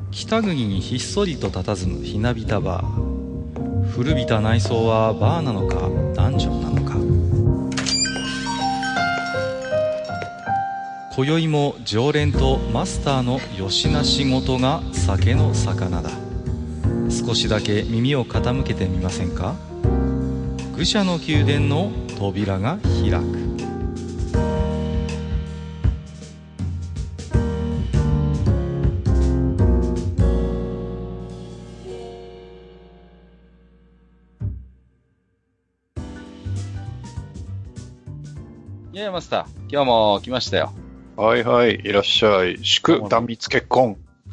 北国にひっそりと佇むひなびたバー。古びた内装はバーなのかダンジョンなのか。今宵も常連とマスターのよしな仕事が酒の魚だ。少しだけ耳を傾けてみませんか。愚者の宮殿の扉が開く。いやマスター、今日も来ましたよ。 はいはい、いらっしゃい。祝断密結婚。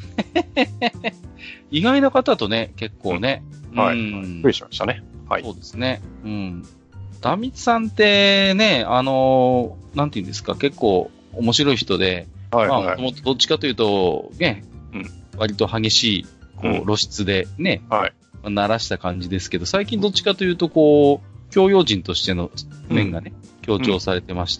意外な方とね、結構ね。 はい。びっくりしましたね。はい。 そうですね。うん。断密さんってね、なんていうんですか、結構面白い人で、 はいはい。 まあ、もとどっちかというと、ね、割と激しい、露出でね、 はい。 鳴らした感じですけど、最近どっちかというと、教養人としての面がね、強調されてまして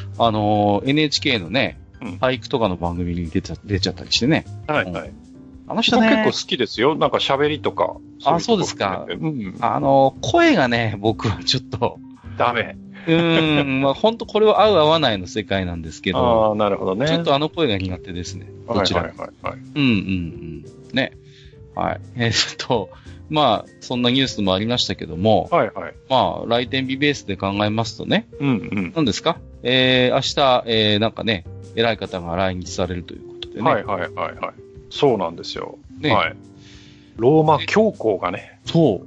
、NHK のね、俳句とかの番組に出ちゃったりしてね。 はいはい。 あの人ね。 結構好きですよ。なんか喋りとか。 そうですか。声がね、僕はちょっと。 ダメ。 まあ本当これは合う合わないの世界なんですけど。 ああ、なるほどね。 ちょっと声が苦手ですね。どちらか。はいね。はい。まあ、そんなニュースもありましたけども。 はいはい。 まあ、来店日ベースで考えますとね。何ですか？明日、なんかね、偉い方が来日されるということでね。 はいはいはいはい。そうなんですよ。ね。はい。ローマ教皇がね。 そう。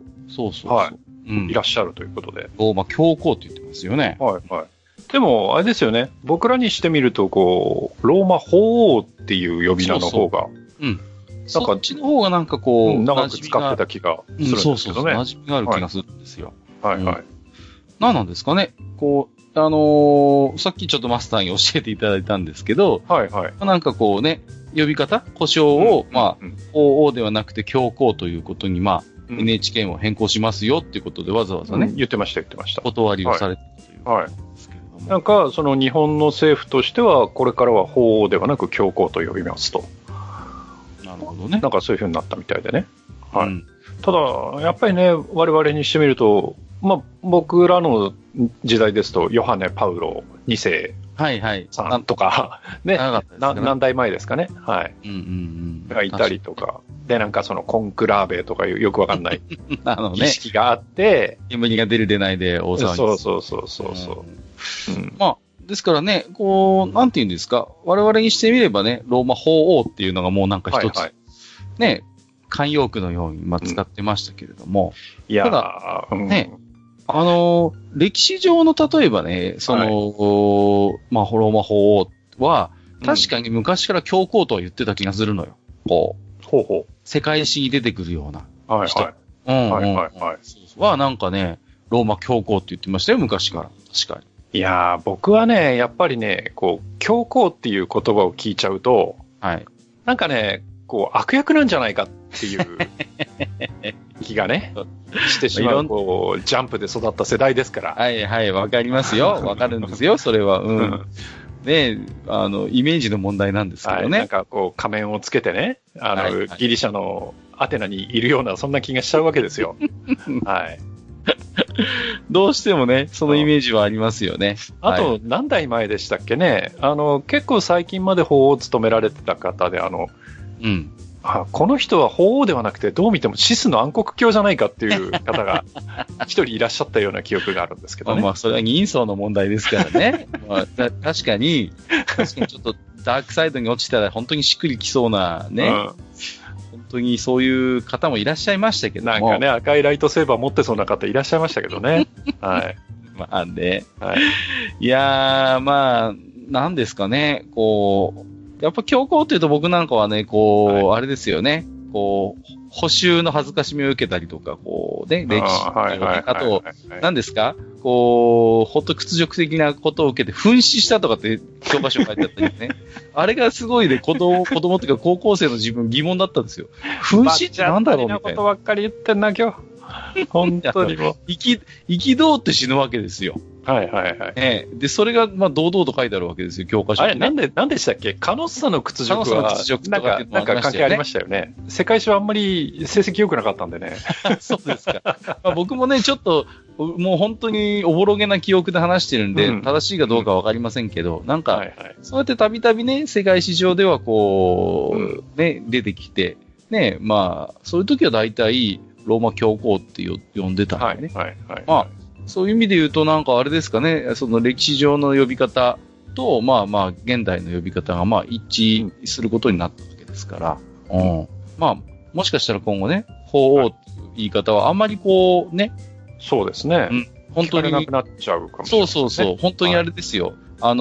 はい。いらっしゃるということで。 ローマ教皇って言ってますよね。 はいはい。でも、あれですよね。僕らにしてみると、ローマ法王っていう呼び名の方が。 なんかそっちの方がなんか長く使ってた気がするんですけどね。 そう、馴染みがある気がするんですよ。 はいはい。 何なんですかね。さっきちょっとマスターに教えていただいたんですけど、 はいはい。 なんか呼び方呼称を、法王ではなくて教皇ということに、NHK も変更しますよっていうことでわざわざね。 言ってました。 断りをされてたという。 はい。なんか、その日本の政府としては、これからは法王ではなく教皇と呼びますと。 なるほどね。 なんかそういう風になったみたいでね。はい。ただ、やっぱりね、我々にしてみると、僕らの時代ですと、ヨハネ・パウロ2世さんとか、ね、何代前ですかね。はい。がいたりとか。で、なんかそのコンクラーベとかよくわかんない儀式があって、 煙が出る出ないで大騒ぎ。 そう。 まあ、ですからね、なんて言うんですか、我々にしてみればね、ローマ法王っていうのがもうなんか一つ、ね、慣用句のように使ってましたけれども、ただ、ね、歴史上の例えばね、ローマ法王は、確かに昔から教皇とは言ってた気がするのよ。世界史に出てくるような人。はなんかね、ローマ教皇って言ってましたよ、昔から。確かに。 いやー、僕はね、やっぱりね、教皇っていう言葉を聞いちゃうと、なんかね、悪役なんじゃないかっていう気がね、してしまう、ジャンプで育った世代ですから。 はいはい、わかりますよ。わかるんですよ、それは。ね、イメージの問題なんですけどね。 なんか仮面をつけてね、ギリシャのアテナにいるような、そんな気がしちゃうわけですよ。はい。 どうしてもね、そのイメージはありますよね。 あと、何代前でしたっけね。結構最近まで法王を務められてた方で、この人は法王ではなくて、どう見てもシスの暗黒教じゃないかっていう方が一人いらっしゃったような記憶があるんですけどね。 それは人相の問題ですからね。確かにちょっとダークサイドに落ちたら本当にしっくりきそうなね。本当にそういう方もいらっしゃいましたけども。 なんかね、赤いライトセーバー持ってそうな方いらっしゃいましたけどね。はい。 まあね。いやー、なんですかね、やっぱ教皇って言うと僕なんかはね、あれですよね、補修の恥ずかしみを受けたりとか、歴史あと、何ですかほっと屈辱的なことを受けて噴死したとかって教科書書いてあったりね。あれがすごいね、子供っていうか高校生の自分疑問だったんですよ。噴死ってなんだろうみたいな。 ことばっかり言ってんな、今日。本当にもう。 生き通って死ぬわけですよ。 はいはいはい。 で、それが、まあ、堂々と書いてあるわけですよ、教科書に。 あれ、なんでしたっけ？カノッサの屈辱は、なんか関係ありましたよね。世界史はあんまり成績良くなかったんでね。 そうですか。まあ、僕もね、ちょっと、もう本当におぼろげな記憶で話してるんで、正しいかどうかわかりませんけど、なんか、そうやってたびたびね、世界史上ではこう、ね、出てきて、ね、まあ、そういう時は大体、ローマ教皇って呼んでたんでね。まあ、そういう意味で言うと、なんかあれですかね、その歴史上の呼び方と、まあまあ、現代の呼び方がまあ一致することになったわけですから、まあ、もしかしたら今後ね、法王っていう言い方はあんまりこうね、 そうですね。 本当に。 なくなっちゃうかもしれない、ね。 そう。本当にあれですよ。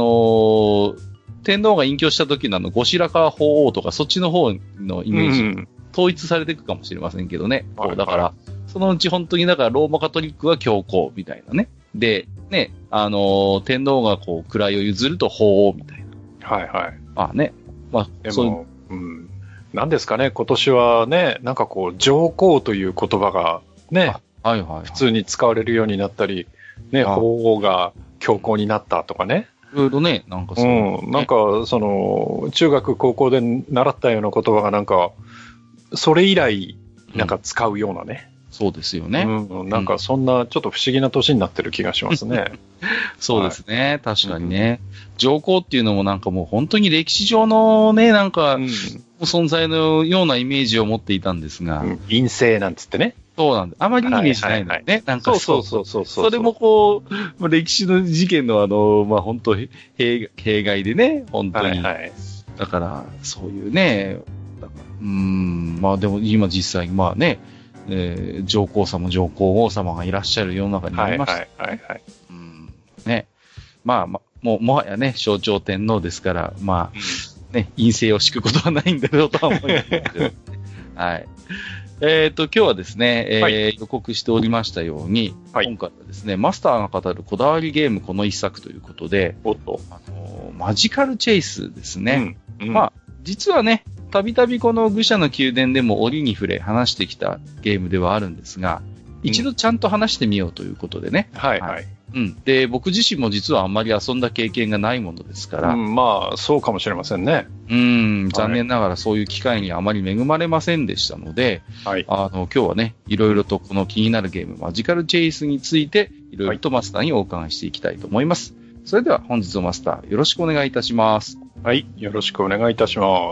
天皇が隠居した時の後白河法皇とか、そっちの方のイメージ、統一されていくかもしれませんけどね。だから、そのうち本当にだからローマカトリックは教皇みたいなね。で、ね、天皇がこう位を譲ると法皇みたいな。 はいはい。 まあね。まあ、 でも、なんですかね、今年はね、なんかこう、上皇という言葉がね、普通に使われるようになったり、ね、法皇が教皇になったとかね。 いろいろね、なんかそう、 ね。なんか、その、中学高校で習ったような言葉がなんか、それ以来、なんか使うようなね。 そうですよね。 なんかそんなちょっと不思議な年になってる気がしますね。 そうですね。確かにね。上皇っていうのもなんかもう本当に歴史上のね、なんか、存在のようなイメージを持っていたんですが。 陰性なんつってね。 そうなんです。あまりいいイメージないのね。なんかそう。 それもこう、歴史の事件のまあ本当弊害でね、本当に。だから、そういうね、まあでも今実際、まあね、上皇様、上皇后様がいらっしゃる世の中になりました。ね。まあ、もはやね、象徴天皇ですから、まあ、ね、陰性を敷くことはないんだろうとは思いますけど。はい。今日はですね、予告しておりましたように、今回はですね、マスターが語るこだわりゲームこの一作ということで、マジカルチェイスですね。まあ、実はね、たびたびこの愚者の宮殿でも折に触れ話してきたゲームではあるんですが、一度ちゃんと話してみようということでね。で、僕自身も実はあんまり遊んだ経験がないものですから。 まあ、そうかもしれませんね。 残念ながらそういう機会にあまり恵まれませんでしたので、今日はね、いろいろとこの気になるゲーム、マジカルチェイスについて、いろいろとマスターにお伺いしていきたいと思います。それでは本日のマスター、よろしくお願いいたします。 はい、よろしくお願いいたします。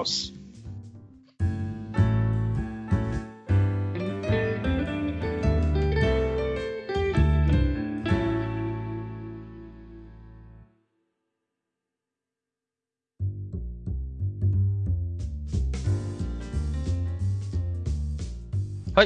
はい、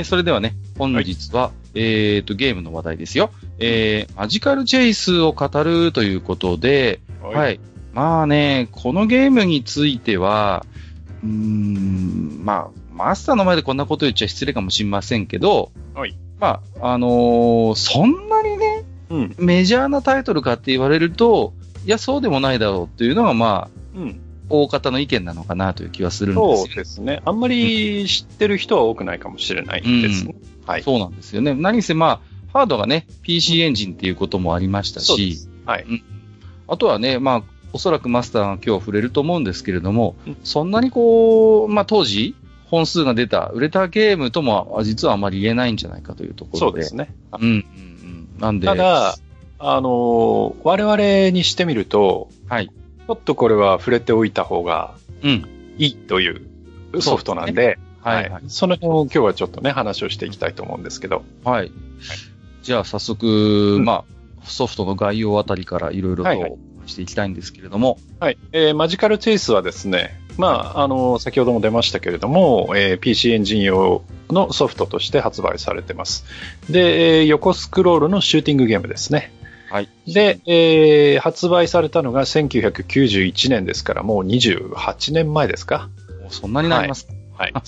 それではね、本日は、ゲームの話題ですよ。マジカルチェイスを語るということで、まあね、このゲームについては、まあ、マスターの前でこんなこと言っちゃ失礼かもしれませんけど、まあ、そんなにね、メジャーなタイトルかって言われると、いや、そうでもないだろうっていうのが、まあ、大方の意見なのかなという気はするんですよ。 そうですね。あんまり知ってる人は多くないかもしれないですね。 そうなんですよね。何せまあ、ハードがね、PC エンジンっていうこともありましたし、あとはね、まあ、おそらくマスターが今日触れると思うんですけれども、そんなにこう、まあ当時、本数が出た、売れたゲームとも、実はあまり言えないんじゃないかというところで。 そうですね。 なんで。 ただ、我々にしてみると、ちょっとこれは触れておいた方がいいというソフトなんで、その辺を今日はちょっとね、話をしていきたいと思うんですけど。 じゃあ早速、まあ、ソフトの概要あたりからいろいろとしていきたいんですけれども。 マジカルチェイスはですね、まあ、先ほども出ましたけれども、PC エンジン用のソフトとして発売されてます。で、横スクロールのシューティングゲームですね。で、発売されたのが1991年ですから、もう28年前ですか。 そんなになりますか。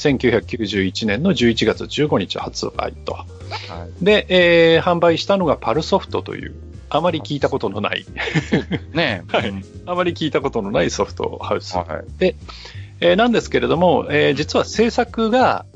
1991年の11月15日発売と。で、販売したのがパルソフトという、あまり聞いたことのない。あまり聞いたことのないソフトハウス。で、なんですけれども、実は制作が、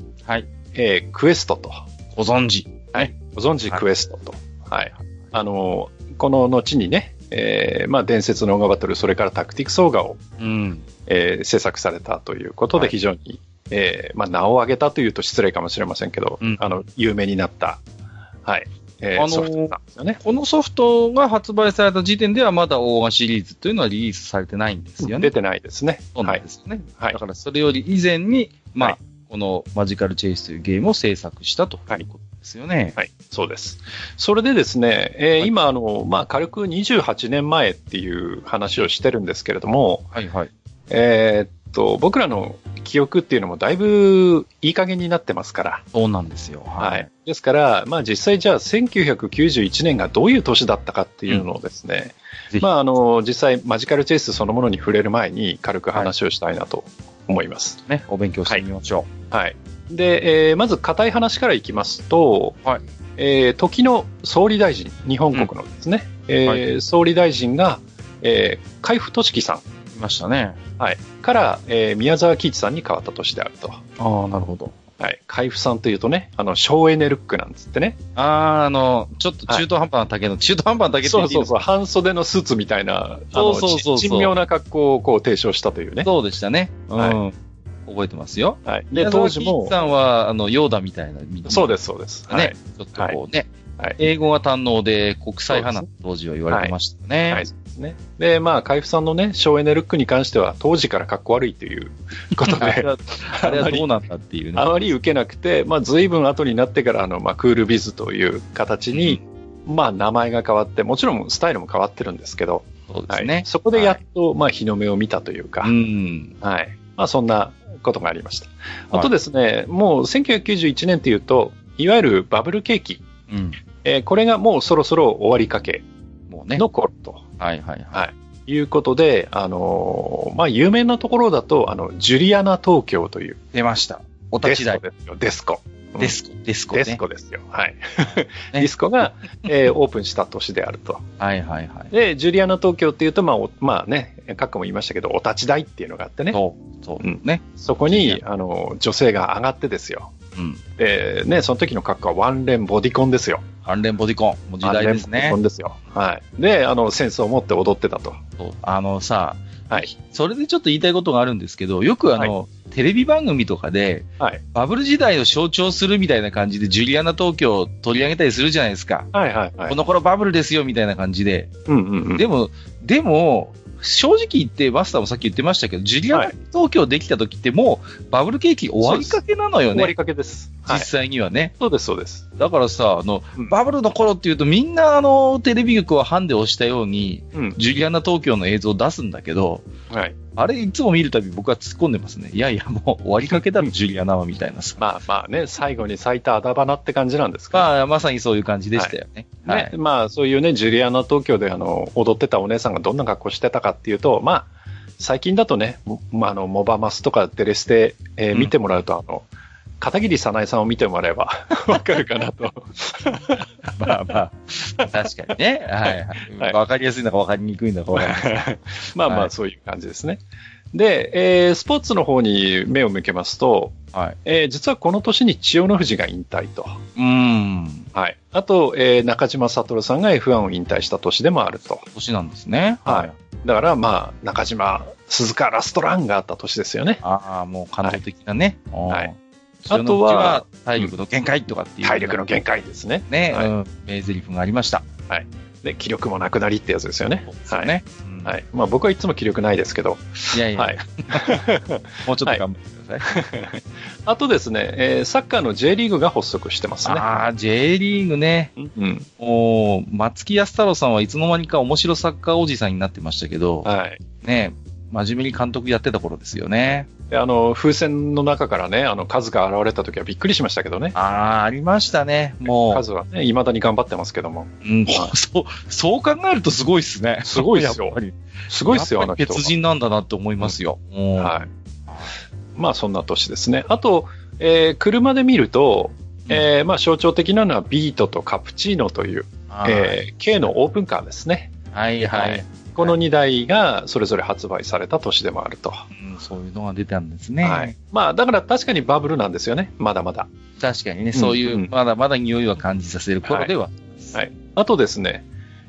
クエストと。 ご存知。 ご存知クエストと。 この後にね、まあ、伝説のオーガバトル、それからタクティクスオーガを、制作されたということで、非常に、まあ、名を挙げたというと失礼かもしれませんけど、有名になった、はい、ソフトなんですよね。 このソフトが発売された時点ではまだオーガシリーズというのはリリースされてないんですよね。 出てないですね。 そうなんですよね。はい。だからそれより以前に、まあ、このマジカルチェイスというゲームを制作したということですよね。 はい、そうです。それでですね、今まあ、軽く28年前っていう話をしてるんですけれども、 はいはい。 僕らの記憶っていうのもだいぶいい加減になってますから。 そうなんですよ。 はい。ですから、まあ実際じゃあ1991年がどういう年だったかっていうのをですね、まあ実際マジカルチェイスそのものに触れる前に軽く話をしたいなと思います。 ね、お勉強してみましょう。はい。で、まず固い話からいきますと、 はい。 時の総理大臣、日本国のですね、総理大臣が、海部俊樹さん。 いましたね。 はい。から、宮沢喜一さんに変わった年であると。 ああ、なるほど。 はい。海部さんというとね、省エネルックなんつってね。 ちょっと中途半端な丈の、中途半端な丈って言っていいの？ そう、半袖のスーツみたいな、珍妙な格好をこう提唱したというね。 そうでしたね。はい。覚えてますよ。 はい。で、当時も。 喜一さんは、ヨーダみたいな。 そうです、そうです。 ね。ちょっとこうね。はい。英語が堪能で国際派な当時は言われてましたね。 はい。そうですね。で、まあ、海部さんのね、省エネルックに関しては、当時から格好悪いということで。 あれはどうなんだっていうね。 あまり受けなくて、まあ、随分後になってから、まあ、クールビズという形に、まあ、名前が変わって、もちろんスタイルも変わってるんですけど、 そうですね。 そこでやっと、まあ、日の目を見たというか、はい。まあ、そんなことがありました。あとですね、もう1991年っていうと、いわゆるバブル景気。これがもうそろそろ終わりかけの頃と。 はいはいはい。 いうことで、まあ、有名なところだと、ジュリアナ東京という。 出ました。お立ち台。 デスコ。 デスコですよ。はい。ディスコが、オープンした年であると。 はいはいはい。 で、ジュリアナ東京っていうと、まあね、過去も言いましたけど、お立ち台っていうのがあってね。 そうね。 そこに、女性が上がってですよ。で、ね、その時の格好はワンレンボディコンですよ。 ワンレンボディコン。もう時代ですね。 ワンレンボディコンですよ。はい。で、センスを持って踊ってたと。 はい。それでちょっと言いたいことがあるんですけど、よくテレビ番組とかで、バブル時代を象徴するみたいな感じで、ジュリアナ東京を取り上げたりするじゃないですか。この頃バブルですよ、みたいな感じで。でも、正直言って、マスターもさっき言ってましたけど、ジュリアナ東京できた時ってもう、バブル景気終わりかけなのよね。 終わりかけです。 実際にはね。 そうです、そうです。 だからさ、バブルの頃っていうと、みんなテレビ局はハンデをしたように、ジュリアナ東京の映像を出すんだけど、あれいつも見るたび僕は突っ込んでますね。いやいや、もう終わりかけだろ、ジュリアナはみたいなさ。 まあね、最後に咲いたあだ花って感じなんですか。 まあ、まさにそういう感じでしたよね。 ね、まあ、そういうね、ジュリアナ東京で踊ってたお姉さんがどんな格好してたかっていうと、まあ、最近だとね、モバマスとかデレステ、見てもらうと、片桐早苗さんを見てもらえばわかるかなと。 まあ、確かにね。はい。わかりやすいのかわかりにくいのかわかりない。 まあ、そういう感じですね。で、スポーツの方に目を向けますと、実はこの年に千代の富士が引退と。はい。あと、中島悟さんが F1 を引退した年でもあると。 年なんですね。 はい。だから、まあ、中島、鈴鹿ラストランがあった年ですよね。 ああ、もう感動的なね。 はい。 あとは、体力の限界とかっていう。 体力の限界ですね。 ね、名台詞がありました。 はい。で、気力もなくなりってやつですよね。 そうですよね。 はい。まあ僕はいつも気力ないですけど。 いやいや。 はい。 もうちょっと頑張ってください。 あとですね、サッカーの J リーグが発足してますね。 ああ、J リーグね。松木安太郎さんはいつの間にか面白サッカーおじさんになってましたけど。ね、真面目に監督やってた頃ですよね。 風船の中からね、数が現れた時はびっくりしましたけどね。 ありましたね。もう。 数はね、未だに頑張ってますけども。 そう考えるとすごいっすね。 すごいっすよ。すごいっすよ、人。 別人なんだなって思いますよ。 はい。まあ、そんな年ですね。あと、車で見ると、まあ、象徴的なのはビートとカプチーノという、K のオープンカーですね。 はいはい。 この2台がそれぞれ発売された年でもあると。 そういうのが出たんですね。 はい。まあ、だから確かにバブルなんですよね。まだまだ。 確かにね、そういう、まだまだ匂いは感じさせる頃では。 はい。あとですね、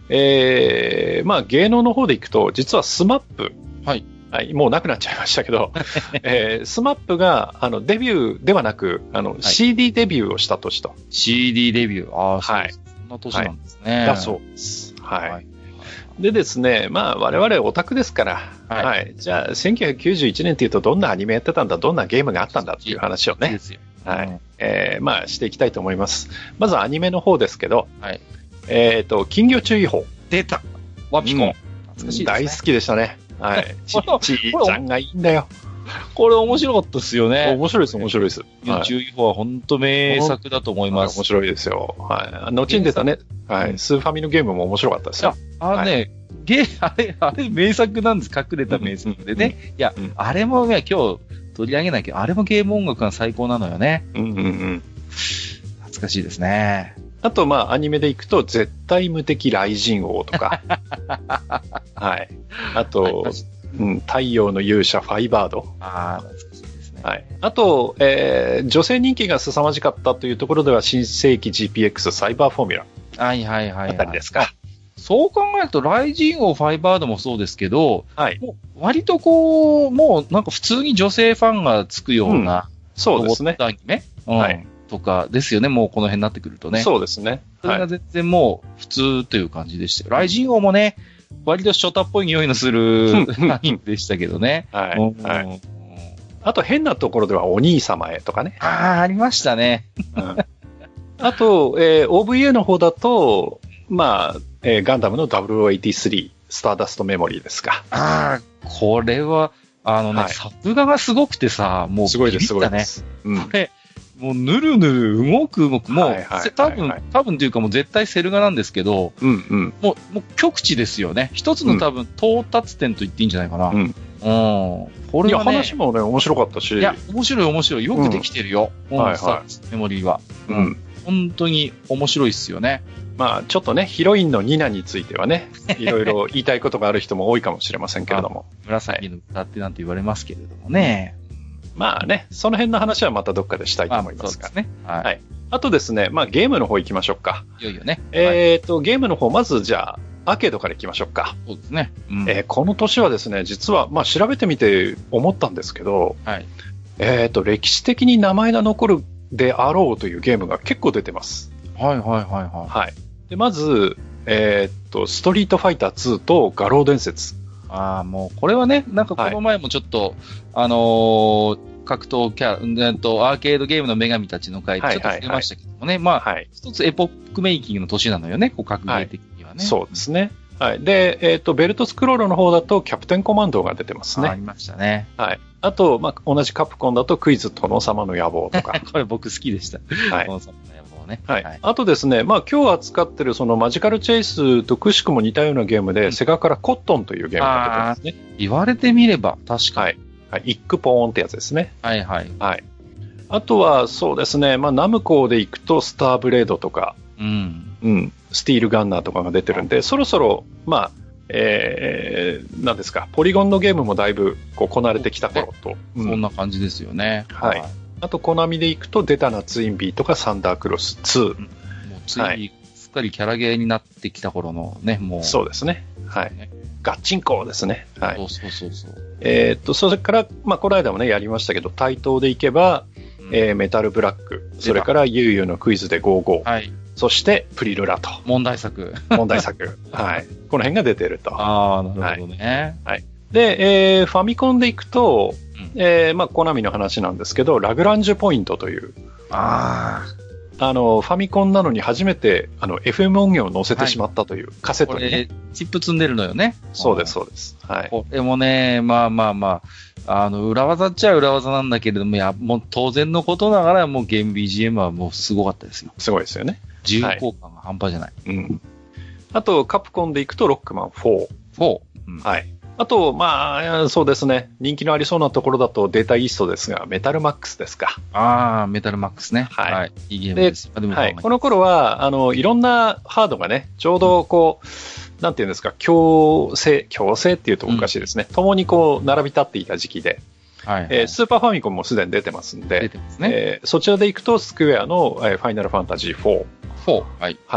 まあ芸能の方でいくと、実はスマップ。 はい。 はい、もうなくなっちゃいましたけど、スマップが、デビューではなく、CD デビューをした年と。 CD デビュー。ああ、そうです。そんな年なんですね。 だそうです。はい。でですね、まあ我々オタクですから、はい。じゃあ、1991年っていうとどんなアニメやってたんだ、どんなゲームがあったんだっていう話をね、はい。まあしていきたいと思います。まずアニメの方ですけど、はい。金魚注意報。 出た。ワピコン。 懐かしいですね。大好きでしたね。はい。ちーちゃんがいいんだよ。 これ面白かったですよね。 面白いです、面白いです。 注意報は本当名作だと思います。 面白いですよ。はい。後に出たね、はい。スーファミのゲームも面白かったですよ。 あれ名作なんです。隠れた名作でね。いや、あれもね、今日取り上げないけど、あれもゲーム音楽が最高なのよね。懐かしいですね。 あと、まあ、アニメでいくと、絶対無敵雷神王とか。はい。あと、太陽の勇者ファイバード。 ああ、懐かしいですね。 はい。あと、女性人気が凄まじかったというところでは、新世紀 GPX サイバーフォーミュラ。 はいはいはい。 あたりですか。 そう考えると、ライジン王ファイバードもそうですけど、 はい。 もう割とこう、もうなんか普通に女性ファンがつくような、 そうですね。 アニメ、 はい。 とかですよね、もうこの辺になってくるとね。 そうですね。 それが全然もう普通という感じでしたよ。ライジン王もね、割とショタっぽい匂いのするアニメでしたけどね。 はい。はい。あと変なところではお兄様へとかね。 ありましたね。 あと、OVA の方だと、まあ、ガンダムの0083、スターダストメモリーですか。 これは、作画がすごくてさ、もうすごいです、すごいです。 これ、もうぬるぬる動く、もう、多分というかもう絶対セル画なんですけど、もう極致ですよね。一つの多分到達点と言っていいんじゃないかな。これはね、 話もね、面白かったし。 いや、面白い。よくできてるよ。スターダストメモリーは。本当に面白いっすよね。 まあ、ちょっとね、ヒロインのニナについてはね、いろいろ言いたいことがある人も多いかもしれませんけれども。 紫の歌ってなんて言われますけれどもね。 まあね、その辺の話はまたどっかでしたいと思いますが。 そうですね。 はい。あとですね、まあゲームの方行きましょうか。 いよいよね。 ゲームの方、まずじゃあ、アーケードから行きましょうか。 そうですね。 この年はですね、実は、まあ調べてみて思ったんですけど、歴史的に名前が残るであろうというゲームが結構出てます。はい。で、まず、ストリートファイター2と画廊伝説。 もう、これはね、なんかこの前もちょっと、格闘アーケードゲームの女神たちの回でちょっと触れましたけどもね。まあ、一つエポックメイキングの年なのよね、こう格ゲー的にはね。 そうですね。はい。で、ベルトスクロールの方だとキャプテンコマンドが出てますね。 ありましたね。 はい。あと、まあ、同じカプコンだとクイズ殿様の野望とか。 これ僕好きでした。 はい。 殿様の野望ね。 はい。あとですね、まあ、今日扱ってるそのマジカルチェイスとくしくも似たようなゲームで、セガからコットンというゲームが出てますね。 言われてみれば、確かに。 はい。イックポーンってやつですね。 はいはい。 はい。あとは、そうですね、まあ、ナムコで行くと、スターブレードとか、スティールガンナーとかが出てるんで、そろそろ、まあ、何ですか、ポリゴンのゲームもだいぶ、こなれてきた頃と。 そんな感じですよね。 はい。あと、コナミで行くと、デタナツインビーとか、サンダークロス2。もう、 ついに、すっかりキャラゲーになってきた頃のね、もう。 そうですね。はい。ガッチンコですね。はい。 そう。 それから、まあ、この間もね、やりましたけど、対等でいけば、メタルブラック、それからユーユーのクイズで55、はい、そしてプリルラと。 問題作。 はい。この辺が出てると。 なるほどね。 はい。で、ファミコンでいくと、まあ、コナミの話なんですけど、ラグランジュポイントという。ファミコンなのに初めて、FM 音源を載せてしまったという、カセットにね。 チップ積んでるのよね。 そうです、そうです。はい。 これもね、まあ、裏技っちゃ裏技なんだけれども、もう当然のことながら、もうゲーム BGM はもうすごかったですよ。 すごいですよね。 重厚感が半端じゃない。 あと、カプコンでいくと、ロックマン4。はい。あと、まあ、そうですね。人気のありそうなところだとデータイーストですが、メタルマックスですか。 メタルマックスね。はい。いいゲームです。 はい。この頃は、いろんなハードがね、ちょうどこう、なんていうんですか、共生っていうとおかしいですね。共にこう、並び立っていた時期で、スーパーファミコンもすでに出てますんで、 出てますね。 そちらでいくと、スクエアのファイナルファンタジー4。 はい。 はい。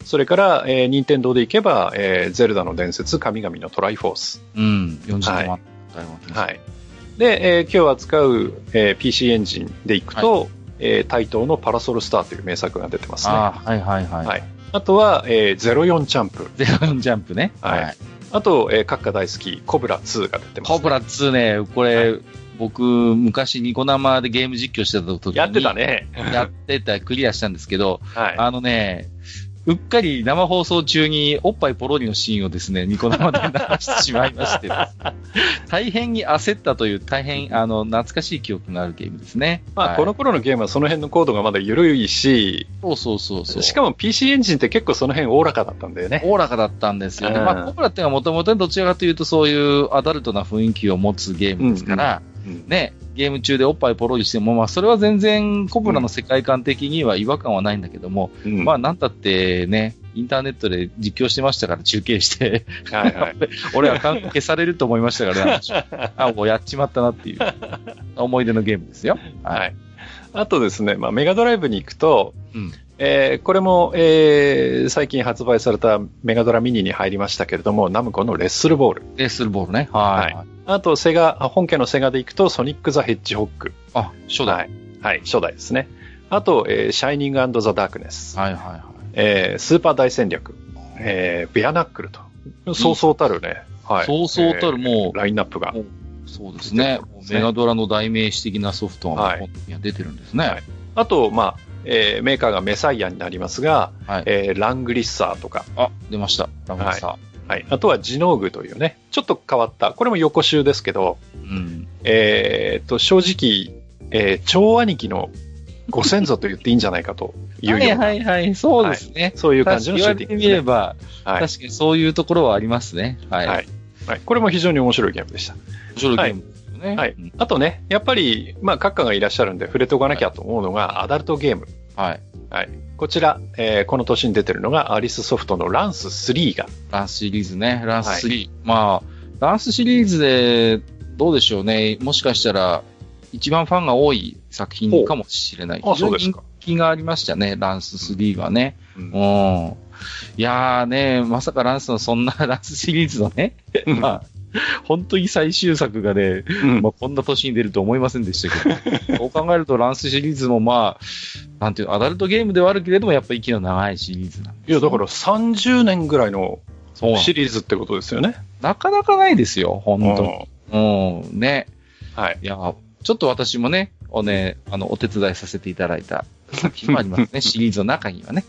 それから、任天堂でいけば、ゼルダの伝説、神々のトライフォース。 うん、40万。 はい。で、今日扱う、PC エンジンでいくと、対等のパラソルスターという名作が出てますね。 はい。 あとは、04ジャンプ。 04ジャンプね。 はい。あと、閣下大好き、コブラ2が出てます、ね。 コブラ2ね、これ、僕、昔ニコ生でゲーム実況してた時に。 やってたね。 やってた、クリアしたんですけど、うっかり生放送中におっぱいポロリのシーンをですね、ニコ生で流してしまいまして大変に焦ったという大変、懐かしい記憶があるゲームですね。 この頃のゲームはその辺のコードがまだ緩いし、 そう。 しかも PC エンジンって結構その辺おおらかだったんだよね。 おおらかだったんですよね。コブラってのはもともとどちらかというとそういうアダルトな雰囲気を持つゲームですから、ね、ゲーム中でおっぱいポロリしても、それは全然コブラの世界観的には違和感はないんだけども、なんたってね、インターネットで実況してましたから中継して、俺は消されると思いましたからね、もうやっちまったなっていう思い出のゲームですよ。 はい。あとですね、メガドライブに行くと、これも、最近発売されたメガドラミニに入りましたけれども、ナムコのレッスルボール。 レッスルボールね。 あと、本家のセガで行くと、ソニック・ザ・ヘッジホッグ。 初代。 はい、初代ですね。あと、シャイニング&ザ・ダークネス。 スーパー大戦略。 ベアナックルと。そうそうたるね。 そうそうたるもう、ラインナップが。 そうですね。メガドラの代名詞的なソフトが本には出てるんですね。 あと、メーカーがメサイアになりますが、ラングリッサーとか。 出ました。ラングリッサー。 あとはジノーグというね、ちょっと変わった、これも横集ですけど、正直、超兄貴のご先祖と言っていいんじゃないかというような。 そうですね。 そういう感じのシューティングですね。 言われてみれば、確かにそういうところはありますね。 これも非常に面白いゲームでした。 面白いゲームですよね。 あとね、やっぱり、閣下がいらっしゃるんで触れておかなきゃと思うのが、アダルトゲーム。こちら、この年に出てるのがアリスソフトのランス3が。 ランスシリーズね、ランス3。ランスシリーズで、どうでしょうね。もしかしたら、一番ファンが多い作品かもしれない。非常に人気がありましたね、ランス3はね。いやーね、まさかランスのそんなランスシリーズのね、本当に最終作がね、こんな年に出ると思いませんでしたけど、そう考えるとランスシリーズもなんていうの、アダルトゲームではあるけれども、やっぱり息の長いシリーズなんです、 いや、だから30年ぐらいのシリーズってことですよね。 なかなかないですよ、本当に。ね。いや、ちょっと私もね、お手伝いさせていただいた作品もありますね、シリーズの中にはね。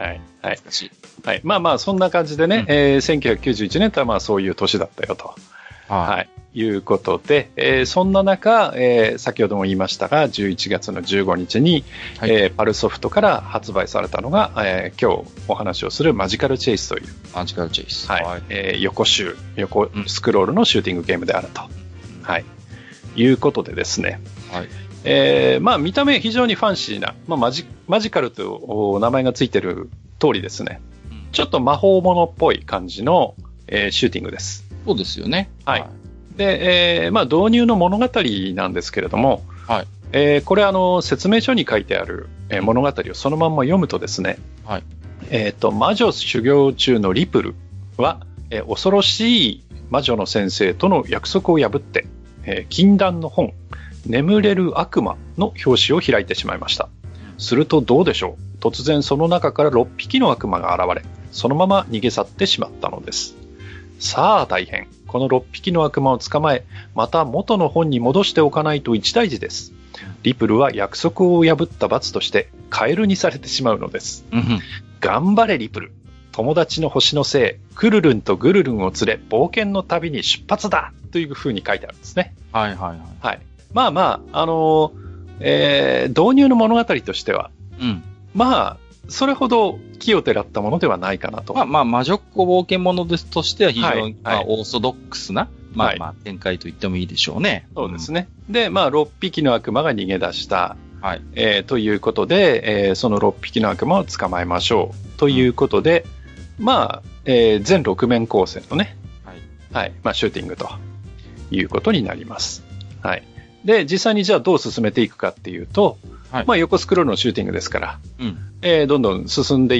そんな感じでね、1991年とはそういう年だったよと。いうことで、そんな中、先ほども言いましたが、11月の15日に、パルソフトから発売されたのが、今日お話をするマジカルチェイスという。 マジカルチェイス。 横スクロールのシューティングゲームであると。いうことでですね。見た目非常にファンシーな、マジカルと名前がついてる通りですね。ちょっと魔法物っぽい感じの、シューティングです。 そうですよね。 で、導入の物語なんですけれども、これ説明書に書いてある、物語をそのまんま読むとですね、魔女修行中のリプルは、恐ろしい魔女の先生との約束を破って、禁断の本、眠れる悪魔の表紙を開いてしまいました。するとどうでしょう。突然その中から6匹の悪魔が現れ、そのまま逃げ去ってしまったのです。さあ大変。この6匹の悪魔を捕まえ、また元の本に戻しておかないと一大事です。リプルは約束を破った罰としてカエルにされてしまうのです。頑張れリプル。友達の星のせい、クルルンとグルルンを連れ、冒険の旅に出発だというふうに書いてあるんですね。導入の物語としては、それほど奇をてらったものではないかなと。 魔女っ子冒険者としては非常に、オーソドックスな、展開と言ってもいいでしょうね。 そうですね。で、6匹の悪魔が逃げ出した。ということで、その6匹の悪魔を捕まえましょう。ということで、全6面構成のね、シューティングということになります。で、実際にじゃあどう進めていくかっていうと、 はい、まあ横スクロールのシューティングですから、どんどん進んでいって、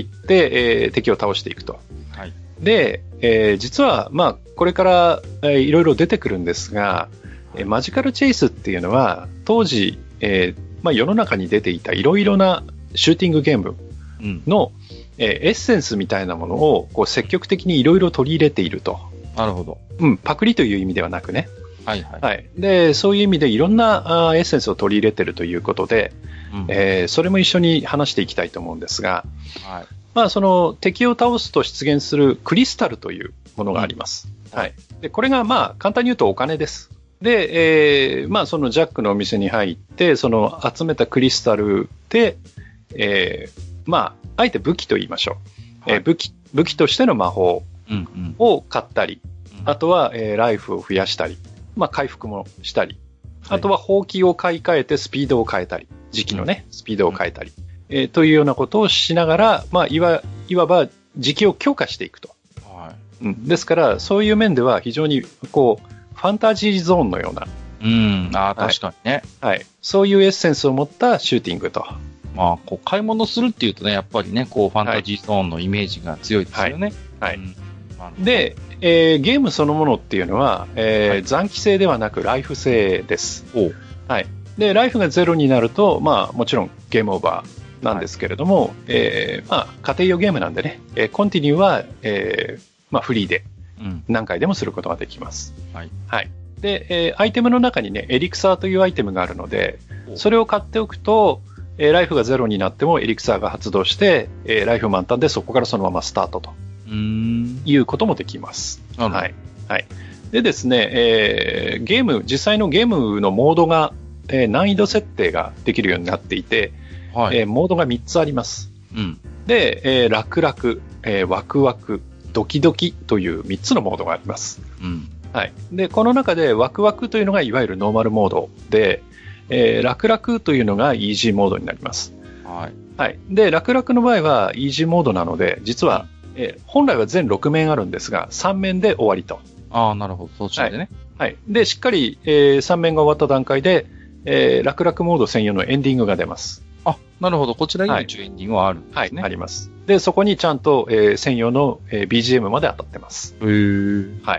敵を倒していくと。はい、で、実は、まあこれから、いろいろ出てくるんですが、マジカルチェイスっていうのは、当時、まあ世の中に出ていたいろいろなシューティングゲームの、エッセンスみたいなものをこう積極的にいろいろ取り入れていると。 なるほど。 パクリという意味ではなくね。 はいはい。 はい。で、そういう意味でいろんなエッセンスを取り入れているということで、それも一緒に話していきたいと思うんですが、はい。まあ、その敵を倒すと出現するクリスタルというものがあります。はい。で、これがまあ、簡単に言うとお金です。で、まあ、そのジャックのお店に入って、その集めたクリスタルで、まあ、あえて武器と言いましょう。はい、武器としての魔法を買ったり、あとは、ライフを増やしたり、まあ、回復もしたり、あとはほうきを買い替えてスピードを変えたり、時期のね、スピードを変えたり、というようなことをしながら、まあ、いわば時期を強化していくと。はい。ですから、そういう面では非常に、こう、ファンタジーゾーンのような。 確かにね。 はい。そういうエッセンスを持ったシューティングと。 まあ、こう、買い物するっていうとね、やっぱりね、こう、ファンタジーゾーンのイメージが強いですよね。 はい。で、ゲームそのものっていうのは、残機制ではなくライフ制です。はい。で、ライフがゼロになると、まあ、もちろんゲームオーバーなんですけれども、まあ、家庭用ゲームなんでね、コンティニューは、まあ、フリーで何回でもすることができます。はい。はい。で、アイテムの中にね、エリクサーというアイテムがあるので、それを買っておくと、ライフがゼロになってもエリクサーが発動して、ライフ満タンでそこからそのままスタートということもできます。はい。はい。でですね、実際のゲームのモードが、難易度設定ができるようになっていて、はい、モードが3つあります。で、楽々、ワクワク、ドキドキという3つのモードがあります。はい。で、この中でワクワクというのがいわゆるノーマルモードで、楽々というのがイージーモードになります。はい。はい。で、楽々の場合はイージーモードなので、実は、本来は全6面あるんですが、3面で終わりと。 ああ、なるほど。そっちでね。 はい。で、しっかり、3面が終わった段階で、楽々モード専用のエンディングが出ます。 あ、なるほど。こちらに一応エンディングはあるんですね。 はい、あります。で、そこにちゃんと、専用の、BGM まで当たってます。はい。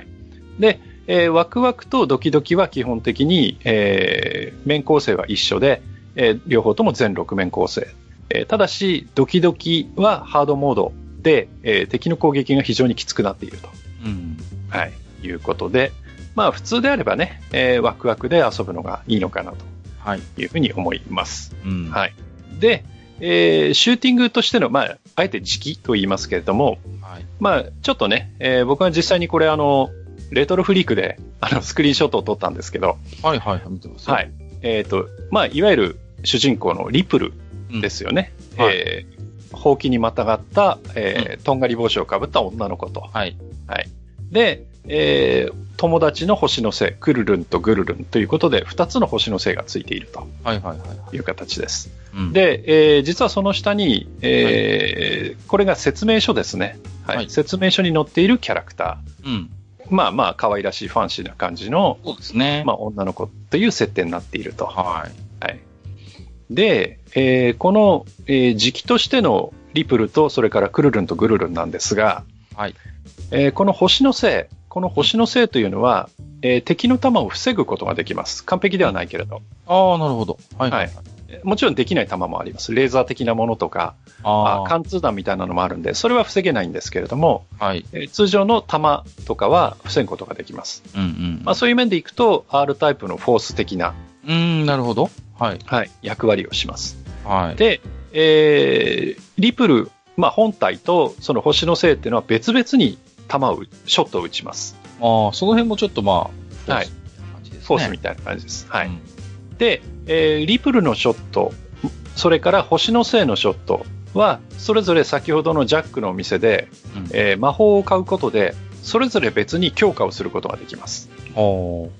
で、ワクワクとドキドキは基本的に、面構成は一緒で、両方とも全6面構成。ただし、ドキドキはハードモードで、敵の攻撃が非常にきつくなっていると。はい。いうことで、まあ普通であればね、ワクワクで遊ぶのがいいのかなというふうに思います。はい。で、シューティングとしての、まあ、あえて時期と言いますけれども、はい、まあちょっとね、僕は実際にこれレトロフリークで、スクリーンショットを撮ったんですけど。 はいはい、見てます。 はい。まあ、いわゆる主人公のリプルですよね。はい、ほうきにまたがった、とんがり帽子をかぶった女の子と。はい。はい。で、友達の星の星、クルルンとグルルンということで、2つの星の星がついていると。はいはいはい。いう形です。で、実はその下に、これが説明書ですね。はい。説明書に載っているキャラクター。まあまあ、可愛らしいファンシーな感じの、 そうですね。 まあ、女の子という設定になっていると。はい。はい。で、この、時期としてのリプルと、それからクルルンとグルルンなんですが、はい。この星の星というのは、敵の弾を防ぐことができます。完璧ではないけれど。 ああ、なるほど。はい、はい。 もちろんできない弾もあります。レーザー的なものとか、貫通弾みたいなのもあるんで、それは防げないんですけれども、はい。通常の弾とかは防ぐことができます。まあ、そういう面でいくと、R タイプのフォース的な、 なるほど。はい。 はい。役割をします。はい。で、リプル、まあ、本体とその星の星っていうのは別々にショットを打ちます。 ああ、その辺もちょっとまあ、はい。フォースみたいな感じです。はい。で、リプルのショット、それから星の星のショットは、それぞれ先ほどのジャックのお店で、魔法を買うことで、それぞれ別に強化をすることができます。はい。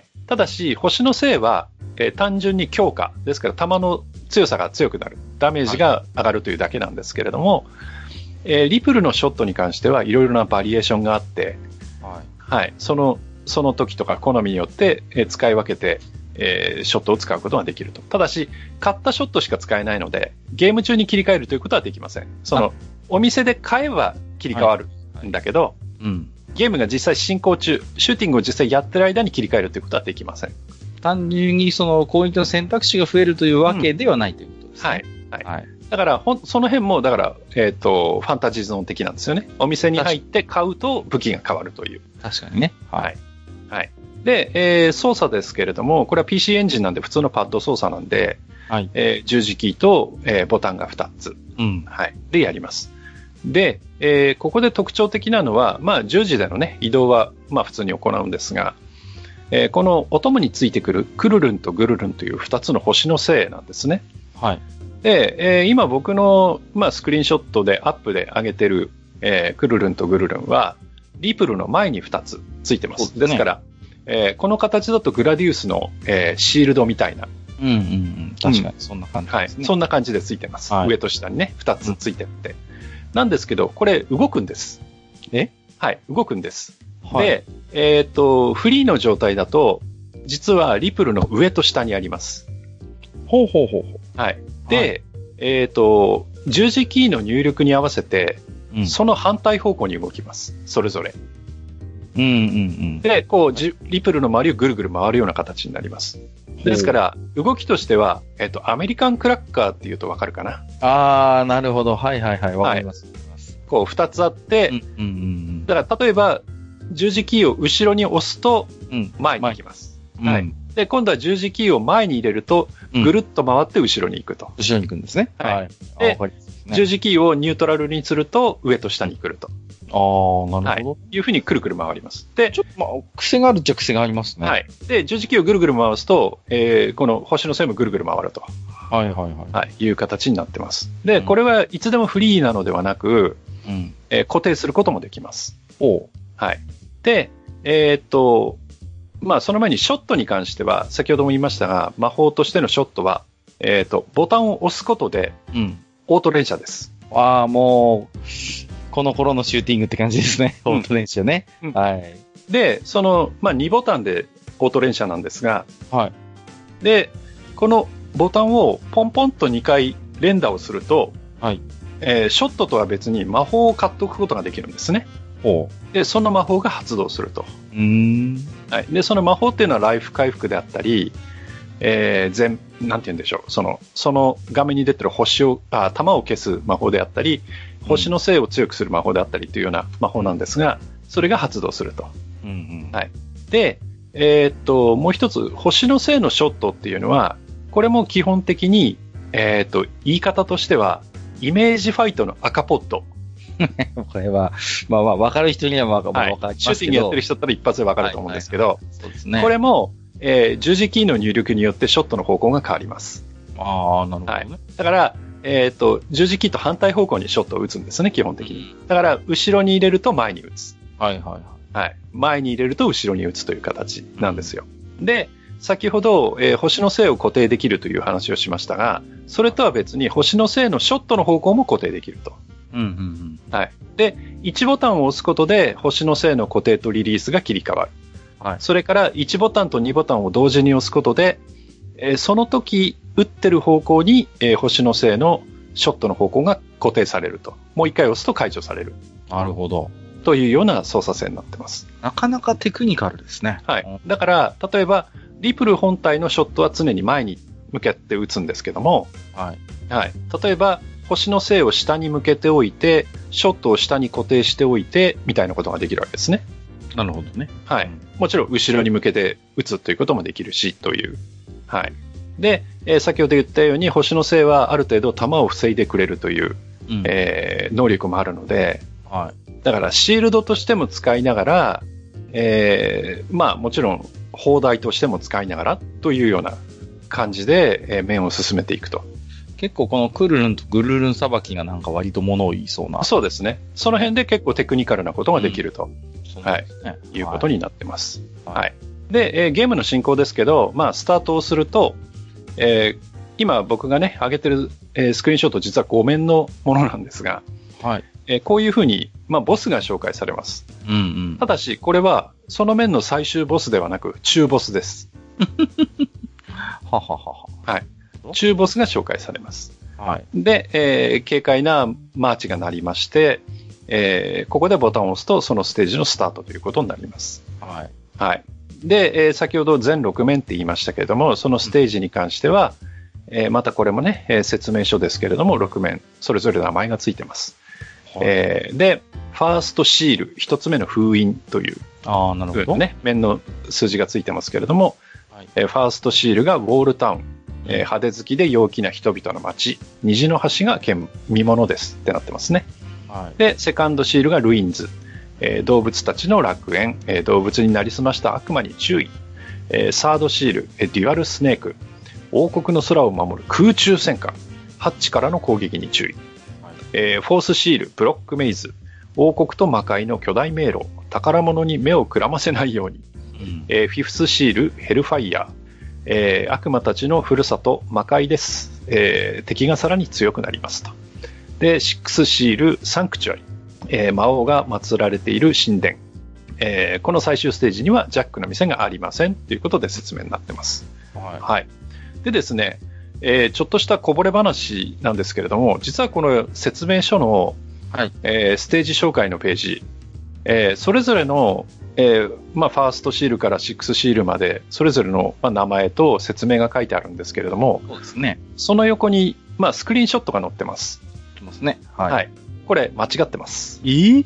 ただし、星の星は、単純に強化。ですから、弾の強さが強くなる。ダメージが上がるというだけなんですけれども、リプルのショットに関してはいろいろなバリエーションがあって、はい。その時とか好みによって、使い分けて、 ショットを使うことができると。ただし、買ったショットしか使えないので、ゲーム中に切り替えるということはできません。お店で買えば切り替わるんだけど、ゲームが実際進行中、シューティングを実際やってる間に切り替えるということはできません。 単純に攻撃の選択肢が増えるというわけではないということですね。 はい。だから、その辺も、だから、ファンタジーゾーン的なんですよね。お店に入って買うと武器が変わるという。 確かにね。 はい。で、操作ですけれども、これは PC エンジンなんで普通のパッド操作なんで、十字キーと、ボタンが2つ。でやります。で、ここで特徴的なのは、十字でのね、移動は、普通に行うんですが、このお供についてくるクルルンとグルルンという2つの星の星なんですね。で、今僕の、スクリーンショットでアップで上げてる、クルルンとグルルンは、リプルの前に2つついてます。ですから、この形だとグラディウスの、シールドみたいな。 確かに、そんな感じですね。 そんな感じでついてます。上と下にね、2つついてって。なんですけど、これ動くんです。動くんです。で、フリーの状態だと、実はリプルの上と下にあります。で、十字キーの入力に合わせて、その反対方向に動きます。それぞれ。で、リプルの周りをぐるぐる回るような形になります。ですから、動きとしては、アメリカンクラッカーっていうとわかるかな。 なるほど。わかります。 二つあって、だから例えば、十字キーを後ろに押すと、前に行きます。で、今度は十字キーを前に入れると、ぐるっと回って後ろに行くと。 後ろに行くんですね。 で、十字キーをニュートラルにすると、上と下に来ると。 なるほど。 いうふうにくるくる回ります。で、 ちょっと癖があるっちゃ癖がありますね。 で、十字キーをぐるぐる回すと、この星の線もぐるぐる回ると。いう形になってます。で、これはいつでもフリーなのではなく、固定することもできます。で、その前にショットに関しては、先ほども言いましたが、魔法としてのショットは、ボタンを押すことで、オート連射です。 もう、この頃のシューティングって感じですね。オート連射ね。 で、2ボタンでオート連射なんですが、で、このボタンをポンポンと2回連打をすると、ショットとは別に魔法を買っておくことができるんですね。で、その魔法が発動すると。で、その魔法っていうのはライフ回復であったり、なんて言うんでしょう。その画面に出てる弾を消す魔法であったり、星の精を強くする魔法であったりというような魔法なんですが、それが発動すると。で、もう一つ、星の精のショットっていうのは、これも基本的に、言い方としては、イメージファイトの赤ポット。 これは、わかる人にはわかりますけど。 シューティングやってる人だったら一発でわかると思うんですけど、これも、十字キーの入力によってショットの方向が変わります。 なるほどね。 だから、十字キーと反対方向にショットを打つんですね、基本的に。だから、後ろに入れると前に打つ。前に入れると後ろに打つという形なんですよ。で、先ほど、星の精を固定できるという話をしましたが、それとは別に星の精のショットの方向も固定できると。で、1ボタンを押すことで星の精の固定とリリースが切り替わる。それから1ボタンと2ボタンを同時に押すことで、その時打ってる方向に、星の精のショットの方向が固定されると。もう1回押すと解除される。 なるほど。 というような操作性になってます。 なかなかテクニカルですね。 だから、例えば、リプル本体のショットは常に前に向けて打つんですけども、例えば、星の精を下に向けておいて、ショットを下に固定しておいて、みたいなことができるわけですね。 なるほどね。 もちろん、後ろに向けて打つということもできるし、という。で、先ほど言ったように、星の精はある程度弾を防いでくれるという、能力もあるので、だからシールドとしても使いながら、もちろん砲台としても使いながらというような感じで、面を進めていくと。 結構このクルルンとグルルンさばきがなんか割と物を言いそうな。 そうですね。その辺で結構テクニカルなことができると、いうことになってます。で、ゲームの進行ですけど、スタートをすると、今僕がね、上げてる、スクリーンショット実は5面のものなんですが、こういうふうに、ボスが紹介されます。ただし、これは、その面の最終ボスではなく、中ボスです。 はははは。 はい。中ボスが紹介されます。 はい。 で、軽快なマーチが鳴りまして、ここでボタンを押すと、そのステージのスタートということになります。 はい。 はい。で、先ほど全6面って言いましたけれども、そのステージに関しては、またこれもね、説明書ですけれども、6面、それぞれ名前がついてます。はい、で、ファーストシール、一つ目の封印という、 なるほど。 ね、面の数字がついてますけれども、はい、ファーストシールがウォールタウン、派手好きで陽気な人々の街、虹の橋が見物ですってなってますね。はい、で、セカンドシールがルインズ、動物たちの楽園、動物になりすました悪魔に注意、サードシール、デュアルスネーク、王国の空を守る空中戦艦、ハッチからの攻撃に注意、フォースシール、ブロックメイズ、王国と魔界の巨大迷路、宝物に目をくらませないように、フィフスシール、ヘルファイヤー、悪魔たちのふるさと、魔界です。敵がさらに強くなりますと。で、シックスシール、サンクチュアリ、魔王が祀られている神殿。この最終ステージにはジャックの店がありませんということで説明になってます。はい。はい、でですね、ちょっとしたこぼれ話なんですけれども、実はこの説明書の、はい、ステージ紹介のページ、それぞれの、ファーストシールからシックスシールまでそれぞれの、名前と説明が書いてあるんですけれども、 そうですね、 その横に、スクリーンショットが載ってます。 ますね。はい。 はい。これ間違ってます。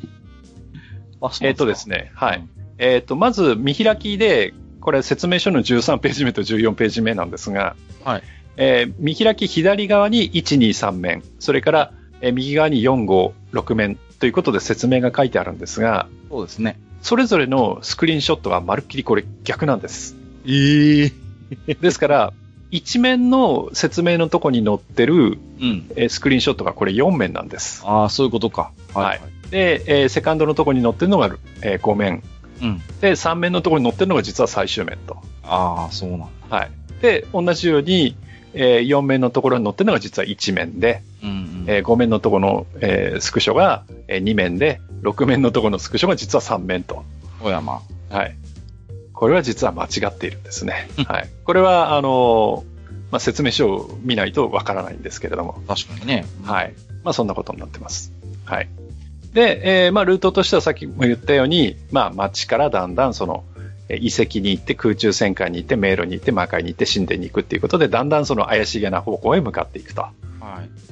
ですね、はい。まず見開きで、これ説明書の13ページ目と14ページ目なんですが、 はい。 見開き左側に1、2、3面、それから、右側に4、5、6面ということで説明が書いてあるんですが、 そうですね。 それぞれのスクリーンショットがまるっきりこれ逆なんです。ですから、一面の説明のとこに載ってる、スクリーンショットがこれ4面なんです。 ああ、そういうことか。 はい。はい、で、セカンドのとこに載ってるのが、5面。で、3面のところに載ってるのが実は最終面と。 ああ、そうなんだ。 はい。で、同じように、4面のところに載ってるのが実は1面で、5面のところの、スクショが2面で、6面のところのスクショが実は3面と。 おやま。 はい。これは実は間違っているんですね。はい。これは、説明書を見ないとわからないんですけれども。 確かにね。 はい。そんなことになってます。はい。で、ルートとしてはさっきも言ったように、街からだんだんその、遺跡に行って、空中戦艦に行って、迷路に行って、魔界に行って、神殿に行くっていうことで、だんだんその怪しげな方向へ向かっていくと。 はい。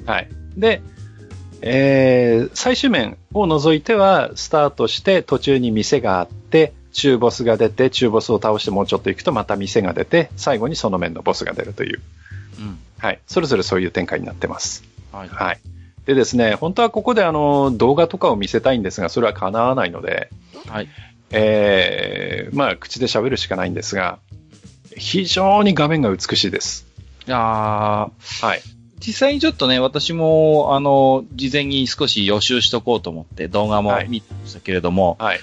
はい。で、最終面を除いては、スタートして、途中に店があって、中ボスが出て、中ボスを倒してもうちょっと行くと、また店が出て、最後にその面のボスが出るという。はい。それぞれそういう展開になってます。 はい。 はい。でですね、本当はここで動画とかを見せたいんですが、それは叶わないので、 はい。 口で喋るしかないんですが、非常に画面が美しいです。 はい。実際にちょっとね、私も、事前に少し予習しとこうと思って動画も見てましたけれども、 はい。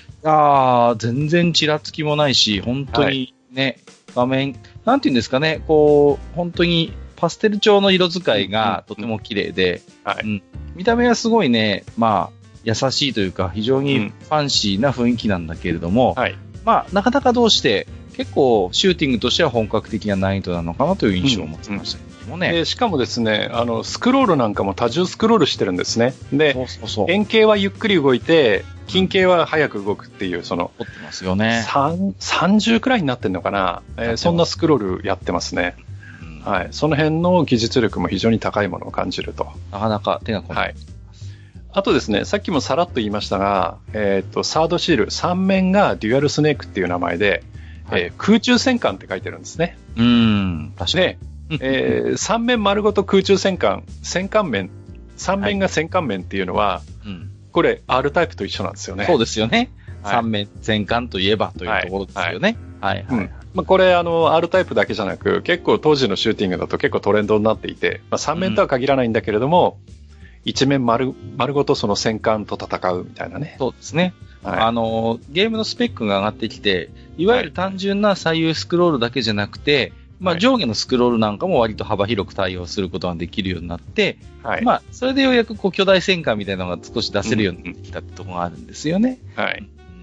全然ちらつきもないし、本当にね、画面、なんていうんですかね、こう、本当にパステル調の色使いがとても綺麗で、見た目はすごいね、優しいというか、非常にファンシーな雰囲気なんだけれども、なかなかどうして、結構シューティングとしては本格的な難易度なのかなという印象を持ちましたけどもね。 しかもですね、スクロールなんかも多重スクロールしてるんですね。で、円形はゆっくり動いて、近景は早く動くっていう、 撮ってますよね。 30くらいになってるのかな、そんなスクロールやってますね。はい。その辺の技術力も非常に高いものを感じると。 なかなか手が込んでます。はい。 あとですね、さっきもさらっと言いましたが、サードシール、3面がデュアルスネークっていう名前で、空中戦艦って書いてるんですね。 確かに。 3面丸ごと空中戦艦、戦艦面、3面が戦艦面っていうのは、これ R タイプと一緒なんですよね。 そうですよね。3面戦艦といえばというところですよね。 これR タイプだけじゃなく、結構当時のシューティングだと結構トレンドになっていて、3面とは限らないんだけれども、1面丸ごとその戦艦と戦うみたいなね。 そうですね。ゲームのスペックが上がってきて、いわゆる単純な左右スクロールだけじゃなくて、上下のスクロールなんかも割と幅広く対応することができるようになって、それでようやく巨大戦艦みたいなのが少し出せるようになってきたってところがあるんですよね。 はい。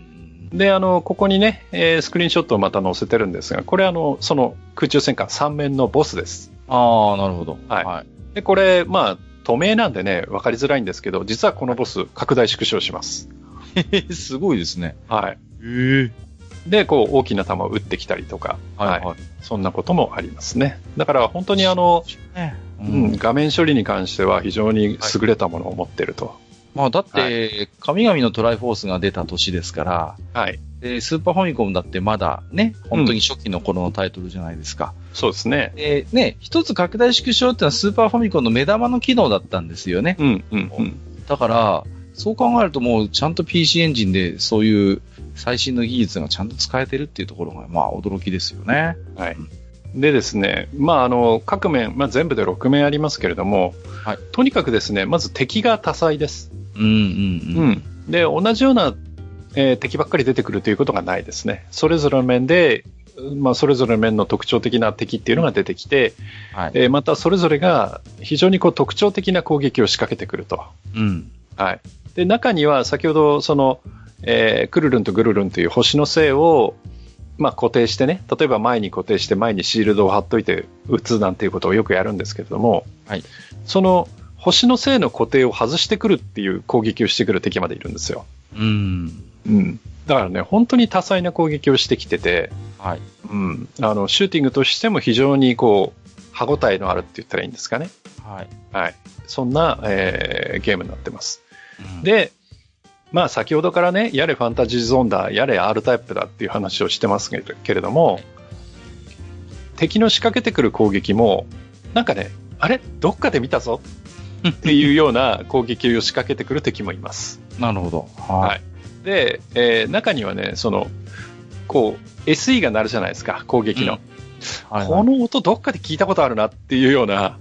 で、ここにね、スクリーンショットをまた載せてるんですが、これその空中戦艦3面のボスです。 ああ、なるほど。 はい。はい、で、これ、まあ、透明なんでね、わかりづらいんですけど、実はこのボス、拡大縮小します。 すごいですね。 はい。で、こう、大きな球を打ってきたりとか、はい、はい。そんなこともありますね。だから、本当に画面処理に関しては非常に優れたものを持ってると。 まあ、だって、神々のトライフォースが出た年ですから、はい。スーパーファミコンだってまだね、本当に初期の頃のタイトルじゃないですか。 そうですね。 ね、一つ拡大縮小ってのはスーパーファミコンの目玉の機能だったんですよね。だから、そう考えるともうちゃんと PC エンジンでそういう最新の技術がちゃんと使えてるっていうところが、まあ驚きですよね。 はい。でですね、まあ各面、まあ全部で6面ありますけれども、はい、とにかくですね、まず敵が多彩です。で、同じような、敵ばっかり出てくるということがないですね。それぞれの面で、まあそれぞれの面の特徴的な敵っていうのが出てきて、はい、またそれぞれが非常にこう特徴的な攻撃を仕掛けてくると。はい。で、中には先ほどクルルンとグルルンという星の星を、まあ固定してね、例えば前に固定して前にシールドを貼っといて撃つなんていうことをよくやるんですけれども、はい、その星の星の固定を外してくるっていう攻撃をしてくる敵までいるんですよ。だからね、本当に多彩な攻撃をしてきてて、はい、シューティングとしても非常にこう、歯応えのあるって言ったらいいんですかね。はい。はい。そんな、ゲームになってます。で、まあ先ほどからね、やれファンタジーゾーンだ、やれ R タイプだっていう話をしてますけれども、敵の仕掛けてくる攻撃も、なんかね、あれどっかで見たぞっていうような攻撃を仕掛けてくる敵もいます。 なるほど。 はい。で、中にはね、こう、SE が鳴るじゃないですか、攻撃の。この音どっかで聞いたことあるなっていうような、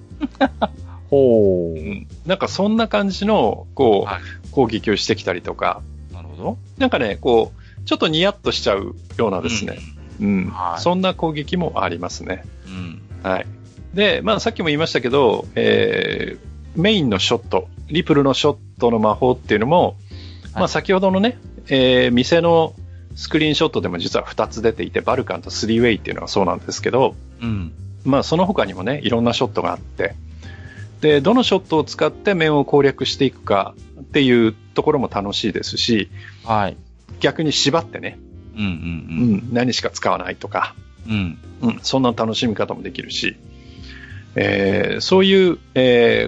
なんかそんな感じの、こう、攻撃をしてきたりとか。 なるほど。 なんかね、こう、ちょっとニヤッとしちゃうようなですね。そんな攻撃もありますね。はい。で、まあさっきも言いましたけど、メインのショット、リプルのショットの魔法っていうのも、まあ先ほどのね、店のスクリーンショットでも実は2つ出ていて、バルカンとスリーウェイっていうのがそうなんですけど、まあその他にもね、いろんなショットがあって、で、どのショットを使って面を攻略していくかっていうところも楽しいですし、はい、逆に縛ってね、何しか使わないとか、そんな楽しみ方もできるし、そういう、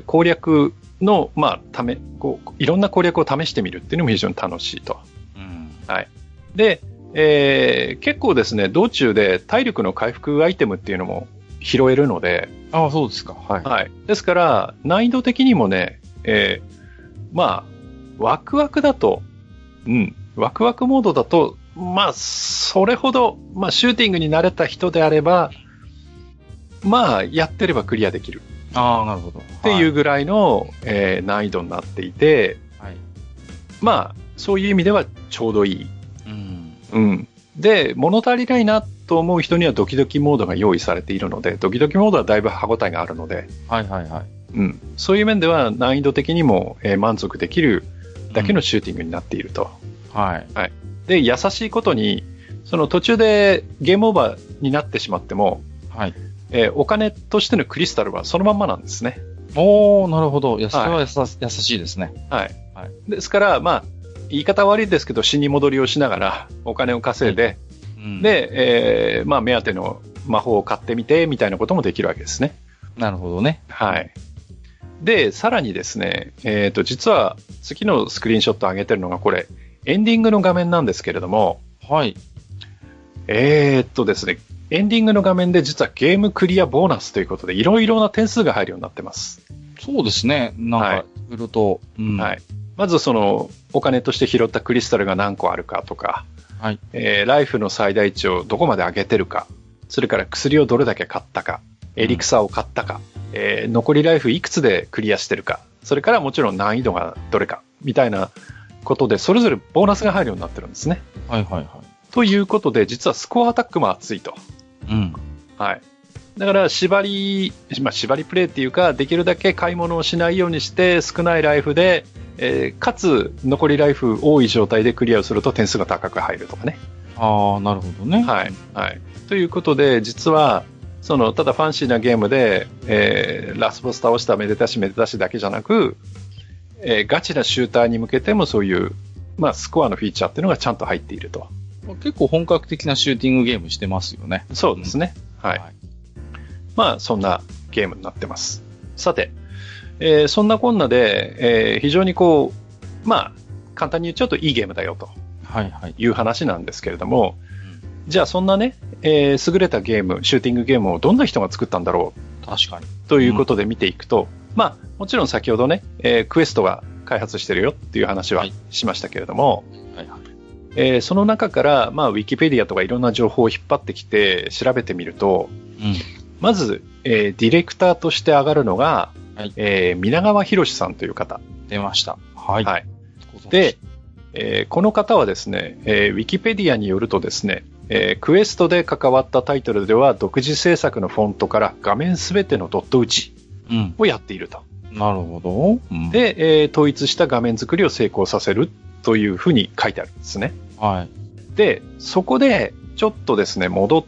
攻略の、まあ、いろんな攻略を試してみるっていうのも非常に楽しいと。はい。で、結構ですね、道中で体力の回復アイテムっていうのも拾えるので。 ああ、そうですか。はい。 はい。ですから、難易度的にもね、まあ、ワクワクだと、ワクワクモードだと、まあ、それほど、まあ、シューティングに慣れた人であれば、まあ、やってればクリアできる。 ああ、なるほど。 っていうぐらいの、難易度になっていて、はい、まあ、そういう意味ではちょうどいい。で、物足りないなと思う人にはドキドキモードが用意されているので、ドキドキモードはだいぶ歯応えがあるので、そういう面では難易度的にも、満足できるだけのシューティングになっていると。で、優しいことに、その途中でゲームオーバーになってしまっても、お金としてのクリスタルはそのまんまなんですね。 おー、なるほど。いや、それは優しいですね。 ですから、まあ、言い方悪いですけど、死に戻りをしながらお金を稼いで、で、まあ、目当ての魔法を買ってみて、みたいなこともできるわけですね。 なるほどね。 はい。で、さらにですね、実は次のスクリーンショットを上げてるのがこれ、エンディングの画面なんですけれども、はい。ですね、エンディングの画面で実はゲームクリアボーナスということでいろいろな点数が入るようになってます。 そうですね。なんか、いろいろと。 はい。まずお金として拾ったクリスタルが何個あるかとか、はい。ライフの最大値をどこまで上げてるか、それから薬をどれだけ買ったか、エリクサーを買ったか、残りライフいくつでクリアしてるか、それからもちろん難易度がどれか、みたいなことで、それぞれボーナスが入るようになってるんですね。はいはいはい。ということで、実はスコアアタックも熱いと。はい。だから縛りプレイっていうか、できるだけ買い物をしないようにして、少ないライフで、 かつ、残りライフ多い状態でクリアをすると点数が高く入るとかね。 ああ、なるほどね。 はい。はい。ということで、実は、ただファンシーなゲームで、ラスボス倒しためでたしだけじゃなく、ガチなシューターに向けてもそういう、まあ、スコアのフィーチャーっていうのがちゃんと入っていると。 結構本格的なシューティングゲームしてますよね。 そうですね。はい。まあ、そんなゲームになってます。さて、そんなこんなで、非常にまあ、簡単に言うちょっといいゲームだよと。はいはい。いう話なんですけれども、じゃあそんなね、優れたゲーム、シューティングゲームをどんな人が作ったんだろう。 確かに。 ということで見ていくと、まあ、もちろん先ほどね、クエストが開発してるよっていう話はしましたけれども、はいはい。その中から、まあ、ウィキペディアとかいろんな情報を引っ張ってきて調べてみると、まず、ディレクターとして上がるのが、はい、皆川博さんという方。 出ました。はい。はい、 で、この方はですね、ウィキペディアによるとですね、クエストで関わったタイトルでは独自制作のフォントから画面すべてのドット打ちをやっていると。 なるほど。 で、統一した画面作りを成功させるというふうに書いてあるんですね。はい。で、そこでちょっとですね、戻って、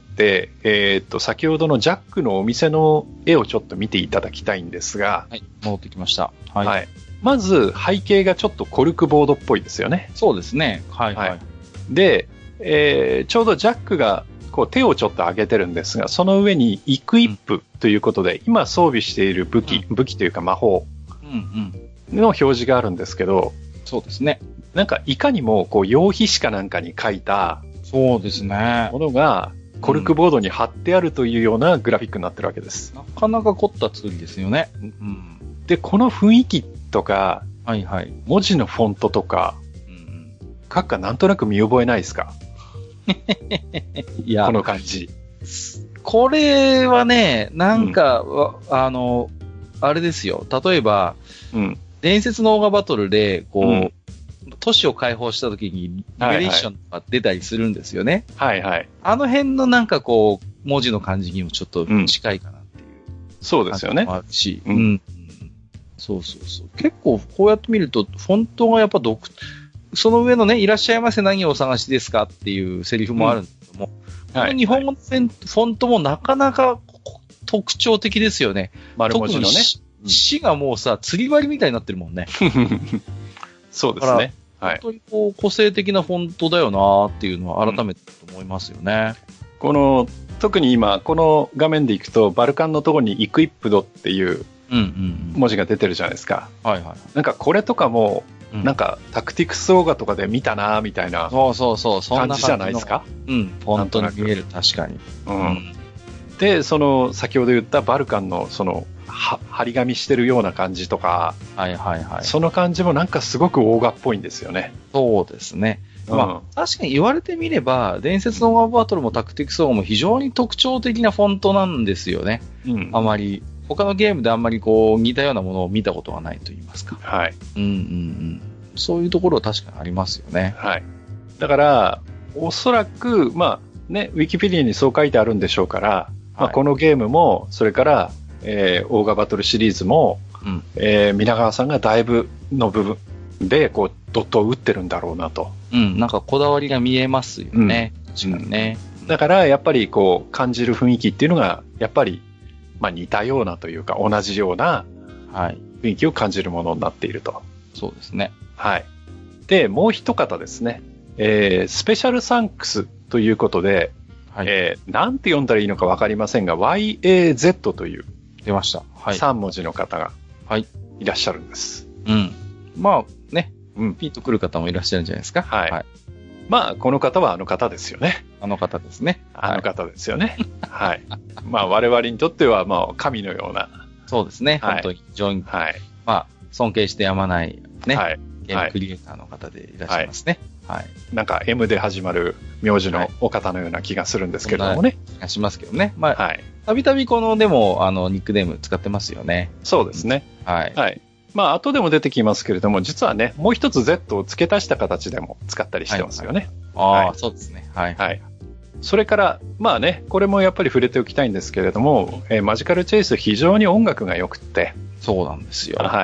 先ほどのジャックのお店の絵をちょっと見ていただきたいんですが。 はい、戻ってきました。はい。はい、 まず、背景がちょっとコルクボードっぽいですよね。 そうですね。はい、はい。 で、ちょうどジャックが手をちょっと上げてるんですが、その上にイクイップということで、今装備している武器というか魔法の表示があるんですけど、 そうですね。 なんかいかにも用紙紙かなんかに書いたそうですね。 ものがコルクボードに貼ってあるというようなグラフィックになってるわけです。 なかなか凝った作りですよね。 で、この雰囲気とか、 はいはい、 文字のフォントとか、閣下なんとなく見覚えないですか？いや、この感じ。 これはね、なんか、あれですよ。例えば、伝説のオーガバトルで、都市を解放した時に、リベレーションが出たりするんですよね。はいはい。あの辺のなんか文字の感じにもちょっと近いかなっていう。 そうですよね。 あるし。そうそうそう。結構こうやって見ると、フォントがやっぱその上のね、いらっしゃいませ何をお探しですかっていうセリフもあるんですけども、この日本語のフォントもなかなか特徴的ですよね。 丸文字のね。 死がもうさ、釣り針みたいになってるもんね。 そうですね。 はい。本当に個性的なフォントだよなっていうのは改めて思いますよね。 特に今、この画面でいくと、バルカンのところにイクイップドっていう文字が出てるじゃないですか。はいはい。なんかこれとかも、なんかタクティクスオーガとかで見たなみたいな感じじゃないですか。 フォントに見える、確かに。 で、先ほど言ったバルカンの張り紙してるような感じとか、はいはいはい。その感じもなんかすごくオーガっぽいんですよね。 そうですね。まあ、確かに言われてみれば、伝説のオーガバトルもタクティクスオーガも非常に特徴的なフォントなんですよね。あまり、他のゲームであんまり似たようなものを見たことがないと言いますか。はい。そういうところは確かにありますよね。 はい。だから、おそらく、まあね、ウィキペディアにそう書いてあるんでしょうから、まあ、このゲームも、それから、オーガバトルシリーズも、皆川さんがだいぶの部分で、ドットを打ってるんだろうなと。 なんかこだわりが見えますよね。確かにね。 だから、やっぱり感じる雰囲気っていうのが、やっぱり、まあ似たようなというか、同じような、雰囲気を感じるものになっていると。 そうですね。 はい。で、もう一方ですね。スペシャルサンクスということで、なんて読んだらいいのかわかりませんが、YAZ という。 出ました。 はい。3文字の方が。いらっしゃるんです。 まあ、ね。ピンとくる方もいらっしゃるんじゃないですか。はい。 まあ、この方はあの方ですよね。 あの方ですね。 あの方ですよね。はい。まあ、我々にとっては、まあ、神のような。 そうですね。本当に非常に。はい。まあ、尊敬してやまないね。はい。ゲームクリエイターの方でいらっしゃいますね。はい。 なんか M で始まる名字のお方のような気がするんですけれどもね。 気がしますけどね。まあ、たびたびでも、ニックネーム使ってますよね。 そうですね。はい。はい。まあ、後でも出てきますけれども、実はね、もう一つ Z を付け足した形でも使ったりしてますよね。 そうですね。はい。はい。 それから、まあね、これもやっぱり触れておきたいんですけれども、マジカルチェイス非常に音楽が良くって。 そうなんですよ。 はい。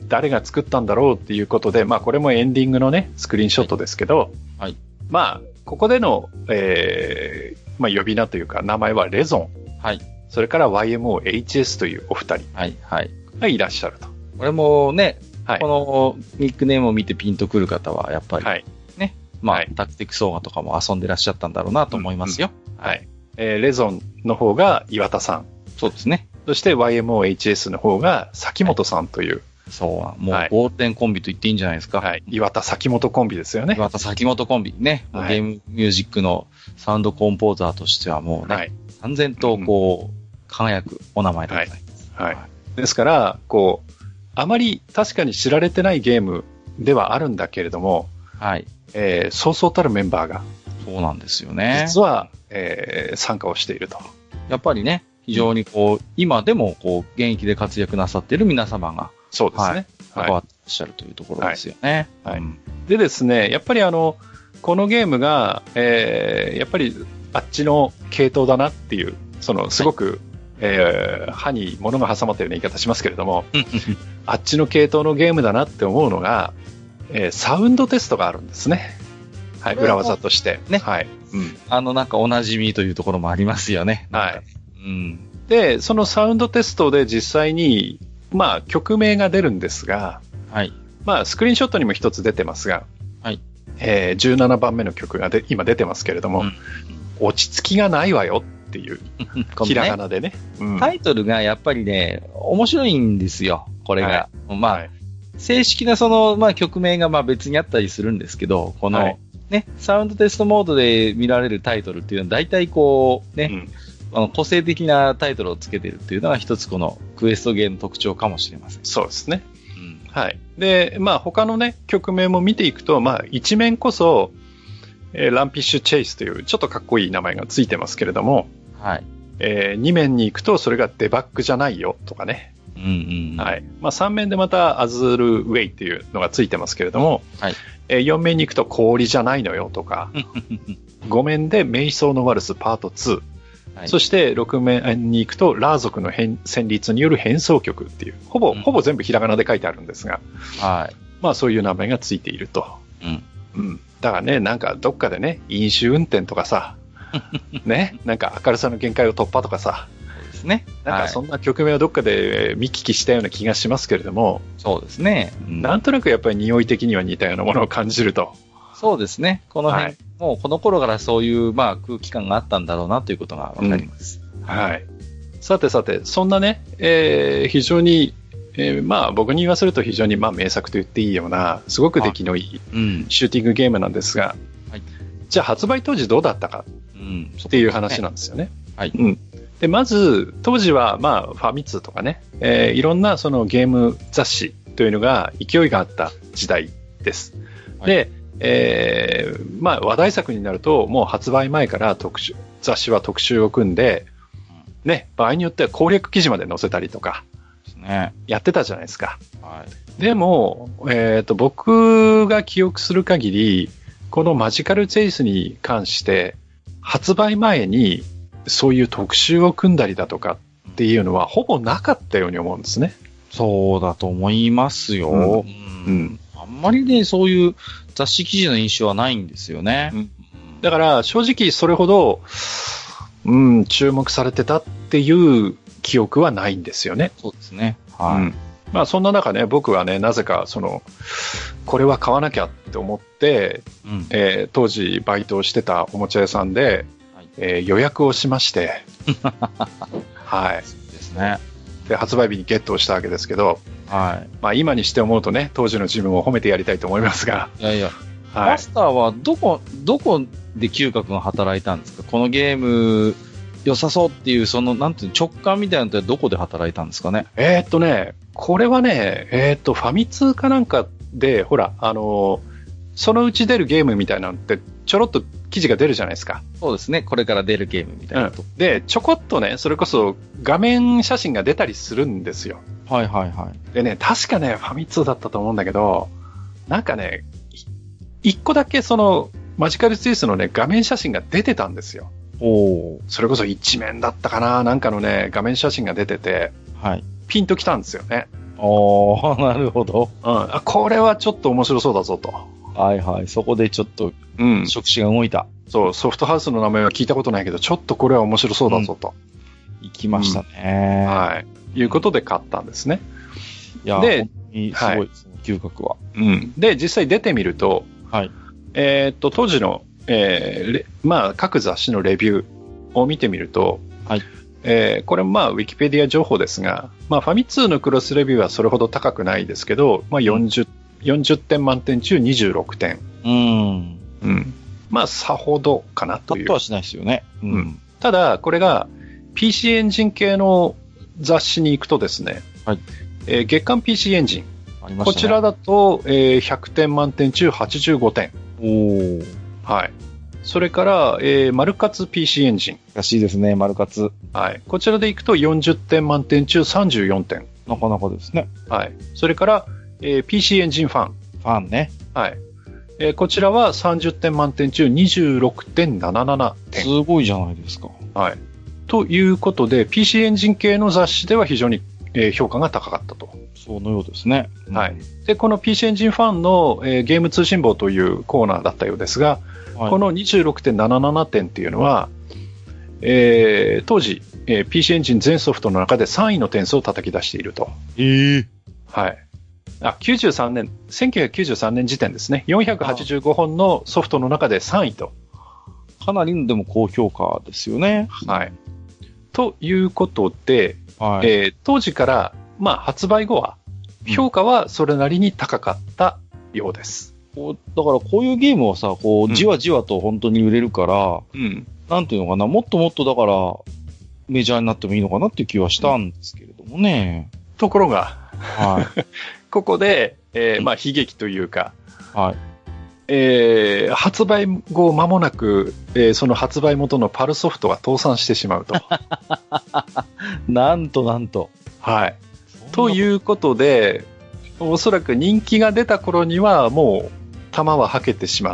誰が作ったんだろうっていうことで、まあこれもエンディングのね、スクリーンショットですけど、 はい。 まあ、ここでの、まあ呼び名というか、名前はレゾン。 はい。 それから YMOHS というお二人。 はい、はい。 がいらっしゃると。 これもね、 はい、 このニックネームを見てピンとくる方は、やっぱり、 はい、 ね、まあ、はい、タクティクスオーガとかも遊んでらっしゃったんだろうなと思いますよ。 うんうん、はい。レゾンの方が岩田さん。 そうですね。 そして YMOHS の方が崎本さんという。はい、 そう、もうゴールデンコンビと言っていいんじゃないですか。 はい。岩田崎本コンビですよね。 岩田崎本コンビね。はい、ゲームミュージックのサウンドコンポーザーとしてはもうね、はい、完全とこう、輝くお名前でございます。 はい。はい、ですから、こう、あまり確かに知られてないゲームではあるんだけれども、 はい。 そうそうたるメンバーが。 そうなんですよね。 実は、参加をしていると。 やっぱりね、非常にこう、今でもこう、現役で活躍なさっている皆様が。 そうですね。 はい、関わってらっしゃるというところですよね。 はい。はい、でですね、やっぱりこのゲームが、やっぱりあっちの系統だなっていう、すごく、歯に物が挟まったような言い方しますけれども、あっちの系統のゲームだなって思うのが、サウンドテストがあるんですね。はい、裏技として。 ね。 はい。 うん。なんかお馴染みというところもありますよね。 はい。 うん。 で、そのサウンドテストで実際に、まあ、曲名が出るんですが、 はい。 まあ、スクリーンショットにも一つ出てますが、 はい。 17番目の曲が今出てますけれども、落ち着きがないわよっていう、ひらがなでね、 タイトルがやっぱりね、面白いんですよ、これが。はい、まあ、はい、正式なまあ曲名がまあ別にあったりするんですけど、この、はい、ね、サウンドテストモードで見られるタイトルっていうのは大体こう、ね、個性的なタイトルをつけてるっていうのが一つこのクエストゲームの特徴かもしれません。 そうですね。はい。で、まあ他のね、曲名も見ていくと、まあ一面こそ、ランピッシュチェイスというちょっとかっこいい名前がついてますけれども、 はい。 2面に行くとそれがデバッグじゃないよとかね。はい。まあ3面でまたアズールウェイっていうのがついてますけれども、 はい。 4面に行くと氷じゃないのよとか、5面で瞑想のワルスパート2。はい、そして6面に行くとラー族の旋律による変奏曲っていう、ほぼ全部ひらがなで書いてあるんですが、 はい。 まあそういう名前がついていると。だからね、なんかどっかでね、飲酒運転とかさ、ね、なんか明るさの限界を突破とかさ、 そうですね。 なんかそんな曲名をどっかで見聞きしたような気がしますけれども、 そうですね。 なんとなくやっぱり匂い的には似たようなものを感じると。 そうですね。この辺、もうこの頃からそういう、まあ空気感があったんだろうなということがわかります。 はい。さて、そんなね、非常に、まあ僕に言わせると非常にまあ名作と言っていいような、すごく出来のいいシューティングゲームなんですが、はい、じゃあ発売当時どうだったかっていう話なんですよね。 はい。 で、まず、当時はまあファミ通とかね、いろんなそのゲーム雑誌というのが勢いがあった時代です。はい、で、まあ話題作になるともう発売前から雑誌は特集を組んで、ね、場合によっては攻略記事まで載せたりとか、やってたじゃないですか。 はい、 でも、僕が記憶する限り、このマジカルチェイスに関して、発売前にそういう特集を組んだりだとかっていうのはほぼなかったように思うんですね。 そうだと思いますよ。あんまりね、そういう雑誌記事の印象はないんですよね。 だから正直それほど、注目されてたっていう記憶はないんですよね。 そうですね。はい。 まあそんな中ね、僕はね、なぜかこれは買わなきゃって思って、当時バイトをしてたおもちゃ屋さんで、予約をしまして、はい。 そうですね。 で、発売日にゲットをしたわけですけど、 はい。 まあ今にして思うとね、当時の自分を褒めてやりたいと思いますが。 いやいや。はい、マスターはどこで嗅覚が働いたんですか？このゲーム良さそうっていう、なんていう直感みたいなのってどこで働いたんですかね？ これはね、ファミ通かなんかで、ほら、そのうち出るゲームみたいなのってちょろっと記事が出るじゃないですか。 そうですね。これから出るゲームみたいな、 で、ちょこっとね、それこそ画面写真が出たりするんですよ。 はいはいはい。 でね、確かね、ファミ通だったと思うんだけど、なんかね、一個だけマジカルチェイスのね、画面写真が出てたんですよ。それこそ一面だったかな、なんかのね、画面写真が出てて、 はい。 ピンときたんですよね。 なるほど。 これはちょっと面白そうだぞと。 はいはい。そこでちょっと、触手が動いた。 そう、ソフトハウスの名前は聞いたことないけど、ちょっとこれは面白そうだぞと。 行きましたね。 はい。いうことで買ったんですね。 いや、で、すごいですね、嗅覚は。 で、実際出てみると、 はい。 当時の、各雑誌のレビューを見てみると、 はい。 これウィキペディア情報ですが、ファミ通のクロスレビューはそれほど高くないですけど、40点満点中26点。さほどかなという。 パッとはしないですよね。 ただ、これが PC エンジン系の雑誌に行くとですね、 はい。 月刊 PC エンジン。こちらだと、100点満点中85点。はい。それから、マルカツ PC エンジン。 らしいですね、マルカツ。 はい。こちらでいくと40点満点中34点。 なかなかですね。 はい。それから、PC エンジンファン。 ファンね。 はい。こちらは30点満点中 26.77 点。 すごいじゃないですか。 はい。ということで、PC エンジン系の雑誌では非常に、評価が高かったと。 そのようですね。 はい。で、この PC エンジンファンの、ゲーム通信簿というコーナーだったようですが、この 26.77 点っていうのは、当時、PC エンジン全ソフトの中で3位の点数を叩き出していると。はい。1993年時点ですね。485本のソフトの中で3位と。 かなりでも高評価ですよね。 はい。ということで、当時から、発売後は、評価はそれなりに高かったようです。 だからこういうゲームはさ、じわじわと本当に売れるから、なんていうのかな、もっともっとだから、メジャーになってもいいのかなっていう気はしたんですけれどもね。 ところが、 はい。 ここで、悲劇というか、 はい。 発売後間もなく、その発売元のパルソフトが倒産してしまうと。 なんと。 はい。ということで、おそらく人気が出た頃にはもう弾ははけてしまって、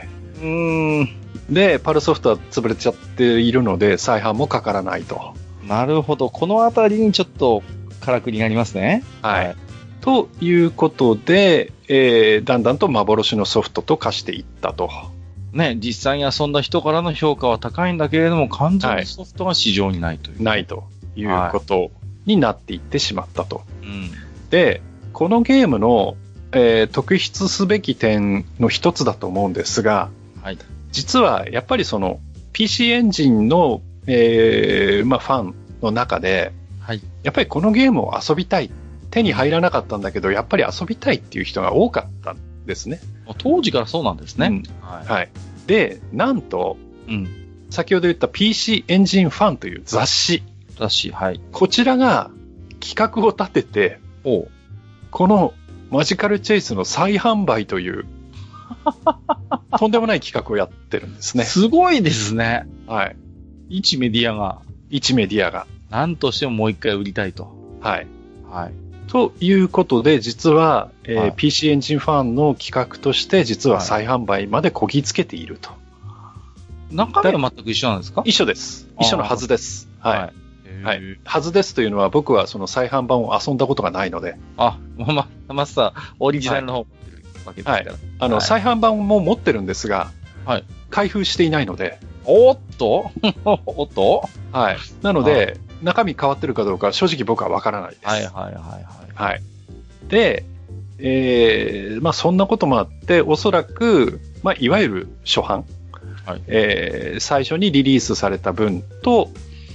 で、パルソフトは潰れちゃっているので、再販もかからないと。 なるほど。このあたりにちょっとからくりがありますね。 はい。ということで、だんだんと幻のソフトと化していったと。 ね、実際に遊んだ人からの評価は高いんだけれども、完全にソフトが市場にないという。 ないということになっていってしまったと。で、このゲームの、特筆すべき点の一つだと思うんですが、実はやっぱりその PC エンジンの、ファンの中で、やっぱりこのゲームを遊びたい。手に入らなかったんだけど、やっぱり遊びたいっていう人が多かったんですね。 当時からそうなんですね。 はい。で、なんと、先ほど言った PC エンジンファンという雑誌。 はい。 こちらが企画を立てて、このマジカルチェイスの再販売という、とんでもない企画をやってるんですね。 すごいですね。 はい。 一メディアが。なんとしてももう一回売りたいと。 はい。 はい。 ということで、実は、PC エンジンファンの企画として、実は再販売までこぎつけていると。 中身は全く一緒なんですか？ 一緒です。一緒のはずです。はい。はずですというのは、僕はその再販版を遊んだことがないので。 マスター、オリジナルの方を持ってるわけですから。 再販版も持ってるんですが、開封していないので。 おっとはい。なので、中身変わってるかどうか正直僕はわからないです。はい。で、そんなこともあって、おそらく、いわゆる初版、最初にリリースされた分と、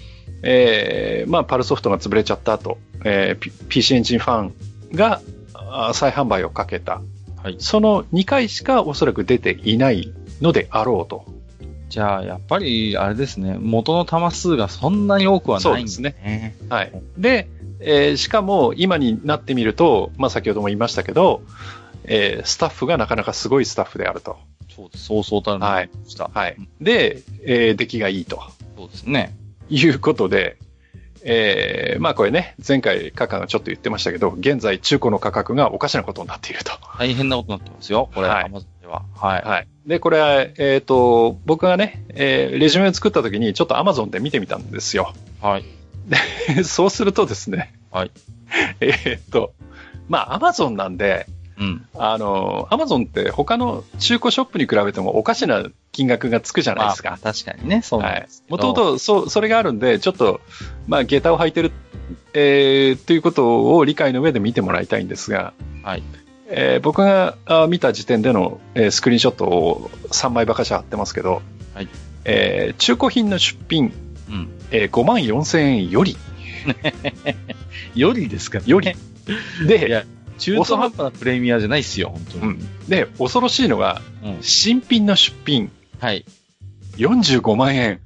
パルソフトが潰れちゃった後、PC エンジンファンが再販売をかけた、その2回しかおそらく出ていないのであろうと。 じゃあ、やっぱり、あれですね、元の弾数がそんなに多くはないんですね。 そうですね。はい。で、しかも、今になってみると、先ほども言いましたけど、スタッフがなかなかすごいスタッフであると。 そうです。そうそうたるはい。はい。で、出来がいいと。 そうですね。 いうことで、これね、前回、カカがちょっと言ってましたけど、現在、中古の価格がおかしなことになっていると。 大変なことになってますよ、これ、アマゾンでは。 はい。で、これは、僕がね、レジュメを作った時に、ちょっとアマゾンで見てみたんですよ。 はい。 で、そうするとですね、 はい。 まあ、アマゾンなんで、 うん。 アマゾンって他の中古ショップに比べてもおかしな金額がつくじゃないですか。 まあ、確かにね、そうなんですけど。 もともとそれがあるんで、ちょっと、まあ、下駄を履いてる、ということを理解の上で見てもらいたいんですが、 はい。 僕が見た時点での、スクリーンショットを3枚ばかし貼ってますけど、 はい。 中古品の出品、 うん。 54,000円より。 よりですかね。 より。で、 いや、中途半端なプレミアじゃないっすよ、本当に。 うん。で、恐ろしいのが、 うん、 新品の出品。 はい。 45万円。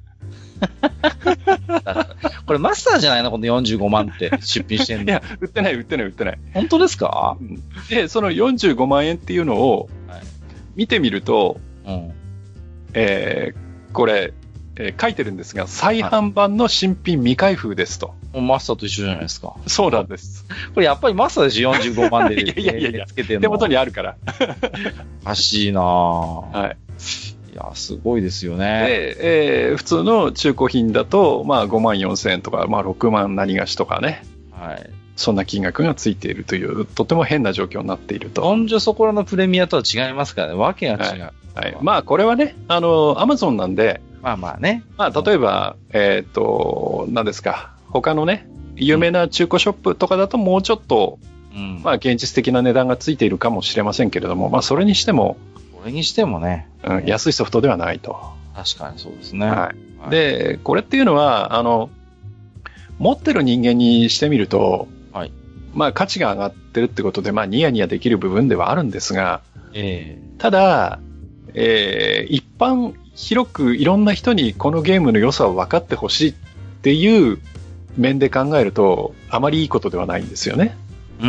これマスターじゃないのこの45万って出品してんの。 いや、売ってない。 本当ですか？ で、その45万円っていうのを見てみると、 はい、 これ、書いてるんですが、再販版の新品未開封ですと。 マスターと一緒じゃないですか。 そうなんです。 これやっぱりマスターでしょ、45万で。 いや、 つけてんの。 手元にあるから。 おかしいなぁ。 はい。 いや、すごいですよね。 で、普通の中古品だと、まあ54,000円とか、まあ6万何がしとかね。 はい。 そんな金額がついているという、とても変な状況になっていると。 本所そこらのプレミアとは違いますからね。わけが違う。 はい。まあこれはね、アマゾンなんで、 まあまあね。 まあ例えば、何ですか。他のね、有名な中古ショップとかだともうちょっと、 うん、 まあ現実的な値段がついているかもしれませんけれども、まあそれにしても、 ね、 うん、安いソフトではないと。 確かにそうですね。 はい。で、これっていうのは、持ってる人間にしてみると、 はい。 まあ価値が上がってるってことで、まあニヤニヤできる部分ではあるんですが、ただ、一般広くいろんな人にこのゲームの良さを分かってほしいっていう面で考えると、あまりいいことではないんですよね。 うん。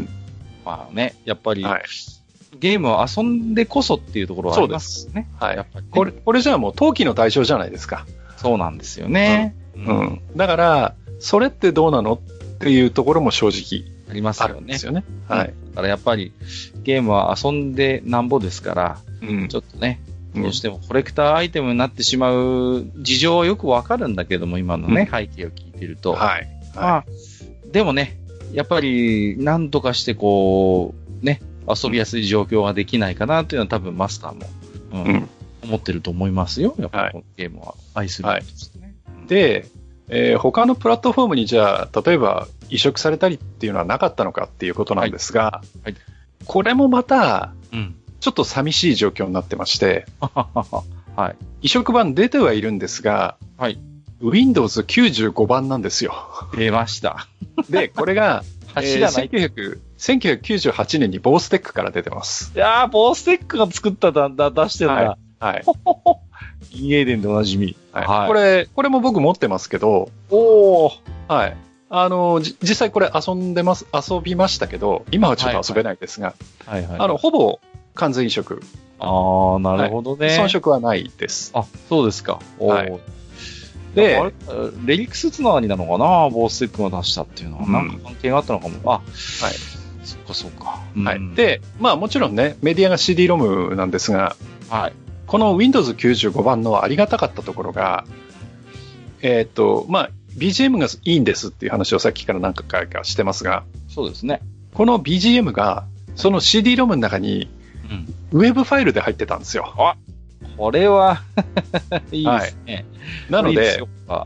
まあね、やっぱり、はい、ゲームを遊んでこそっていうところはありますね。 はい。やっぱり、ね、これじゃあもう投機の対象じゃないですか。 そうなんですよね。 だから、それってどうなのっていうところも正直ありますよね。 あるんですよね。はい。 だからやっぱりゲームは遊んでなんぼですから、ちょっとね、どうしてもコレクターアイテムになってしまう事情はよくわかるんだけども、今のね、背景を聞いてると。 はい。 まあ、でもね、やっぱり何とかしてこう、ね、遊びやすい状況ができないかなというのは多分マスターも、思ってると思いますよ。やっぱりこのゲームは愛する人ですね。 で、他のプラットフォームにじゃあ、例えば移植されたりっていうのはなかったのかっていうことなんですが、はい、これもまた、ちょっと寂しい状況になってまして、 はい、 移植版出てはいるんですが、 はい、 Windows 95版なんですよ。 出ました。 で、これが、1998年にボーステックから出てます。 いやー、ボーステックが作った出してるんだ。 はい。 銀英伝でおなじみ。 はい。これも僕持ってますけど。 おー。 はい。実際これ遊びましたけど、今はちょっと遊べないですが、ほぼ完全移植。 ああ、なるほどね。 遜色はないです。 あ、そうですか。 はい。で、 レリクスつながりなのかな、ボーステックが出したっていうのは、なんか関係があったのかも。はい。そうか。 はい。で、まあもちろんね、メディアが CD-ROM なんですが、 はい。 この Windows 95版のありがたかったところが、まあ、BGM がいいんですっていう話をさっきから何回かしてますが、 そうですね。 この BGM が、その CD-ROM の中に、ウェブファイルで入ってたんですよ。 あ、これは、いいですね。 なので、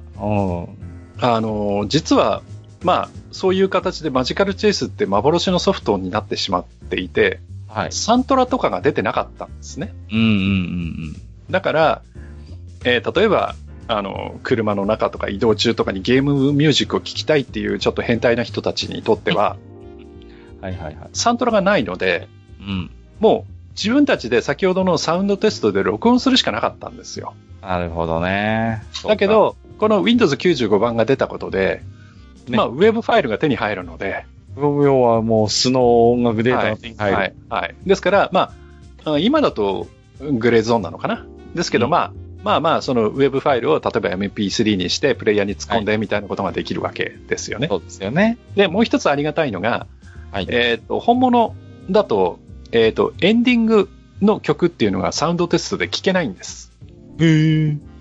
実は、まあ、そういう形でマジカルチェイスって幻のソフトになってしまっていて、サントラとかが出てなかったんですね。だから、例えば、車の中とか移動中とかにゲームミュージックを聴きたいっていうちょっと変態な人たちにとっては、サントラがないので、もう自分たちで先ほどのサウンドテストで録音するしかなかったんですよ。 なるほどね。 だけど、この Windows 95版が出たことで、まあ、ウェブファイルが手に入るので、 要はもう素の音楽データが手に入る。 はい。ですから、まあ、今だとグレーゾーンなのかな。ですけど、まあ、そのウェブファイルを例えば MP3 にしてプレイヤーに突っ込んでみたいなことができるわけですよね。 そうですよね。 で、もう一つありがたいのが、本物だと、エンディングの曲っていうのがサウンドテストで聴けないんです。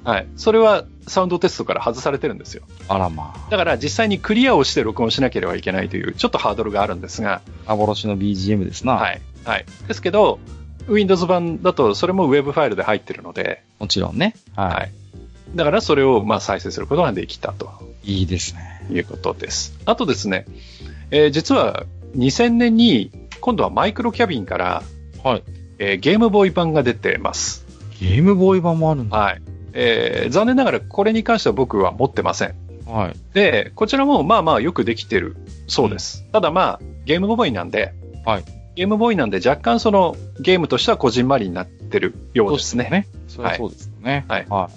はい。それはサウンドテストから外されてるんですよ。 あらまあ。 だから実際にクリアをして録音しなければいけないという、ちょっとハードルがあるんですが。 幻の BGM ですな。 はい。はい。ですけど、Windows 版だとそれもウェブファイルで入ってるので。 もちろんね。 はい。はい、だからそれをまあ再生することができたと。 いいですね。 いうことです。あとですね、実は2000年に今度はマイクロキャビンから、 はい。 ゲームボーイ版が出てます。 ゲームボーイ版もあるんだ。 はい。残念ながらこれに関しては僕は持ってません。 はい。 で、こちらもまあまあよくできてるそうです。ただまあ、ゲームボーイなんで、 はい。 ゲームボーイなんで若干そのゲームとしてはこじんまりになってるようですね。 それはそうですよね。 はい。はい。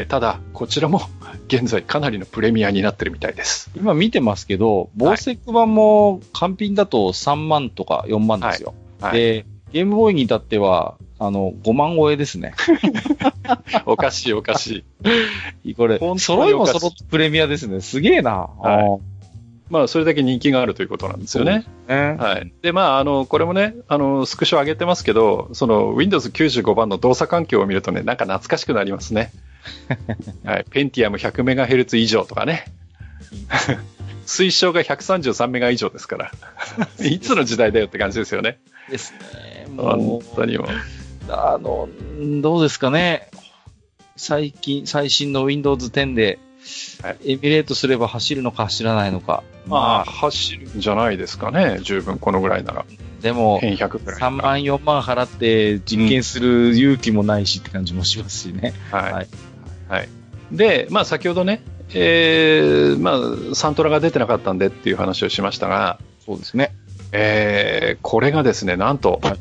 ただ、こちらも現在かなりのプレミアになってるみたいです。 今見てますけど、ボーセック版も完品だと3万とか4万ですよ。はい。で、ゲームボーイに至っては、5万超えですね。 おかしいおかしい。これ、揃いも揃ってプレミアですね。すげえな。 はい。まあ、それだけ人気があるということなんですよね。はい。で、まあ、これもね、スクショ上げてますけど、その、Windows 95版の動作環境を見るとね、なんか懐かしくなりますね。はい。ペンティアム 100MHz 以上とかね。推奨が 133MHz 以上ですから。いつの時代だよって感じですよね。 ですね。 本当にも。 どうですかね。最新の Windows 10で、エミュレートすれば走るのか走らないのか。 まあ、走るんじゃないですかね。十分このぐらいなら。 でも、 3 万4万払って実験する勇気もないしって感じもしますしね。 はい。はい。で、まあ先ほどね、まあサントラが出てなかったんでっていう話をしましたが、 そうですね。 これがですね、なんと、はい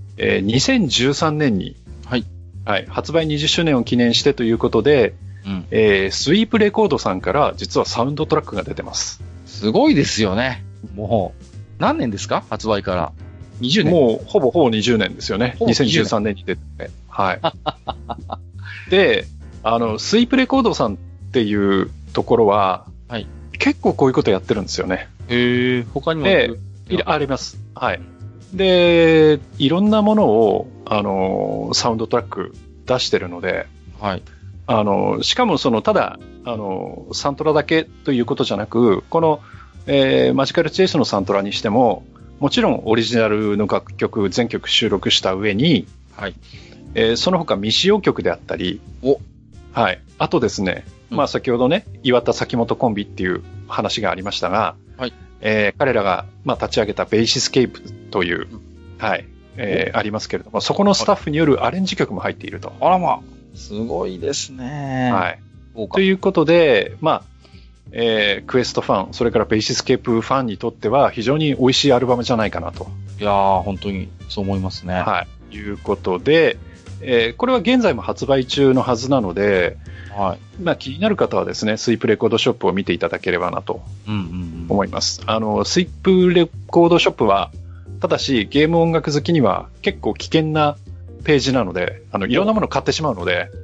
、2013年に、 はい。 はい、発売20周年を記念してということで、スイープレコードさんから実はサウンドトラックが出てます。 すごいですよね。もう、何年ですか発売から。20年もう、ほぼ20年ですよね。2013年に出て。はい。で、スイープレコードさんっていうところは、はい、結構こういうことやってるんですよね。 へえ、他にもあります。はい。で、いろんなものを、サウンドトラック出してるので、 はい。 しかもただ、サントラだけということじゃなく、この、マジカルチェイスのサントラにしても、もちろんオリジナルの楽曲、全曲収録した上に、はい。その他未使用曲であったり、はい。あとですね、まあ先ほどね、岩田崎本コンビっていう話がありましたが、はい。彼らが、まあ、立ち上げたベーシスケープという、はい。ありますけれども、そこのスタッフによるアレンジ曲も入っていると。 あらまあ。すごいですね。 はい。ということで、まあ、クエストファン、それからベーシスケープファンにとっては非常に美味しいアルバムじゃないかなと。 いやー、本当にそう思いますね。 はい。いうことで、これは現在も発売中のはずなので、はい。まあ気になる方はですね、スイープレコードショップを見ていただければなと思います。スイープレコードショップは、ただしゲーム音楽好きには結構危険なページなので、いろんなものを買ってしまうので、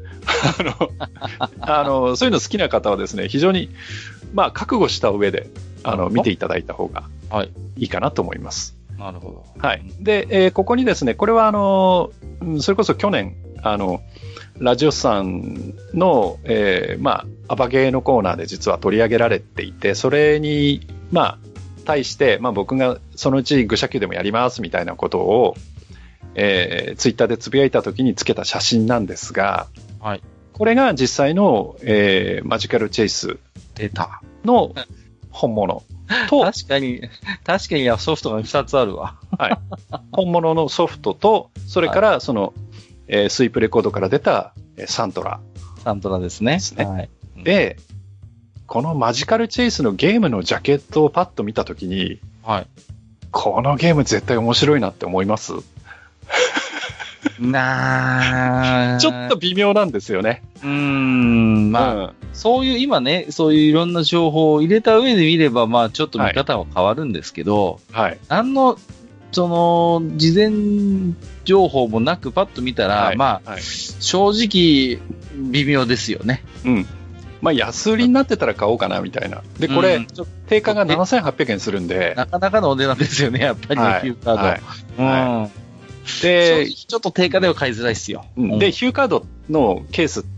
そういうの好きな方はですね、非常に、まあ、覚悟した上で、見ていただいた方がいいかなと思います。 なるほど。はい。で、ここにですね、これはそれこそ去年、ラジオさんの、まあ、アバゲーのコーナーで実は取り上げられていて、それに、まあ、対して、まあ僕がそのうち愚者級でもやりますみたいなことを、ツイッターでつぶやいた時につけた写真なんですが、はい。これが実際の、マジカルチェイス出たの本物と、 確かにソフトが2つあるわ。 はい。本物のソフトと、それからスイープレコードから出たサントラ。 サントラですね。 はい。で、このマジカルチェイスのゲームのジャケットをパッと見たときに、はい。このゲーム絶対面白いなって思いますちょっと微妙なんですよね。 まあ、そういう今ね、そういういろんな情報を入れた上で見れば、まあちょっと見方は変わるんですけど、はい。事前情報もなくパッと見たら、はい、まあ、はい、正直微妙ですよね。うん。 まあ安売りになってたら買おうかなみたいな。で、これ、定価が7800円するんで。 なかなかのお値段ですよね、やっぱり、 はい、 ヒューカード。はいはい、で、 ちょっと定価では買いづらいですよ。 で、ヒューカードのケースって、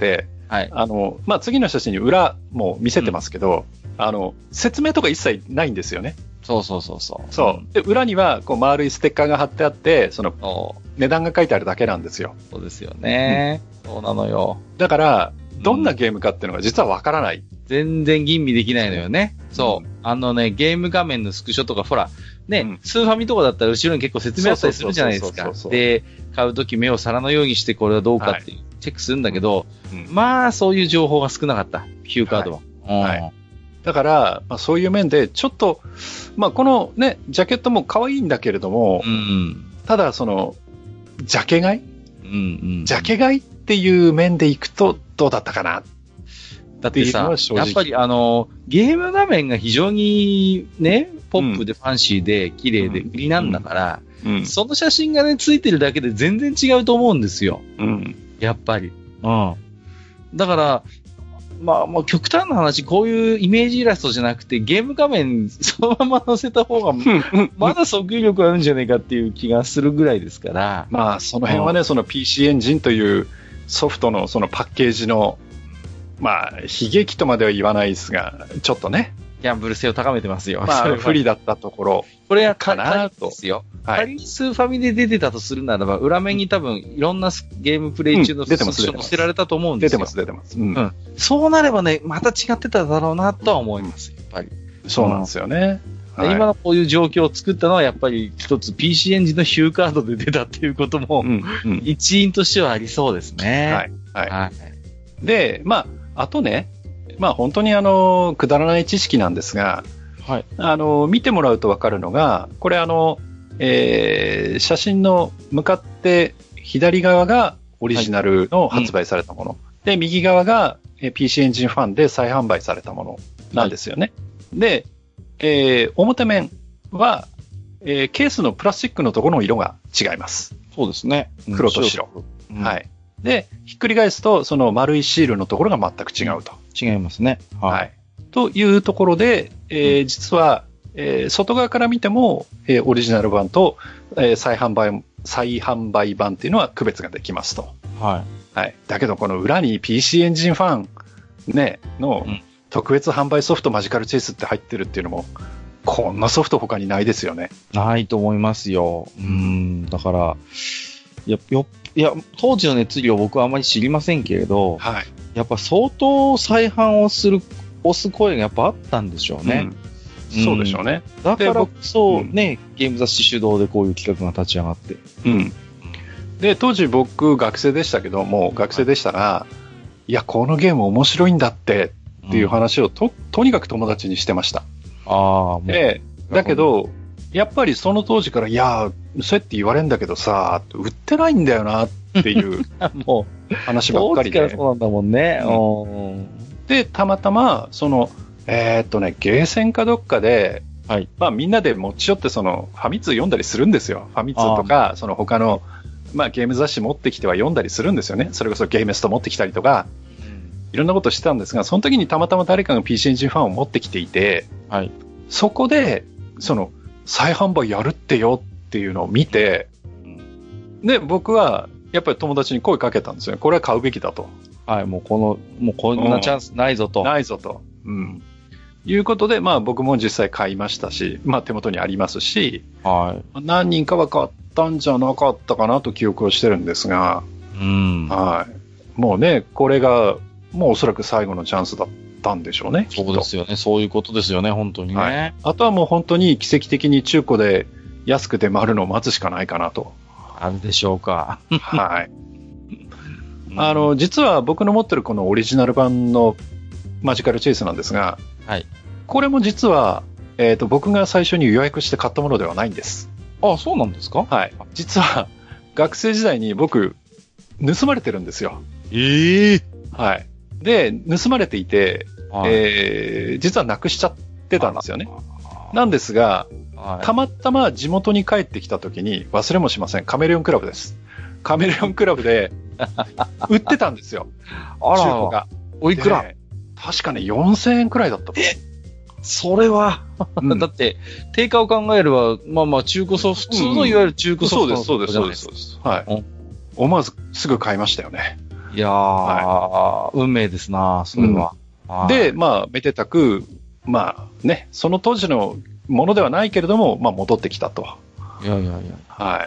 はい。 まあ、次の写真に裏も見せてますけど、説明とか一切ないんですよね。 そう。 そう。で、裏には、こう、丸いステッカーが貼ってあって、値段が書いてあるだけなんですよ。 そうですよね。そうなのよ。 だから、どんなゲームかっていうのが実はわからない。 全然吟味できないのよね。そう。ゲーム画面のスクショとか、ほら、ね、スーファミとかだったら後ろに結構説明あったりするじゃないですか。で、買うとき目を皿のようにしてこれはどうかっていうチェックするんだけど、まあ、そういう情報が少なかった。ヒューカードは。はい。 だから、まあ、そういう面で、ちょっと、まあ、このね、ジャケットも可愛いんだけれども、ただ、ジャケ買い、ジャケ買いっていう面でいくと、どうだったかなだってさ、やっぱりゲーム画面が非常にね、ポップでファンシーで綺麗で売りなんだから、その写真がね、ついてるだけで全然違うと思うんですよ。やっぱり。だから、まあ、極端な話、こういうイメージイラストじゃなくて、ゲーム画面そのまま載せた方が、まだ訴求力あるんじゃないかっていう気がするぐらいですから。 まあ、その辺はね、PC エンジンというソフトのそのパッケージの、まあ、悲劇とまでは言わないですが、ちょっとね。 ギャンブル性を高めてますよ。 まあ、不利だったところ。 これはかなと。ですよ。仮にスーファミで出てたとするならば、裏面に多分いろんなゲームプレイ中のスクショ載せられたと思うんですよ。 出てます。 そうなればね、また違ってただろうなとは思います、やっぱり。 そうなんですよね。 今のこういう状況を作ったのは、やっぱり一つ PC エンジンのヒューカードで出たっていうことも、一因としてはありそうですね。 はい。で、まあ、あとね、まあ本当にくだらない知識なんですが、見てもらうとわかるのが、これ写真の向かって左側がオリジナルの発売されたもの。で、右側が PC エンジンファンで再販売されたものなんですよね。で、表面は、ケースのプラスチックのところの色が違います。 そうですね。 黒と白。はい。で、ひっくり返すと、その丸いシールのところが全く違うと。 違いますね。 はい。というところで、実は、外側から見ても、オリジナル版と、再販売版っていうのは区別ができますと。はい。だけど、この裏に PC エンジンファン、ね、の特別販売ソフトマジカルチェイスって入ってるっていうのも、こんなソフト他にないですよね。 ないと思いますよ。だから、いや、当時の熱量僕はあまり知りませんけれど、やっぱ相当再販を押す声がやっぱあったんでしょうね。 そうでしょうね。 だからこそね、ゲーム雑誌主導でこういう企画が立ち上がって。 で、当時僕学生でしたけども、学生でしたら、いや、このゲーム面白いんだっていう話をとにかく友達にしてました。だけど、やっぱりその当時から、いや、そうやって言われるんだけどさ、売ってないんだよなっていうもう話ばっかりで。 当時からそうなんだもんね。 で、たまたま、ゲーセンかどっかで、まあみんなで持ち寄ってファミ通読んだりするんですよ。ファミ通とか、他の、まあゲーム雑誌持ってきては読んだりするんですよね。それこそゲーメスト持ってきたりとか、いろんなことしてたんですが、その時にたまたま誰かが PC エンジンファンを持ってきていて、そこで、再販売やるってよっていうのを見て、で、僕は、やっぱり友達に声かけたんですよ。これは買うべきだと。 もうこんなチャンスないぞと。 ないぞと。いうことで、まあ僕も実際買いましたし、まあ手元にありますし、何人かは買ったんじゃなかったかなと記憶をしてるんですが、もうね、これが、もうおそらく最後のチャンスだったんでしょうね。 そうですよね。そういうことですよね、本当にね。 あとはもう本当に奇跡的に中古で安く出回るのを待つしかないかなと。 あるでしょうか。 実は僕の持ってるこのオリジナル版のマジカルチェイスなんですが、これも実は、僕が最初に予約して買ったものではないんです。 あ、そうなんですか？ 実は、学生時代に僕、盗まれてるんですよ。で、盗まれていて、実はなくしちゃってたんですよね。なんですが、たまたま地元に帰ってきた時に、忘れもしません。カメレオンクラブです。カメレオンクラブで、売ってたんですよ。中古が。 おいくら？ 確かね、4000円くらいだったと。 それは、だって、定価を考えれば、まあまあ、中古普通のいわゆる中古ソフト。 そうです。思わずすぐ買いましたよね。 いやー、はい、運命ですな、それは。 で、まあ、めでたく、まあね、その当時のものではないけれども、まあ戻ってきたと。 いやいやいや。 はい。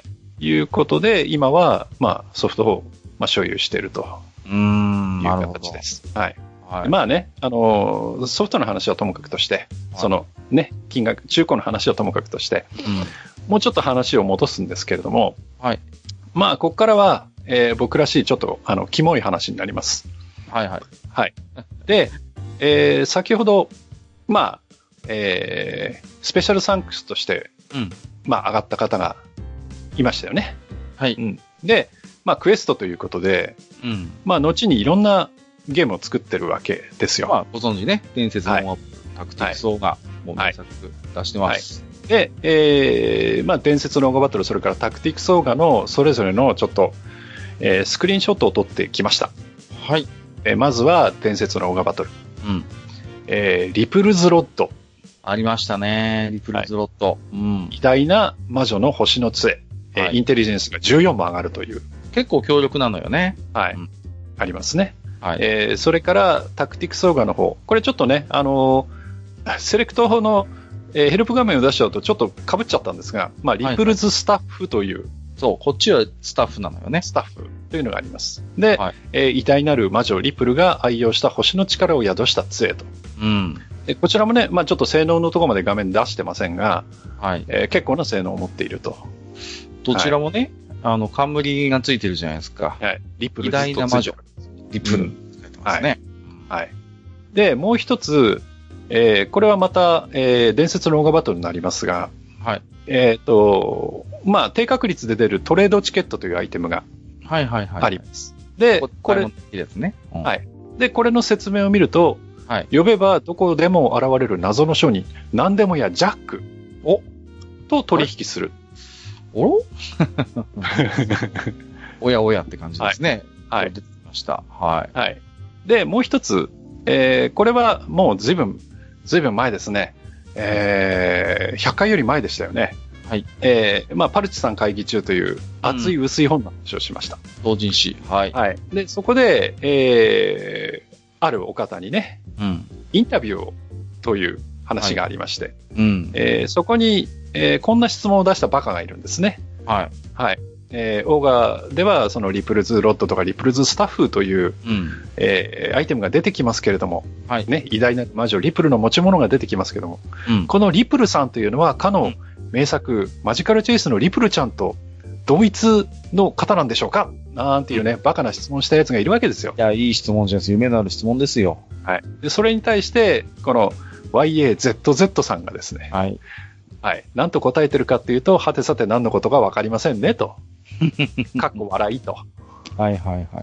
いうことで、今は、まあソフトを、まあ、所有していると。いう形です。はい。はい、まあね、ソフトの話はともかくとして、はい、そのね、金額、中古の話はともかくとして、もうちょっと話を戻すんですけれども、 はい。 まあ、ここからは、僕らしいちょっと、キモい話になります。 はいはい。 はい。で、先ほど、まあ、スペシャルサンクスとして、まあ、上がった方がいましたよね。 はい。 で、まあ、クエストということで、まあ、後にいろんなゲームを作ってるわけですよ。 まあ、ご存知ね、伝説のタクティクスオーガ、もう名作出してます。 で、まあ、伝説のオーガバトル、それからタクティクスオーガのそれぞれのちょっと、スクリーンショットを撮ってきました。 はい。 まずは伝説のオーガバトル。リプルズロッド。 ありましたね、リプルズロッド。 偉大な魔女の星の杖。インテリジェンスが14も上がるという。 結構強力なのよね。 はい。ありますね。はい。それからタクティクスオーガの方。これちょっとね、セレクトの、ヘルプ画面を出しちゃうとちょっと被っちゃったんですが、まあ、リプルズスタッフという、 そう、こっちはスタッフなのよね。 スタッフというのがあります。で、偉大なる魔女リプルが愛用した星の力を宿した杖と。でこちらもね、まあちょっと性能のところまで画面出してませんが、結構な性能を持っていると。 どちらもね、冠がついてるじゃないですか。 はい。リプル偉大な魔女。リプル。 はい。はい。で、もう一つ、これはまた、伝説のオーガバトルになりますが、 はい。 まあ、低確率で出るトレードチケットというアイテムがあります。で、これ、 いいですね。 はい。で、これの説明を見ると、 はい。 呼べばどこでも現れる謎の商人、何でもやジャックと取引する。 おやおやって感じですね。はい。出てきました。はい。 はい。で、もう一つ、これはもうずいぶん前ですね。100回より前でしたよね。 はい。 まあ、パルチさん会議中という熱い薄い本の話をしました。 同人誌。はい。 はい。で、そこで、あるお方にね、インタビューをという話がありまして、そこに、こんな質問を出したバカがいるんですね。 はい。 はい。オーガではそのリプルズロッドとかリプルズスタッフという、アイテムが出てきますけれども、ね、偉大な魔女リプルの持ち物が出てきますけれども、このリプルさんというのはかの名作、マジカルチェイスのリプルちゃんと同一の方なんでしょうかなんていうね、バカな質問したやつがいるわけですよ。 いや、いい質問じゃないです。夢のある質問ですよ。 はい。で、それに対して、この YAZZ さんがですね、 はい。 はい。なんと答えてるかっていうと、はてさて何のことかわかりませんね、と。かっこ笑いと。 はいはいはいはい。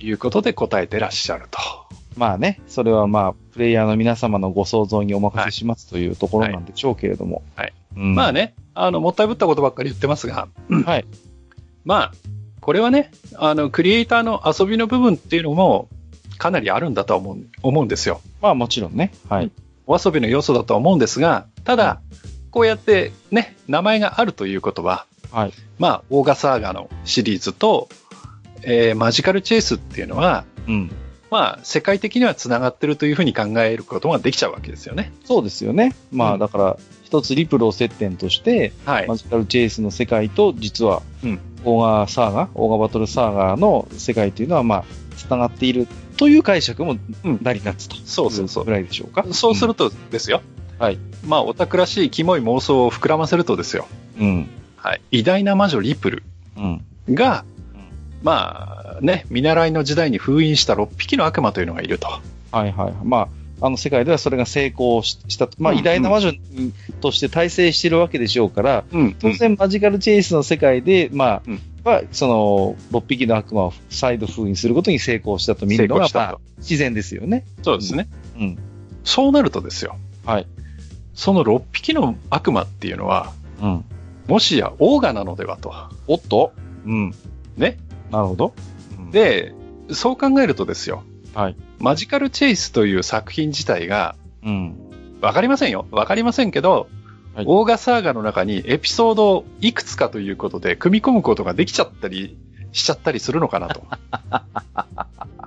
いうことで答えてらっしゃると。 まあね、それはまあ、プレイヤーの皆様のご想像にお任せしますというところなんでしょうけれども。 はい。まあね、もったいぶったことばっかり言ってますが、 はい。 まあ、これはね、クリエイターの遊びの部分っていうのも、かなりあるんだとは思うんですよ。 まあもちろんね。はい。 お遊びの要素だとは思うんですが、ただ、こうやってね、名前があるということは、 はい。 まあ、オーガサーガのシリーズと、マジカルチェイスっていうのは、まあ、世界的には繋がってるというふうに考えることができちゃうわけですよね。 そうですよね。まあ、だから、一つリプルを接点として、マジカルチェイスの世界と、実は、オーガサーガ、オーガバトルサーガの世界というのは、まあ、繋がっているという解釈も成り立つと。 そうそうそう。 ぐらいでしょうか。 そうするとですよ。はい。まあ、オタクらしいキモい妄想を膨らませるとですよ。はい。偉大な魔女リプルが、まあね、見習いの時代に封印した6匹の悪魔というのがいると。 はいはい。まあ、世界ではそれが成功した。まあ、偉大な魔女として大成しているわけでしょうから、当然マジカルチェイスの世界で、まあ、その、6匹の悪魔を再度封印することに成功したと見るのが、まあ、自然ですよね。 そうですね。そうなるとですよ。 はい。 その6匹の悪魔っていうのは、もしやオーガなのではと。 おっとね。 なるほど。 で、そう考えるとですよ。 はい。 マジカルチェイスという作品自体が、わかりませんよ。わかりませんけど、オーガサーガの中にエピソードをいくつかということで組み込むことができちゃったりしちゃったりするのかなと。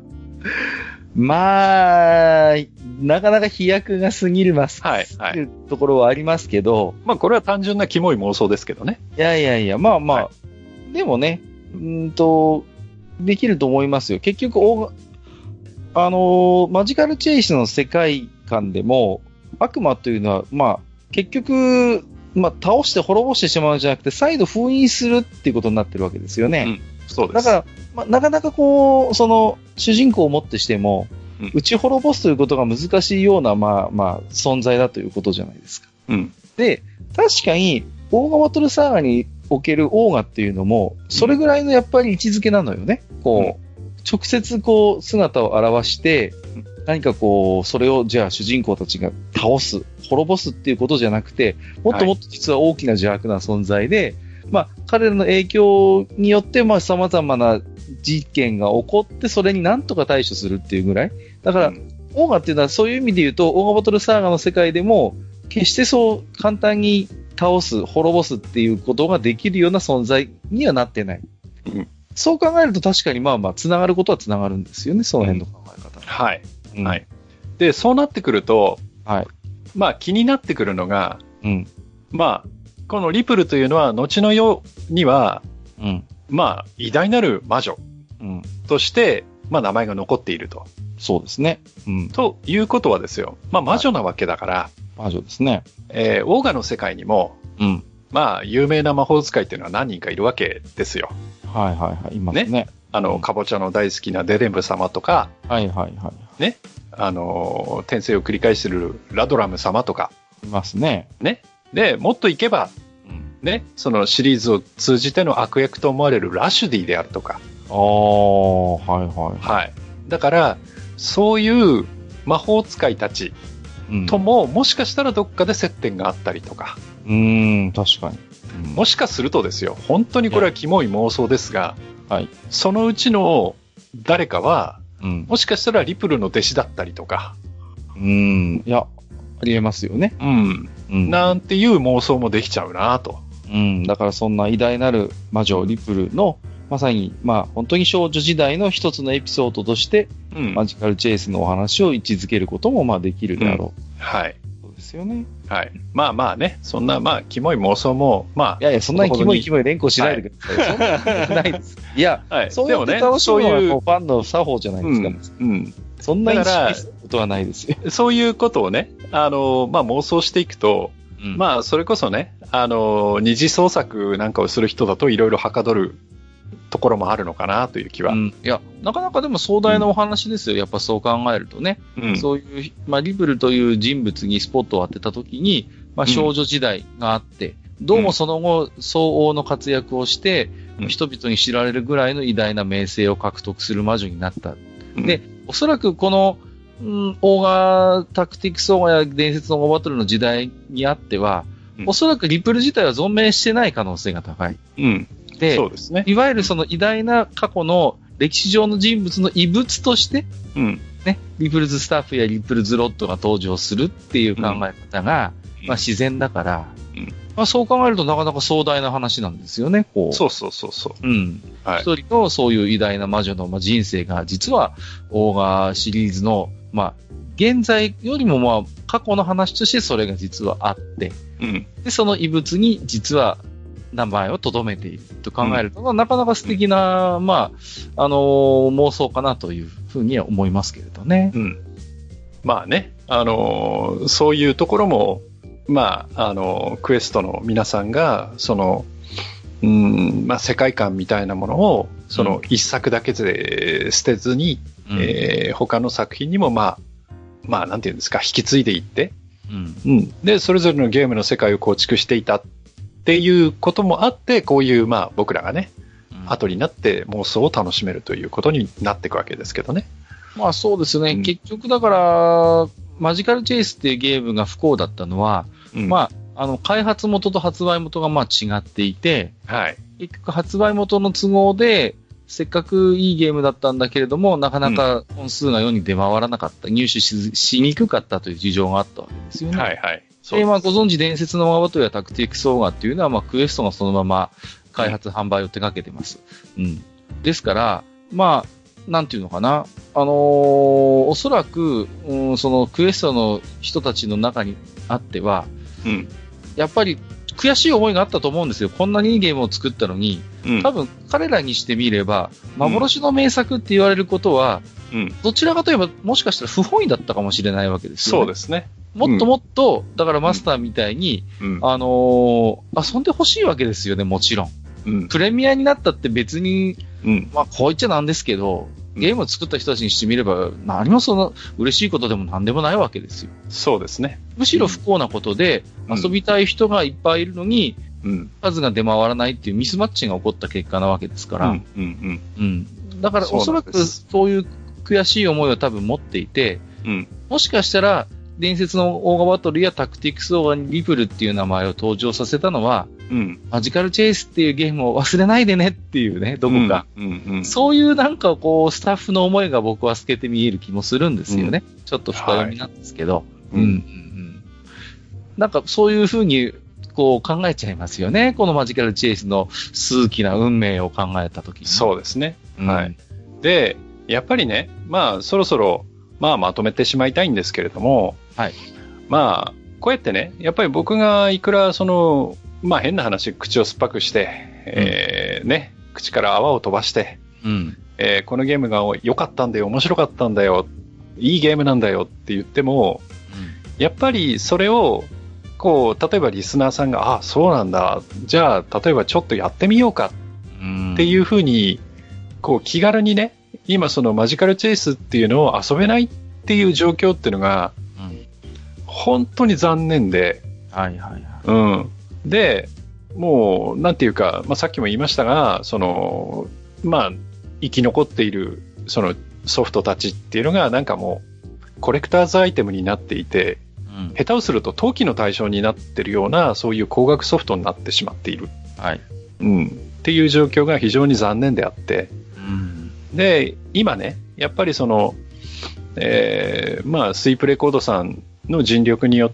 まあ、なかなか飛躍が過ぎるます。はい。はい。いうところはありますけど。 まあ、これは単純なキモい妄想ですけどね。 いやいやいや、まあまあ、はい、でもね、できると思いますよ。結局、マジカルチェイスの世界観でも、悪魔というのは、まあ、結局、まあ、倒して滅ぼしてしまうんじゃなくて、再度封印するっていうことになってるわけですよね。うん、 そうです。 だから、まあ、なかなかこう、主人公をもってしても、打ち滅ぼすということが難しいような、まあ、存在だということじゃないですか。 うん。 で、確かに、オーガバトルサーガにおけるオーガっていうのも、それぐらいのやっぱり位置づけなのよね。こう、直接こう、姿を現して、何かこう、それをじゃあ主人公たちが倒す、滅ぼすっていうことじゃなくて、もっともっと実は大きな邪悪な存在で、まあ、彼らの影響によって、まあ、様々な事件が起こって、それに何とか対処するっていうぐらい。だから、オーガっていうのはそういう意味で言うと、オーガバトルサーガの世界でも、決してそう簡単に倒す、滅ぼすっていうことができるような存在にはなってない。 うん、 そう考えると確かにまあまあ、繋がることは繋がるんですよね、その辺の考え方。 はい。はい。で、そうなってくると、 はい。 まあ気になってくるのが、 うん。 まあ、このリプルというのは、後の世には、 うん。 まあ、偉大なる魔女として、まあ名前が残っていると。 そうですね。 うん。ということはですよ。まあ魔女なわけだから、はい、 魔女ですね。 オーガの世界にも、 うん。 まあ、有名な魔法使いっていうのは何人かいるわけですよ。 はいはいはい。いますね。 かぼちゃの大好きなデデンブ様とか、 はいはいはい。 ね。転生を繰り返しているラドラム様とか。 いますね。 ね。で、もっといけば、ね、そのシリーズを通じての悪役と思われるラシュディであるとか。 ああ、はいはい。 はい。だから、そういう魔法使いたちとも、もしかしたらどっかで接点があったりとか。 確かに。 もしかするとですよ、本当にこれはキモい妄想ですが、 はい。 そのうちの誰かは、 うん、 もしかしたらリプルの弟子だったりとか。 いや、ありえますよね。 なんていう妄想もできちゃうなと。 だからそんな偉大なる魔女リプルの、まさに、まあ、本当に少女時代の一つのエピソードとして、マジカルチェイスのお話を位置づけることも、まあ、できるであろう。 はい。 そうですよね。 はい。まあまあね、そんな、まあ、キモい妄想も、まあ。 いやいや、そんなにキモい連呼しないでください。そんなにないです。いや、そういうね、そういうファンの作法じゃないですか。そんなに意識することはないですよ。 そういうことをね、まあ妄想していくと、まあ、それこそね、二次創作なんかをする人だといろいろはかどるところもあるのかなという気は。 いや、なかなかでも壮大なお話ですよ。やっぱそう考えるとね。そういう、まあ、リブルという人物にスポットを当てたときに、まあ、少女時代があって、どうもその後、相応の活躍をして、人々に知られるぐらいの偉大な名声を獲得する魔女になった。で、おそらくこの、オーガタクティクスオーガや伝説のオーバトルの時代にあっては、おそらくリプル自体は存命してない可能性が高い。で、 そうですね。 いわゆるその偉大な過去の歴史上の人物の遺物として、ね、リプルズスタッフやリプルズロッドが登場するっていう考え方が、まあ自然だから、まあそう考えるとなかなか壮大な話なんですよね、こう。 そう。 一人のそういう偉大な魔女の人生が、実は、オーガシリーズの、まあ、現在よりもまあ、過去の話としてそれが実はあって、で、その遺物に実は名前を留めていると考えると、なかなか素敵な、まあ、妄想かなというふうには思いますけれどね。 まあね、そういうところも、まあ、クエストの皆さんが、その、まあ、世界観みたいなものを、その一作だけで捨てずに、他の作品にも、まあ、なんていうんですか、引き継いでいって、で、それぞれのゲームの世界を構築していたっていうこともあって、こういう、まあ、僕らがね、後になって妄想を楽しめるということになっていくわけですけどね。 まあ、そうですね。結局、だから、マジカルチェイスっていうゲームが不幸だったのは、まあ、開発元と発売元がまあ違っていて、結局発売元の都合で、せっかくいいゲームだったんだけれども、なかなか本数が世に出回らなかった、入手しにくかったという事情があったわけですよね。で、まあ、ご存知伝説のオーガバトルやタクティクスオーガっていうのは、まあ、クエストがそのまま開発販売を手掛けてます。ですから、まあ、なんていうのかな。 おそらく、そのクエストの人たちの中にあっては、やっぱり悔しい思いがあったと思うんですよ。こんなにいいゲームを作ったのに、多分彼らにしてみれば、幻の名作って言われることは、どちらかといえば、もしかしたら不本意だったかもしれないわけですよね。 そうですね。 もっともっと、だからマスターみたいに、遊んでほしいわけですよね、もちろん。プレミアになったって別に、まあ、こう言っちゃなんですけど、ゲームを作った人たちにしてみれば、何もその嬉しいことでも何でもないわけですよ。 そうですね。 むしろ不幸なことで、遊びたい人がいっぱいいるのに、数が出回らないっていうミスマッチが起こった結果なわけですから。だからおそらくそういう悔しい思いを多分持っていて、もしかしたら、伝説のオーガバトルやタクティクスオーガリプルっていう名前を登場させたのは、マジカルチェイスっていうゲームを忘れないでねっていうね、どこか。そういうなんかこう、スタッフの思いが僕は透けて見える気もするんですよね。ちょっと深読みなんですけど。なんかそういうふうに、こう考えちゃいますよね。このマジカルチェイスの数奇な運命を考えたときに。 そうですね。はい。で、やっぱりね、まあそろそろ、まとめてしまいたいんですけれども、 はい。 まあ、こうやってね、やっぱり僕がいくら変な話、口を酸っぱくして、ね、口から泡を飛ばして、このゲームが良かったんだよ、面白かったんだよ、いいゲームなんだよって言っても、やっぱりそれを、こう、例えばリスナーさんが、あ、そうなんだ、じゃあ、例えばちょっとやってみようかっていうふうに、こう、気軽にね、今そのマジカルチェイスっていうのを遊べないっていう状況っていうのが、本当に残念で、で、もう、なんていうか、さっきも言いましたが、生き残っている、そのソフトたちっていうのが、なんかもう、コレクターズアイテムになっていて、下手をすると投機の対象になっているような、そういう高額ソフトになってしまっている。っていう状況が非常に残念であって、で、今ね、やっぱりその、スイープレコードさんの尽力によって、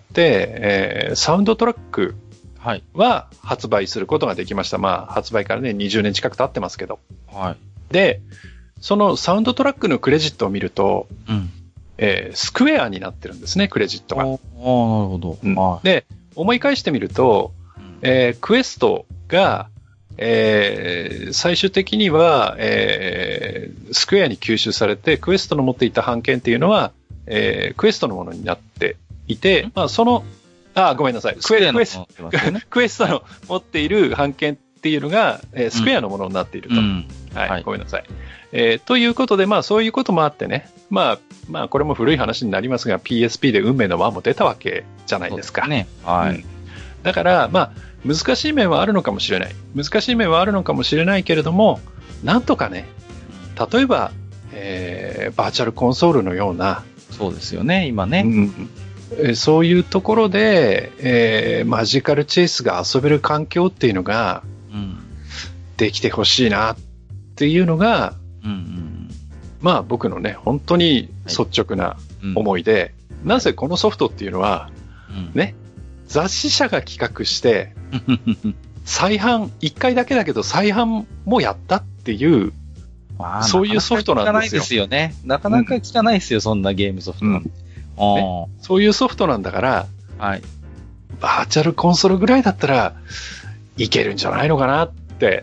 サウンドトラックは発売することができました。発売からね、20年近く経ってますけど。で、そのサウンドトラックのクレジットを見ると、スクエアになってるんですね、クレジットが。 なるほど。 で、思い返してみると、クエストが、最終的には、スクエアに吸収されて、クエストの持っていた版権っていうのは、クエストのものになっていて、ごめんなさい。クエストの持っている版権っていうのが、スクエアのものになっていると。ごめんなさい。ということで、そういうこともあってね、これも古い話になりますが、PSP で運命の輪も出たわけじゃないですか。だから、難しい面はあるのかもしれない。難しい面はあるのかもしれないけれども、なんとかね、例えば、バーチャルコンソールのような、 そうですよね、今ね。 そういうところで、マジカルチェイスが遊べる環境っていうのが、できてほしいなっていうのが、僕のね、本当に率直な思いで、なぜこのソフトっていうのは、ね、雑誌社が企画して、再販、1回だけだけど再販もやったっていう、そういうソフトなんですよ。 なかなか聞かないですよね。なかなか聞かないですよ、そんなゲームソフトなんて。 そういうソフトなんだから、バーチャルコンソールぐらいだったらいけるんじゃないのかなって。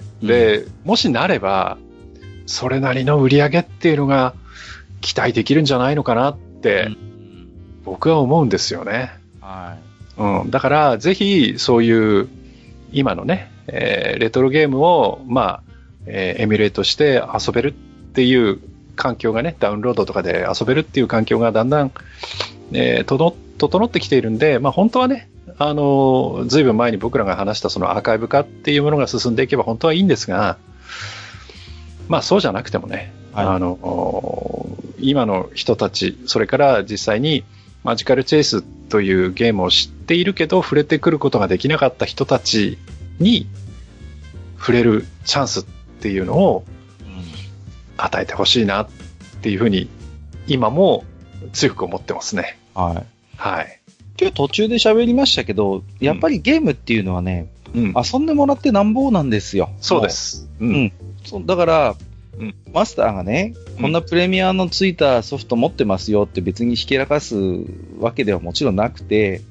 で、もしなれば、それなりの売り上げっていうのが期待できるんじゃないのかなって、僕は思うんですよね。だから、ぜひ、そういう、今のね、レトロゲームを、エミュレートして遊べるっていう環境がね、ダウンロードとかで遊べるっていう環境がだんだん、整ってきているんで、本当はね、ずいぶん前に僕らが話したそのアーカイブ化っていうものが進んでいけば本当はいいんですが、そうじゃなくてもね、今の人たち、それから実際にマジカルチェイスというゲームを知っているけど触れてくることができなかった人たちに触れるチャンスっていうのを与えてほしいなっていうふうに今も強く思ってますね。今日途中で喋りましたけど、やっぱりゲームっていうのはね、遊んでもらってなんぼなんですよ。 そうです。 だから、 マスターがね、こんなプレミアのついたソフト持ってますよって別にひけらかすわけではもちろんなくて、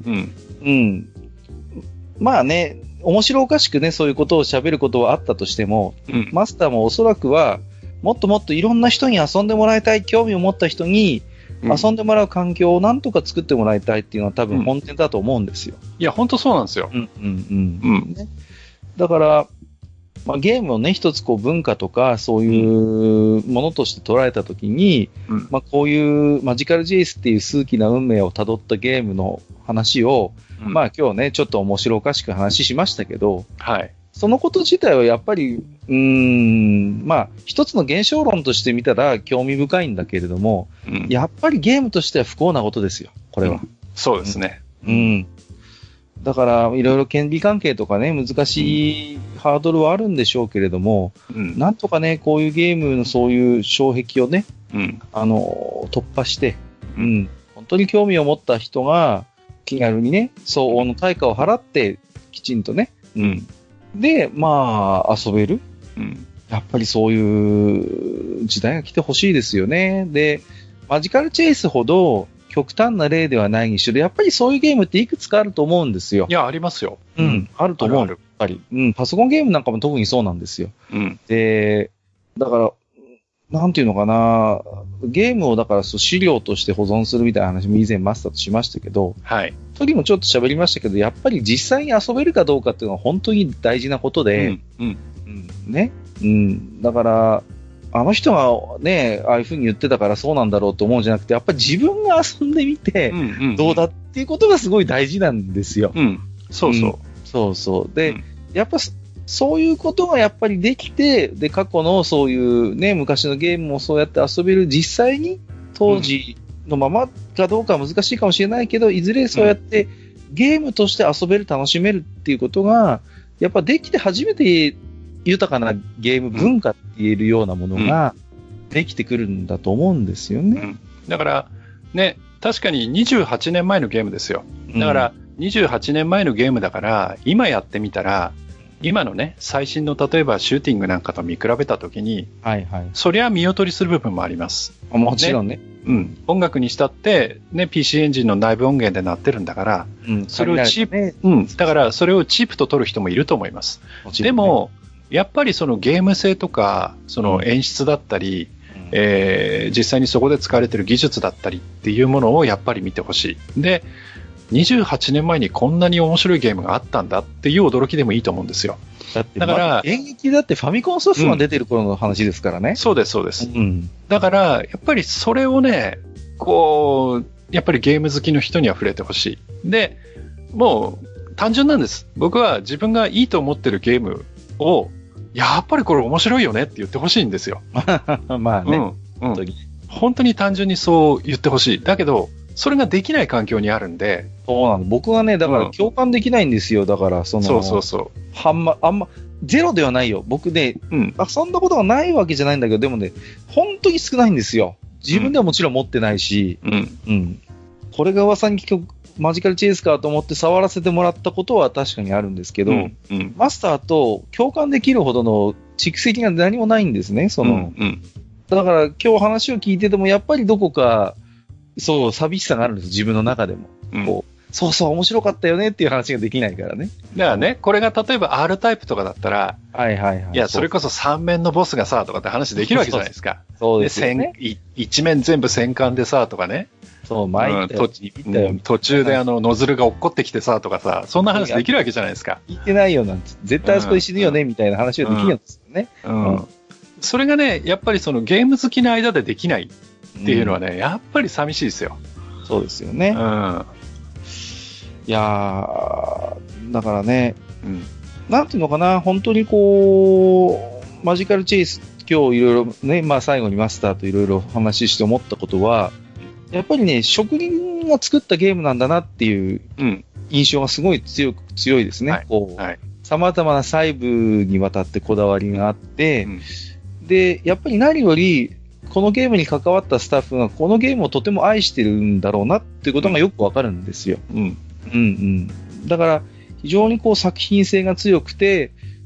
まあね、面白おかしくね、そういうことを喋ることはあったとしても、マスターもおそらくは、もっともっといろんな人に遊んでもらいたい、興味を持った人に遊んでもらう環境をなんとか作ってもらいたいっていうのは多分本音だと思うんですよ。 いや、本当そうなんですよ。 だから、まあ、ゲームをね、一つこう文化とかそういうものとして捉えたときに、まあ、こういうマジカル JS っていう数奇な運命をたどったゲームの話を、まあ今日ね、ちょっと面白おかしく話しましたけど、そのこと自体はやっぱり、まあ一つの現象論として見たら興味深いんだけれども、やっぱりゲームとしては不幸なことですよ、これは。 そうですね。 だから、いろいろ権利関係とかね、難しいハードルはあるんでしょうけれども、なんとかね、こういうゲームのそういう障壁をね、突破して、本当に興味を持った人が気軽にね、相応の対価を払って、きちんとね、で、まあ、遊べる。やっぱりそういう時代が来てほしいですよね。で、マジカルチェイスほど、極端な例ではないにしろ、やっぱりそういうゲームっていくつかあると思うんですよ。 いや、ありますよ。 あると思う。やっぱり。パソコンゲームなんかも特にそうなんですよ。で、だから、なんていうのかな、ゲームをだから資料として保存するみたいな話も以前マスターとしましたけど、時もちょっと喋りましたけど、やっぱり実際に遊べるかどうかっていうのは本当に大事なことで、ね。だから、あの人がね、ああいう風に言ってたからそうなんだろうと思うんじゃなくて、やっぱり自分が遊んでみて、どうだっていうことがすごい大事なんですよ。で、やっぱそういうことがやっぱりできて、で、過去のそういうね、昔のゲームもそうやって遊べる、実際に当時のままかどうかは難しいかもしれないけど、いずれそうやってゲームとして遊べる、楽しめるっていうことが、やっぱできて初めて豊かなゲーム文化って言えるようなものができてくるんだと思うんですよね。 だからね、確かに28年前のゲームですよ。だから28年前のゲームだから、今やってみたら、今のね、最新の例えばシューティングなんかと見比べたときに、そりゃ見劣りする部分もあります。 もちろんね。 音楽にしたって、ね、PC エンジンの内部音源で鳴ってるんだから、それをチープ、だからそれをチープと取る人もいると思います。でも、やっぱりそのゲーム性とか、その演出だったり、実際にそこで使われている技術だったりっていうものをやっぱり見てほしい。で、28年前にこんなに面白いゲームがあったんだっていう驚きでもいいと思うんですよ。 だから、現役だってファミコンソフトが出てる頃の話ですからね。 そうです、そうです。だから、やっぱりそれをね、こう、やっぱりゲーム好きの人には触れてほしい。で、もう単純なんです。僕は自分がいいと思ってるゲームを、やっぱりこれ面白いよねって言ってほしいんですよ。 まあね。 本当に単純にそう言ってほしい。だけど、それができない環境にあるんで。 そうなの。僕はね、だから共感できないんですよ。だから、その、あんま、ゼロではないよ。僕ね、そんなことがないわけじゃないんだけど、でもね、本当に少ないんですよ。自分ではもちろん持ってないし、これが噂に聞くマジカルチェイスかと思って触らせてもらったことは確かにあるんですけど、マスターと共感できるほどの蓄積が何もないんですね。だから今日話を聞いててもやっぱりどこか、そう、寂しさがあるんです、自分の中でも。そうそう、面白かったよねっていう話ができないからね。 だからね、これが例えば R タイプとかだったら、いや、それこそ3面のボスがさ、とかって話できるわけじゃないですか。 そうですね。 一面全部戦艦でさ、とかね。 そう、 途中でノズルが落っこってきてさ、とかさ、そんな話できるわけじゃないですか。 聞いてないよなんて、絶対あそこで死ぬよね、みたいな話ができるんですよね。 それがね、やっぱりそのゲーム好きの間でできないっていうのはね、やっぱり寂しいですよ。 そうですよね。いやー、だからね、なんていうのかな、本当にこう、マジカルチェイス、今日いろいろね、まあ最後にマスターといろいろ話して思ったことは、やっぱりね、職人が作ったゲームなんだなっていう印象がすごい強いですね。様々な細部にわたってこだわりがあって、で、やっぱり何より、このゲームに関わったスタッフがこのゲームをとても愛してるんだろうなっていうことがよくわかるんですよ。だから、非常にこう作品性が強くて、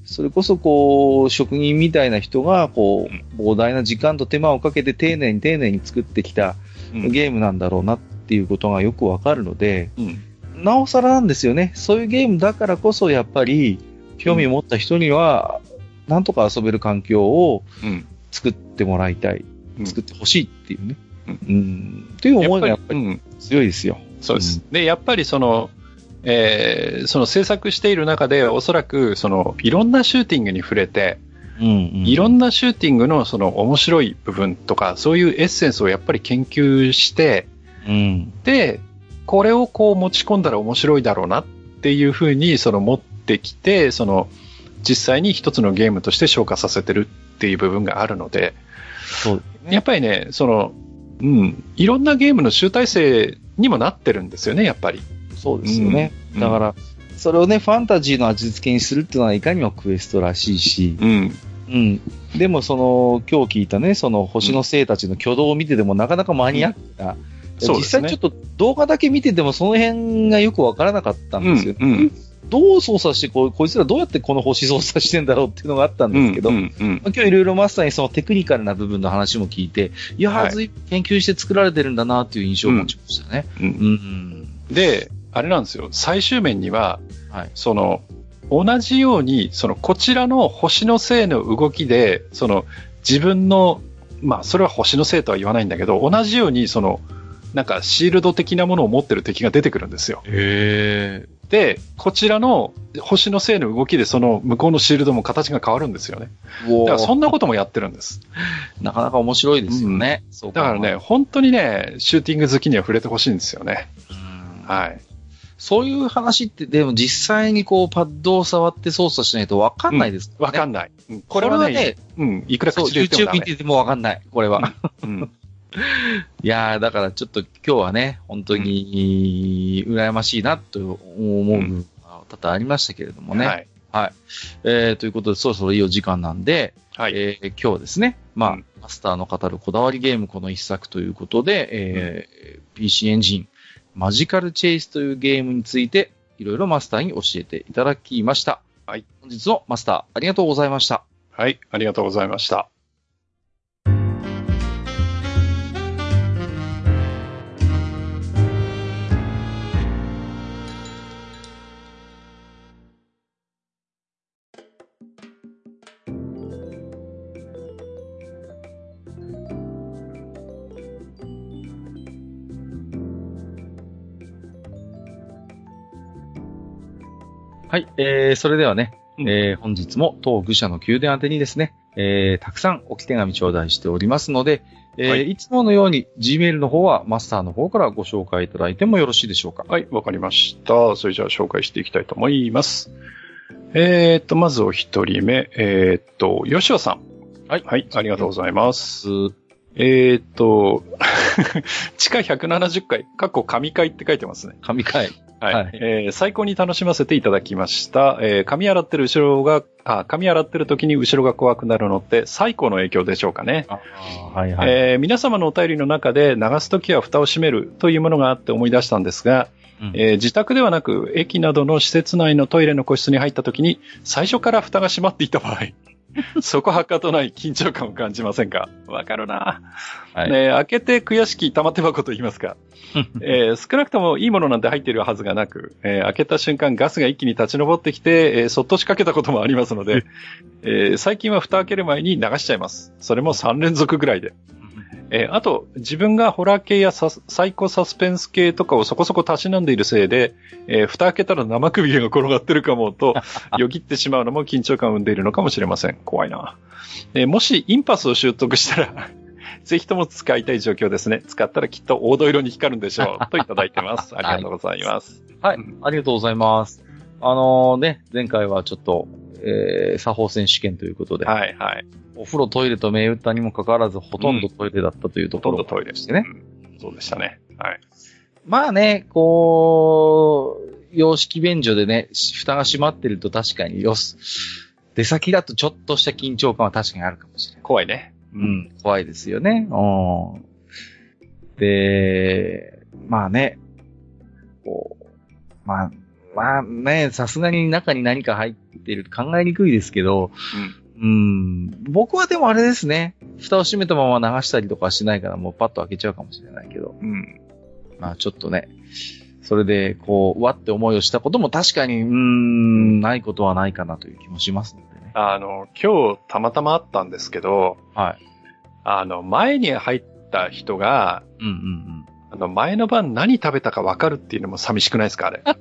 それこそこう、職人みたいな人が、こう、膨大な時間と手間をかけて丁寧に作ってきたゲームなんだろうなっていうことがよくわかるので、なおさらなんですよね。そういうゲームだからこそ、やっぱり、興味を持った人には、なんとか遊べる環境を作ってもらいたい。作ってほしいっていうね。という思いがやっぱり強いですよ。 そうです。で、やっぱりその制作している中で、おそらく、いろんなシューティングに触れて、いろんなシューティングの面白い部分とか、そういうエッセンスをやっぱり研究して、で、これをこう持ち込んだら面白いだろうなっていうふうに、持ってきて、実際に一つのゲームとして消化させてるっていう部分があるので、やっぱりね、いろんなゲームの集大成にもなってるんですよね、やっぱり。 そうですよね。だから、それをね、ファンタジーの味付けにするっていうのはいかにもクエストらしいし、でも今日聞いたね、星の生たちの挙動を見ててもなかなかマニアックな、実際ちょっと動画だけ見ててもその辺がよくわからなかったんですよ。どう操作してこいつらどうやってこの星操作してんだろうっていうのがあったんですけど、今日いろいろマスターにそのテクニカルな部分の話も聞いて、いや、ずいぶん研究して作られてるんだなっていう印象を持ちましたね。 で、あれなんですよ。最終面には、同じように、こちらの星のせいの動きで、自分の、それは星のせいとは言わないんだけど、同じように、なんかシールド的なものを持ってる敵が出てくるんですよ。で、こちらの星のせいの動きで、向こうのシールドも形が変わるんですよね。だからそんなこともやってるんです。 なかなか面白いですよね。 だからね、本当にね、シューティング好きには触れてほしいんですよね。はい。 そういう話って、でも実際にこう、パッドを触って操作しないと分かんないですね。 分かんない。 これはね、 いくら口で言ってもダメ。 YouTube 見てても分かんない。これは。いやー、だからちょっと今日はね、本当に、羨ましいなと思う部分が多々ありましたけれどもね。はい。ということで、そろそろいいお時間なんで、今日はですね、マスターの語るこだわりゲームこの一作ということで、PC エンジン、マジカルチェイスというゲームについて、いろいろマスターに教えていただきました。本日のマスター、ありがとうございました。 はい、ありがとうございました。 はい、それではね、本日も当愚者の宮殿宛てにですね、たくさん置き手紙頂戴しておりますので、いつものように Gmail の方はマスターの方からご紹介いただいてもよろしいでしょうか。 はい、わかりました。それじゃあ紹介していきたいと思います。まずお一人目、吉尾さん。はい。はい、ありがとうございます。地下170回、神回って書いてますね。 神回。 はい。最高に楽しませていただきました。髪洗ってる時に後ろが怖くなるのって最高の影響でしょうかね。皆様のお便りの中で流すときは蓋を閉めるというものがあって思い出したんですが、自宅ではなく駅などの施設内のトイレの個室に入ったときに最初から蓋が閉まっていた場合、そこはかとない緊張感を感じませんか？わかるな、開けて悔しき玉手箱と言いますか、少なくともいいものなんて入っているはずがなく、開けた瞬間ガスが一気に立ち上ってきて、そっと仕掛けたこともありますので、最近は蓋開ける前に流しちゃいます。それも3連続ぐらいで。あと、自分がホラー系やサイコサスペンス系とかをそこそこたしなんでいるせいで、蓋開けたら生首が転がってるかもと、よぎってしまうのも緊張感を生んでいるのかもしれません。怖いな。もしインパスを習得したら、ぜひとも使いたい状況ですね。使ったらきっと黄土色に光るんでしょう。といただいてます。ありがとうございます。 はい、ありがとうございます。前回はちょっと、作法選手権ということで。 はいはい。 お風呂、トイレと銘打ったにもかかわらず、ほとんどトイレだったというところ、 ほとんどトイレしてね。そうでしたね。はい。 まあね、洋式便所でね、蓋が閉まってると確かに出先だとちょっとした緊張感は確かにあるかもしれない。 怖いね。 怖いですよね。で、まあね、 まあね、さすがに中に何か入ってると考えにくいですけど、僕はでもあれですね。蓋を閉めたまま流したりとかしないからもうパッと開けちゃうかもしれないけど。まあちょっとね、それでこう、わって思いをしたことも確かに、ないことはないかなという気もしますのでね。 今日たまたまあったんですけど、 はい。 前に入った人が、前の晩何食べたか分かるっていうのも寂しくないですか、あれ。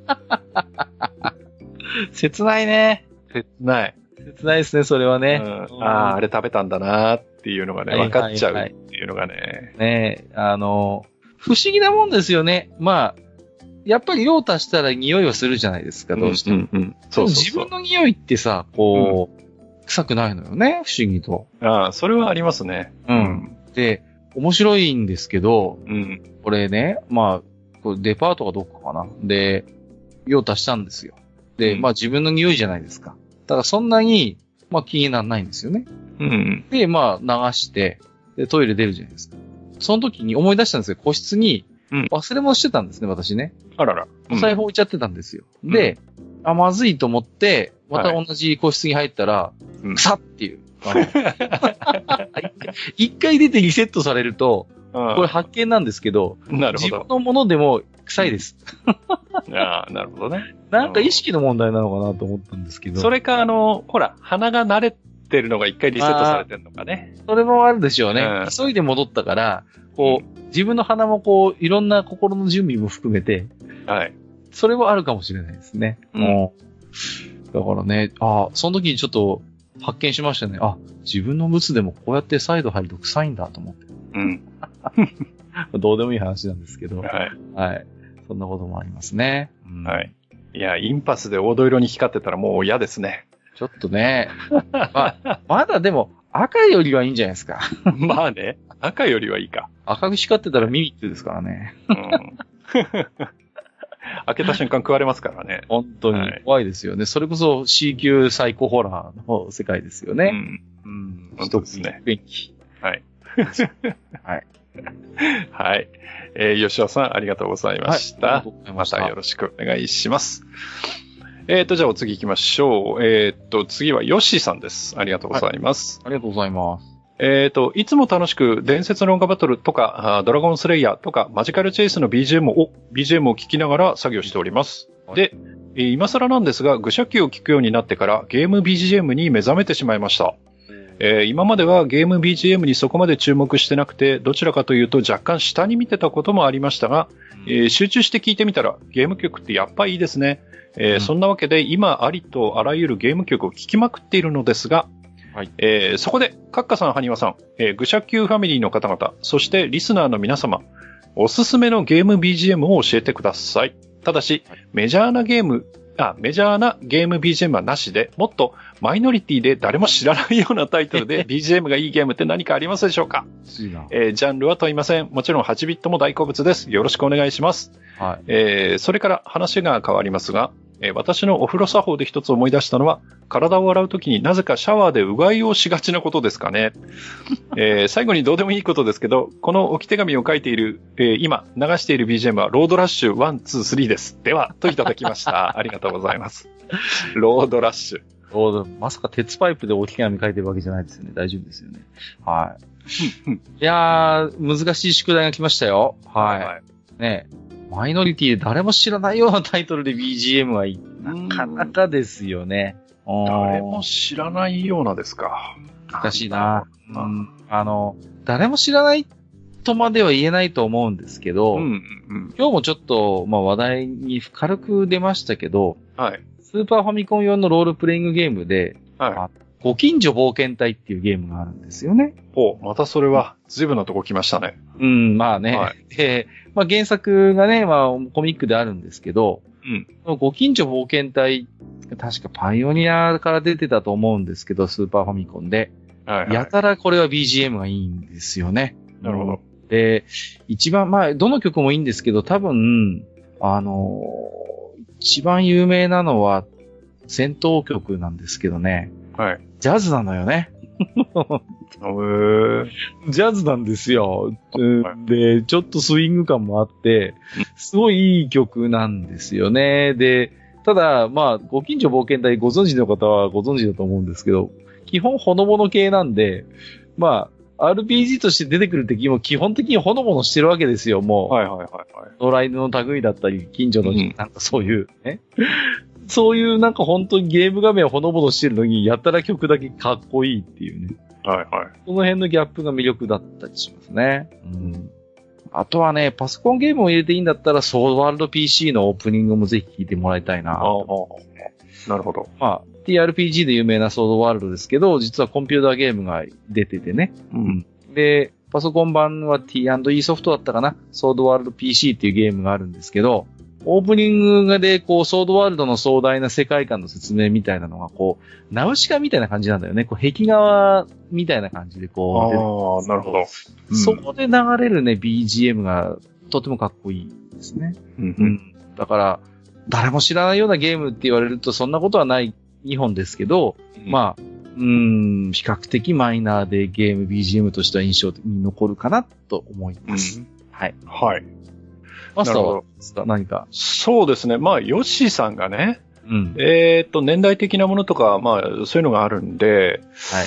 切ないね。 切ない。 切ないですね、それはね。 あれ食べたんだなっていうのがね、分かっちゃうっていうのがね。 ね不思議なもんですよね。まあ、やっぱり用足したら匂いはするじゃないですか、どうしても。そう自分の匂いってさ、こう、臭くないのよね、不思議と。 それはありますね。 で、面白いんですけど、これね、まあ、デパートかどっかかな。で、用足したんですよ。で、まあ自分の匂いじゃないですか。だからそんなに、まあ気にならないんですよね。で、まあ流して、で、トイレ出るじゃないですか。その時に思い出したんですよ。個室に、忘れ物してたんですね、私ね。 あらら。 お財布置いちゃってたんですよ。で、まずいと思って、また同じ個室に入ったら、さっていう。一回出てリセットされると、これ発見なんですけど、 なるほど。 自分のものでも臭いです。 なるほどね。 なんか意識の問題なのかなと思ったんですけど。 それかほら、鼻が慣れてるのが一回リセットされてるのかね。 それもあるでしょうね。急いで戻ったから、こう、自分の鼻もこう、いろんな心の準備も含めて、 はい。 それもあるかもしれないですね。だからね、その時にちょっと発見しましたね。自分のブツでもこうやって再度入ると臭いんだと思って。どうでもいい話なんですけど。はい。そんなこともありますね。 はい。いや、インパスで黄土色に光ってたらもう嫌ですね。 ちょっとね。まだでも赤よりはいいんじゃないですか。 まあね。赤よりはいいか。 赤く光ってたらミミックですからね。 開けた瞬間食われますからね。 本当に怖いですよね。それこそ C 級サイコホラーの世界ですよね。 本当ですね。 元気。 はい。 はい。 はい。吉尾さんありがとうございました。またよろしくお願いします。じゃあお次行きましょう。次はヨッシーさんです。ありがとうございます。 ありがとうございます。 いつも楽しく伝説の音楽バトルとか、ドラゴンスレイヤーとか、マジカルチェイスの BGM を聞きながら作業しております。で、今更なんですが、愚者級を聞くようになってからゲーム BGM に目覚めてしまいました。今まではゲーム BGM にそこまで注目してなくて、どちらかというと若干下に見てたこともありましたが、集中して聞いてみたらゲーム曲ってやっぱいいですね。そんなわけで今ありとあらゆるゲーム曲を聴きまくっているのですが、そこで、カッカさん、ハニワさん、愚者級ファミリーの方々、そしてリスナーの皆様、おすすめのゲーム BGM を教えてください。ただし、メジャーなゲーム BGM はなしで、もっとマイノリティで誰も知らないようなタイトルで BGM がいいゲームって何かありますでしょうか？ジャンルは問いません。もちろん8ビットも大好物です。よろしくお願いします。それから話が変わりますが、私のお風呂作法で一つ思い出したのは、体を洗うときになぜかシャワーでうがいをしがちなことですかね。最後にどうでもいいことですけど、この置き手紙を書いている、今流している BGM はロードラッシュ1、2、3です。では、といただきました。ありがとうございます。ロードラッシュ。 まさか鉄パイプで置き手紙書いてるわけじゃないですよね。大丈夫ですよね。はい。いやー、難しい宿題が来ましたよ。はい。ねマイノリティで誰も知らないようなタイトルで BGM はいい。なかなかですよね。 誰も知らないようなですか。 難しいな。誰も知らないとまでは言えないと思うんですけど、今日もちょっと、話題に軽く出ましたけど、スーパーファミコン用のロールプレイングゲームで、ご近所冒険隊っていうゲームがあるんですよね。 またそれは、随分なとこ来ましたね。 まあね。で、原作がね、コミックであるんですけど、ご近所冒険隊、確かパイオニアから出てたと思うんですけど、スーパーファミコンで。やたらこれは BGM がいいんですよね。 なるほど。 で、一番、どの曲もいいんですけど、多分、一番有名なのは、戦闘曲なんですけどね。ジャズなのよね。ジャズなんですよ。で、ちょっとスイング感もあって、すごいいい曲なんですよね。で、 ただ、まあ、ご近所冒険隊ご存知の方はご存知だと思うんですけど、基本ほのぼの系なんで、まあ、RPG として出てくる敵も基本的にほのぼのしてるわけですよ、もう。 はいはいはいはい。 野良犬の類だったり、近所の、なんかそういう、ね。そういうなんか本当にゲーム画面ほのぼのしてるのに、やたら曲だけかっこいいっていうね。 はいはい。 この辺のギャップが魅力だったりしますね。うん。あとはね、パソコンゲームを入れていいんだったら、ソードワールド PC のオープニングもぜひ聞いてもらいたいな。 なるほど。 まあ、TRPG で有名なソードワールドですけど、実はコンピューターゲームが出ててね。うん。で、パソコン版は T&E ソフトだったかな、ソードワールド PC っていうゲームがあるんですけど、オープニングでこう、ソードワールドの壮大な世界観の説明みたいなのがこう、ナウシカみたいな感じなんだよね。こう、壁画みたいな感じでこう。ああ、なるほど。 そこで流れるね、BGM がとてもかっこいいですね。だから、誰も知らないようなゲームって言われるとそんなことはない2本ですけど、まあ、比較的マイナーでゲーム BGM としては印象的に残るかなと思います。はい。 はい。 マスターはですか、何か。 そうですね。まあ、ヨッシーさんがね、年代的なものとか、まあ、そういうのがあるんで、はい。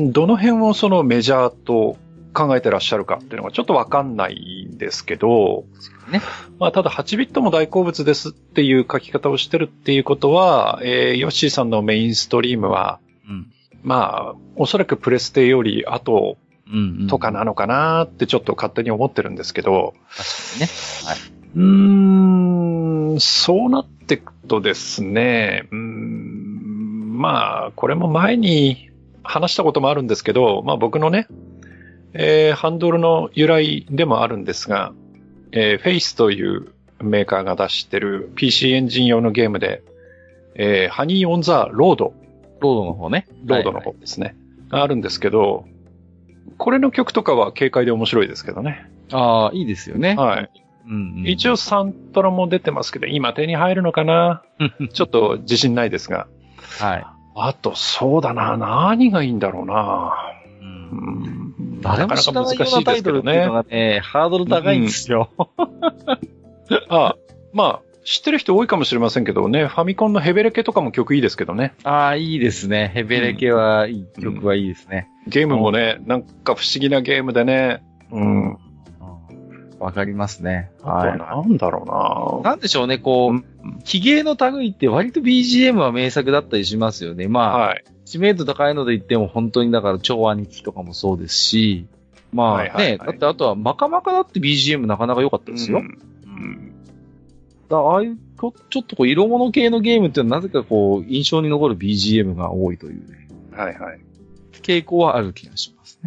どの辺をそのメジャーと考えてらっしゃるかっていうのがちょっとわかんないんですけど、ね。まあ、ただ8ビットも大好物ですっていう書き方をしてるっていうことは、ヨッシーさんのメインストリームは、まあ、おそらくプレステより後とかなのかなってちょっと勝手に思ってるんですけど、 確かにね。はい。 そうなってくとですね、まあ、これも前に話したこともあるんですけど、まあ僕のね、ハンドルの由来でもあるんですが、フェイスというメーカーが出してる PC エンジン用のゲームで、ハニー・オン・ザ・ロード。 ロードの方ね。 ロードの方ですね。があるんですけど、これの曲とかは軽快で面白いですけどね。 ああ、いいですよね。 はい。一応サントラも出てますけど、今手に入るのかなちょっと自信ないですが。 はい。 あと、そうだな。何がいいんだろうな。 誰も知らないようなタイトルっていうのがね、ハードル高いんですよ。 まあ、知ってる人多いかもしれませんけどね、ファミコンのヘベレケとかも曲いいですけどね。 ああ、いいですね。ヘベレケは、曲はいいですね。 ゲームもね、なんか不思議なゲームでね。 わかりますね。 はい。なんだろうな。なんでしょうね、こう、記芸の類って割と BGM は名作だったりしますよね。まあ、知名度高いので言っても本当にだから超兄貴とかもそうですし、まあね、だってあとはマカマカだって BGM なかなか良かったですよ。ああいうちょっとこう色物系のゲームってなぜかこう印象に残る BGM が多いというね。 はいはい。 傾向はある気がしますね。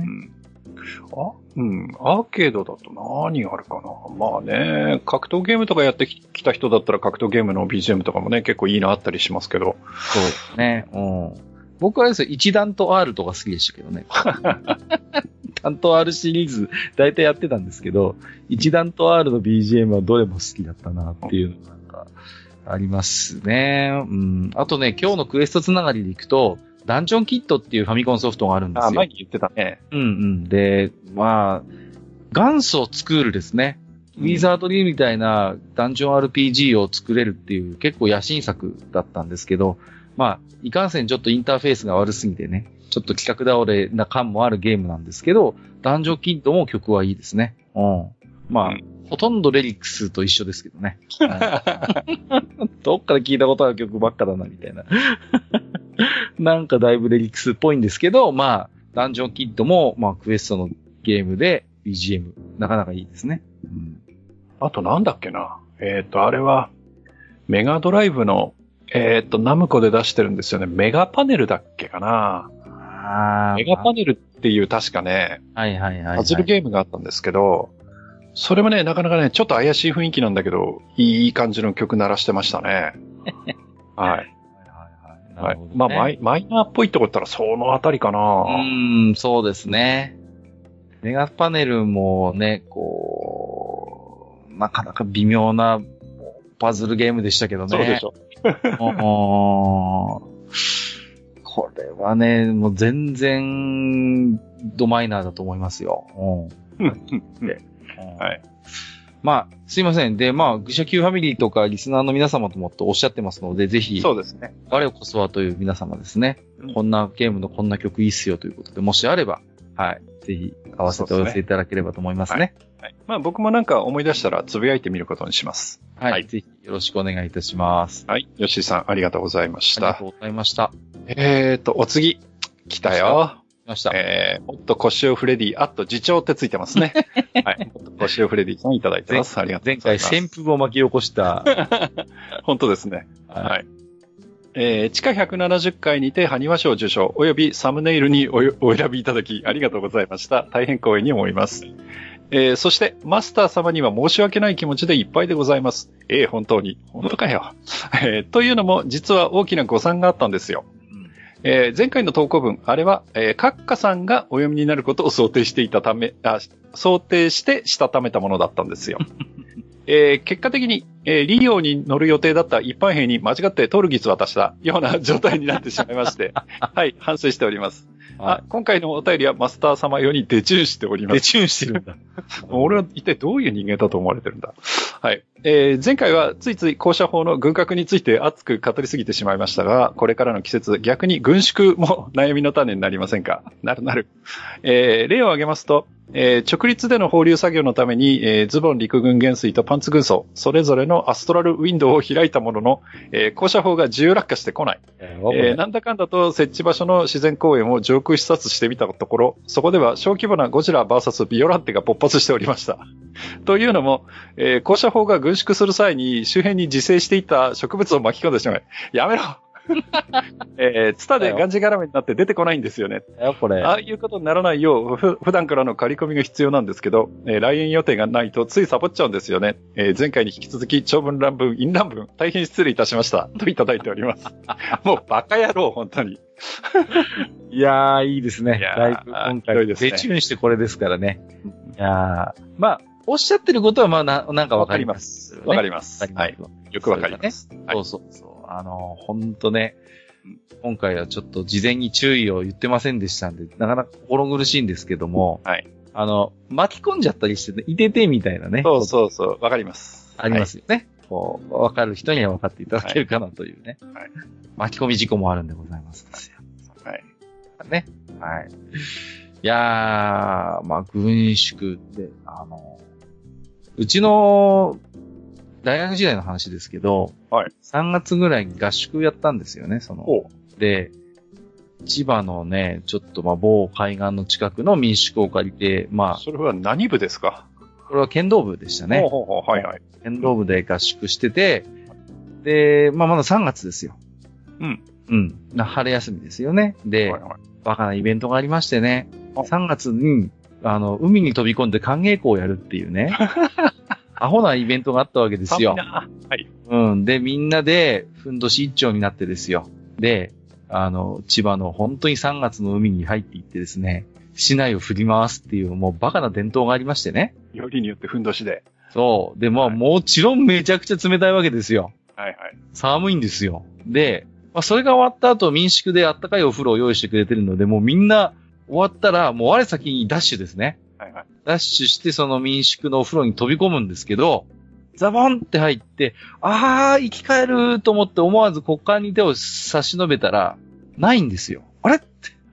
アーケードだと何があるかな。まあね、格闘ゲームとかやってきた人だったら格闘ゲームの BGM とかもね、結構いいのあったりしますけど。 そうですね。僕はですね、一段と R とか好きでしたけどね。段と R シリーズ、大体やってたんですけど、一段と R の BGM はどれも好きだったなっていうのがなんかありますね。あとね、今日のクエストつながりでいくと、ダンジョンキットっていうファミコンソフトがあるんですよ。 前に言ってたね。 で、まあ、元祖スクールですね。ウィザードリーみたいなダンジョン RPG を作れるっていう結構野心作だったんですけど、まあ、いかんせんちょっとインターフェースが悪すぎてね、ちょっと企画倒れな感もあるゲームなんですけど、ダンジョンキッドも曲はいいですね。まあ、ほとんどレリックスと一緒ですけどね。どっかで聞いたことある曲ばっかだな、みたいな。なんかだいぶレリックスっぽいんですけど、まあ、ダンジョンキッドも、まあ、クエストのゲームで BGM、なかなかいいですね。 あとなんだっけな。あれは、メガドライブの、ナムコで出してるんですよね。メガパネルだっけかな。メガパネルっていう確かね、パズルゲームがあったんですけど、それもね、なかなかね、ちょっと怪しい雰囲気なんだけど、いい感じの曲鳴らしてましたね。はい。はい。まあ、マイナーっぽいってこと言ったらそのあたりかな。 そうですね。メガパネルもね、こう、なかなか微妙なパズルゲームでしたけどね。 そうでしょ。 これはね、もう全然ドマイナーだと思いますよ。 はい。 まあ、すいません。で、まあ、愚者級ファミリーとかリスナーの皆様ともとおっしゃってますので、ぜひ、 そうですね。 我こそはという皆様ですね、こんなゲームのこんな曲いいっすよということで、もしあれば、はい。ぜひ、合わせてお寄せいただければと思いますね。 はい。まあ、僕もなんか思い出したら、つぶやいてみることにします。 はい。ぜひ、よろしくお願いいたします。 はい。吉井さん、ありがとうございました。 ありがとうございました。 お次、来たよ。 来ました。 もっと腰をフレディ、次長ってついてますね。はい。もっと腰をフレディさんいただいてます。ありがとうございます。 前回旋風を巻き起こした。 本当ですね。はい。地下170回にて埴輪賞受賞及びサムネイルにお選びいただきありがとうございました。大変光栄に思います。そしてマスター様には申し訳ない気持ちでいっぱいでございます。本当に。本当かよ。というのも実は大きな誤算があったんですよ。前回の投稿文、あれは、カッカさんがお読みになることを想定してしたためたものだったんですよ。結果的に、リオに乗る予定だった一般兵に間違ってトルギス渡したような状態になってしまいまして、はい、反省しております。今回のお便りはマスター様用にデチューンしております。 デチューンしてるんだ。 俺は一体どういう人間だと思われてるんだ。はい。前回はついつい校舎法の軍拡について熱く語りすぎてしまいましたが、これからの季節、逆に軍縮も悩みの種になりませんか？なる。例を挙げますと、直立での放流作業のために、ズボン陸軍元帥とパンツ軍曹、それぞれのアストラルウィンドウを開いたものの、校舎砲が自由落下してこない。なんだかんだと設置場所の自然公園を上空視察してみたところ、そこでは小規模なゴジラ VS ビオランテが勃発しておりました。というのも、校舎砲が軍縮する際に周辺に自生していた植物を巻き込んでしまい、やめろツタでがんじがらめになって出てこないんですよね。 これ。 ああいうことにならないよう、普段からの刈り込みが必要なんですけど、来園予定がないとついサボっちゃうんですよね。前回に引き続き長文乱文、淫乱文、大変失礼いたしました。といただいております。もうバカ野郎、本当に。 いやー、いいですね。だいぶ今回、デチューンしてこれですからね。いやー、まあ、おっしゃってることは、まあ、なんかわかります。 わかります。はい。よくわかります。 そう。ほんとね、今回はちょっと事前に注意を言ってませんでしたんで、なかなか心苦しいんですけども、 はい。 巻き込んじゃったりしてね、いててみたいなね。 そう。わかります。 ありますよね。こう、わかる人にはわかっていただけるかなというね。はい。巻き込み事故もあるんでございますですよ。 はい。 ね。はい。いやー、まあ、軍縮で、うちの、大学時代の話ですけど、 はい。 3月ぐらいに合宿やったんですよね、で、千葉のね、ちょっと某海岸の近くの民宿を借りて、 それは何部ですか？ これは剣道部でしたね。 はい。 剣道部で合宿してて、で、まだ3月ですよ。春休みですよね。で、バカなイベントがありましてね、3月に、海に飛び込んで寒稽古をやるっていうね。アホなイベントがあったわけですよ。 はい。 で、みんなで、ふんどし一丁になってですよ。で、千葉の本当に3月の海に入っていってですね、市内を振り回すっていう、もうバカな伝統がありましてね。 よりによってふんどしで。 そう。で、もちろんめちゃくちゃ冷たいわけですよ。 はい。 寒いんですよ。で、それが終わった後、民宿であったかいお風呂を用意してくれてるので、もうみんな終わったら、もう我先にダッシュですね。 はい。 ダッシュしてその民宿のお風呂に飛び込むんですけど、ザボンって入って、生き返ると思って思わず股間に手を差し伸べたら、ないんですよ。あれって。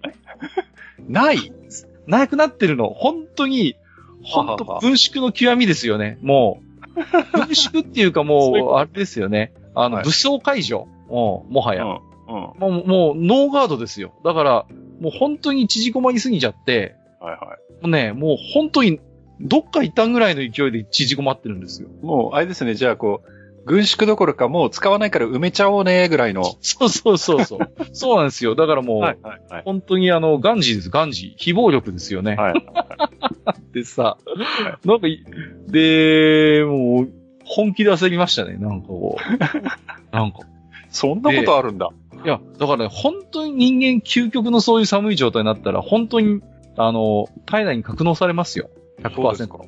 なくなってるの。本当に、軍縮の極みですよね。もう、軍縮っていうかもう、あれですよね。武装解除。もはや。もう、ノーガードですよ。だから、もう本当に縮こまりすぎちゃって、もう本当に、どっか行ったんぐらいの勢いで縮こまってるんですよ。 もう、あれですね、じゃあ軍縮どころかもう使わないから埋めちゃおうね、ぐらいの。 そう。そうなんですよ。だからもう、本当にガンジーです、ガンジー。非暴力ですよね。でさ、なんか、もう、本気で焦りましたね、なんか。 そんなことあるんだ。 いや、だからね、本当に人間究極のそういう寒い状態になったら、本当に、体内に格納されますよ。100%。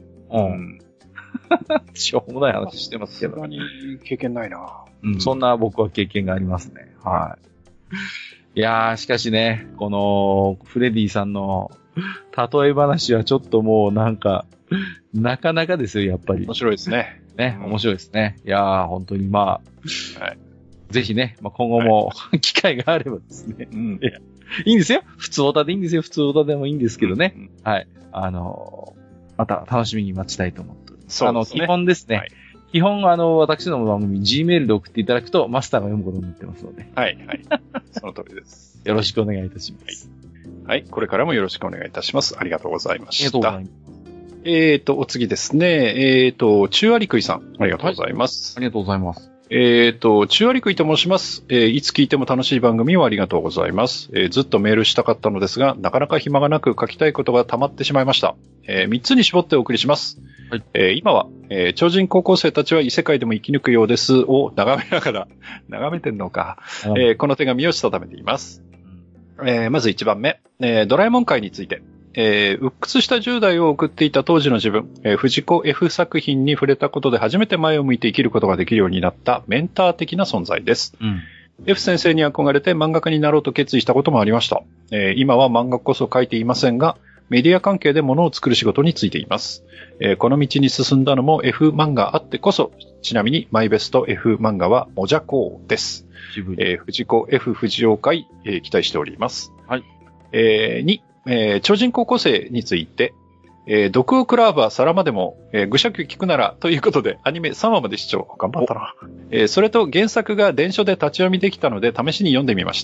しょうもない話してますけど。 そんなに経験ないな。 そんな僕は経験がありますね。はい。いやー、しかしね、この、フレディさんの例え話はちょっともうなんか、なかなかですよ、やっぱり。 面白いですね。 ね、面白いですね。いやー、本当にまあ、はい、ぜひね、まあ、今後も、はい、機会があればですね。うん。いいんですよ。普通オタでいいんですよ。普通オタでもいいんですけどね。うん、はい。また楽しみに待ちたいと思っております。そうですね。基本ですね。はい、基本、私の番組、Gmail で送っていただくと、マスターが読むことになってますので。 はい、はい。その通りです。 よろしくお願いいたします。 はい。はい。これからもよろしくお願いいたします。ありがとうございました。ありがとうございます。お次ですね。中アリクイさん。ありがとうございます。 はい、ありがとうございます。 中アリクイと申します。いつ聞いても楽しい番組をありがとうございます。ずっとメールしたかったのですが、なかなか暇がなく書きたいことが溜まってしまいました。3つに絞ってお送りします。はい、今は、超人高校生たちは異世界でも生き抜くようですを眺めながら、眺めてんのか、この手紙をしたためています。まず1番目、ドラえもん会について。鬱屈した10代を送っていた当時の自分、藤子 F 作品に触れたことで初めて前を向いて生きることができるようになったメンター的な存在です。うん、F 先生に憧れて漫画家になろうと決意したこともありました。今は漫画こそ描いていませんが、メディア関係で物を作る仕事についています。この道に進んだのも F 漫画あってこそ、ちなみにマイベスト F 漫画はもじゃこうです。藤子 F 藤尾会、期待しております。はい。2、超人高校生について、毒を食らわば皿までも、愚者級聞くならということでアニメ3話まで視聴。頑張ったな。それと原作が電書で立ち読みできたので試しに読んでみました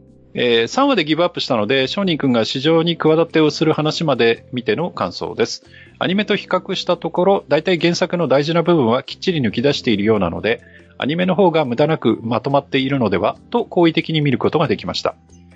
。3話でギブアップしたので、商人くんが市場に企てをする話まで見ての感想です。アニメと比較したところ、だいたい原作の大事な部分はきっちり抜き出しているようなので、アニメの方が無駄なくまとまっているのではと好意的に見ることができました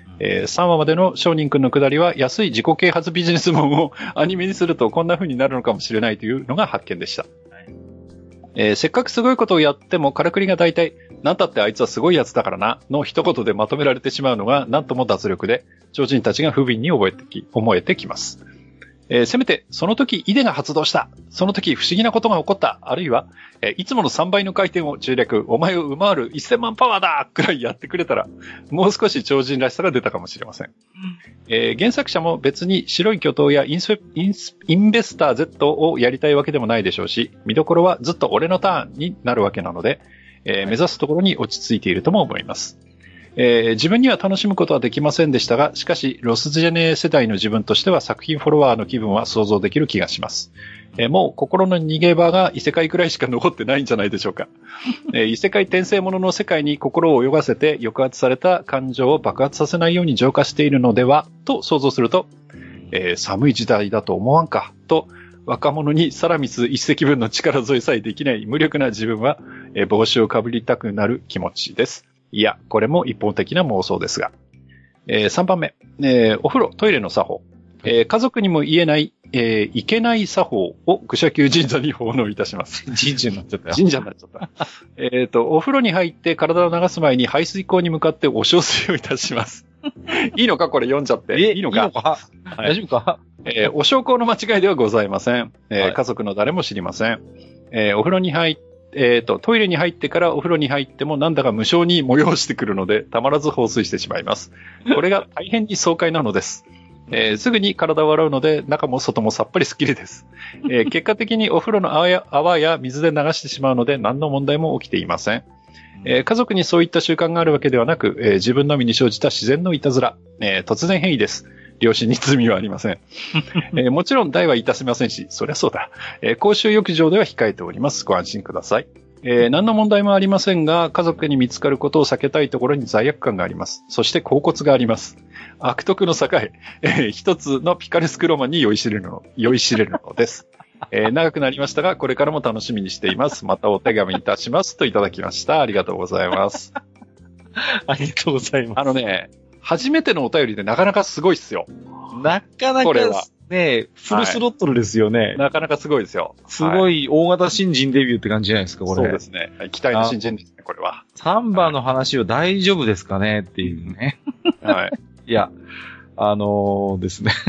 。3話までの商人くんのくだりは安い自己啓発ビジネス本をアニメにするとこんな風になるのかもしれないというのが発見でした。せっかくすごいことをやってもからくりが大体なんたってあいつはすごいやつだからなの一言でまとめられてしまうのがなんとも脱力で超人たちが不憫に思えてきます。せめてその時イデが発動した、その時不思議なことが起こった、あるいは、いつもの3倍の回転を中略、お前を上回る1000万パワーだくらいやってくれたらもう少し超人らしさが出たかもしれません。原作者も別に白い巨頭やインベスター Z をやりたいわけでもないでしょうし、見どころはずっと俺のターンになるわけなので、目指すところに落ち着いているとも思います。自分には楽しむことはできませんでしたが、しかしロスジェネ世代の自分としては作品フォロワーの気分は想像できる気がします。もう心の逃げ場が異世界くらいしか残ってないんじゃないでしょうか。異世界転生ものの世界に心を泳がせて抑圧された感情を爆発させないように浄化しているのではと想像すると、寒い時代だと思わんかと若者にサラミス一隻分の力添えさえできない無力な自分は、帽子をかぶりたくなる気持ちです。いや、これも一方的な妄想ですが。3番目、お風呂、トイレの作法。家族にも言えない、いけない作法を愚者級神社に奉納いたします。 神社になっちゃったよ。 神社になっちゃった。お風呂に入って体を流す前に排水口に向かってお小水をいたします。いいのかこれ読んじゃって。いいのか、 はい、大丈夫か、 お焼香の間違いではございません。家族の誰も知りません。お風呂に入ってトイレに入ってからお風呂に入ってもなんだか無性に催してくるので、たまらず放水してしまいます。これが大変に爽快なのです。すぐに体を洗うので、中も外もさっぱりスッキリです。結果的にお風呂の泡や水で流してしまうので、何の問題も起きていません。家族にそういった習慣があるわけではなく、自分の身に生じた自然のいたずら、突然変異です。両親に罪はありません。もちろん代はいたしませんし、そりゃそうだ。公衆浴場では控えております。ご安心ください。何の問題もありませんが、家族に見つかることを避けたいところに罪悪感があります。そして恍惚があります。悪徳の境、一つのピカルスクロマンに酔いしれるのです。長くなりましたが、これからも楽しみにしています。またお手紙いたしますといただきました。ありがとうございます。 ありがとうございます。 初めてのお便りでなかなかすごいっすよ。 なかなかね、フルスロットルですよね。 なかなかすごいですよ。 すごい大型新人デビューって感じじゃないですか、これ。 そうですね。期待の新人ですね、これは。 サンバの話は大丈夫ですかねっていうね。 はい。 いや、ですね。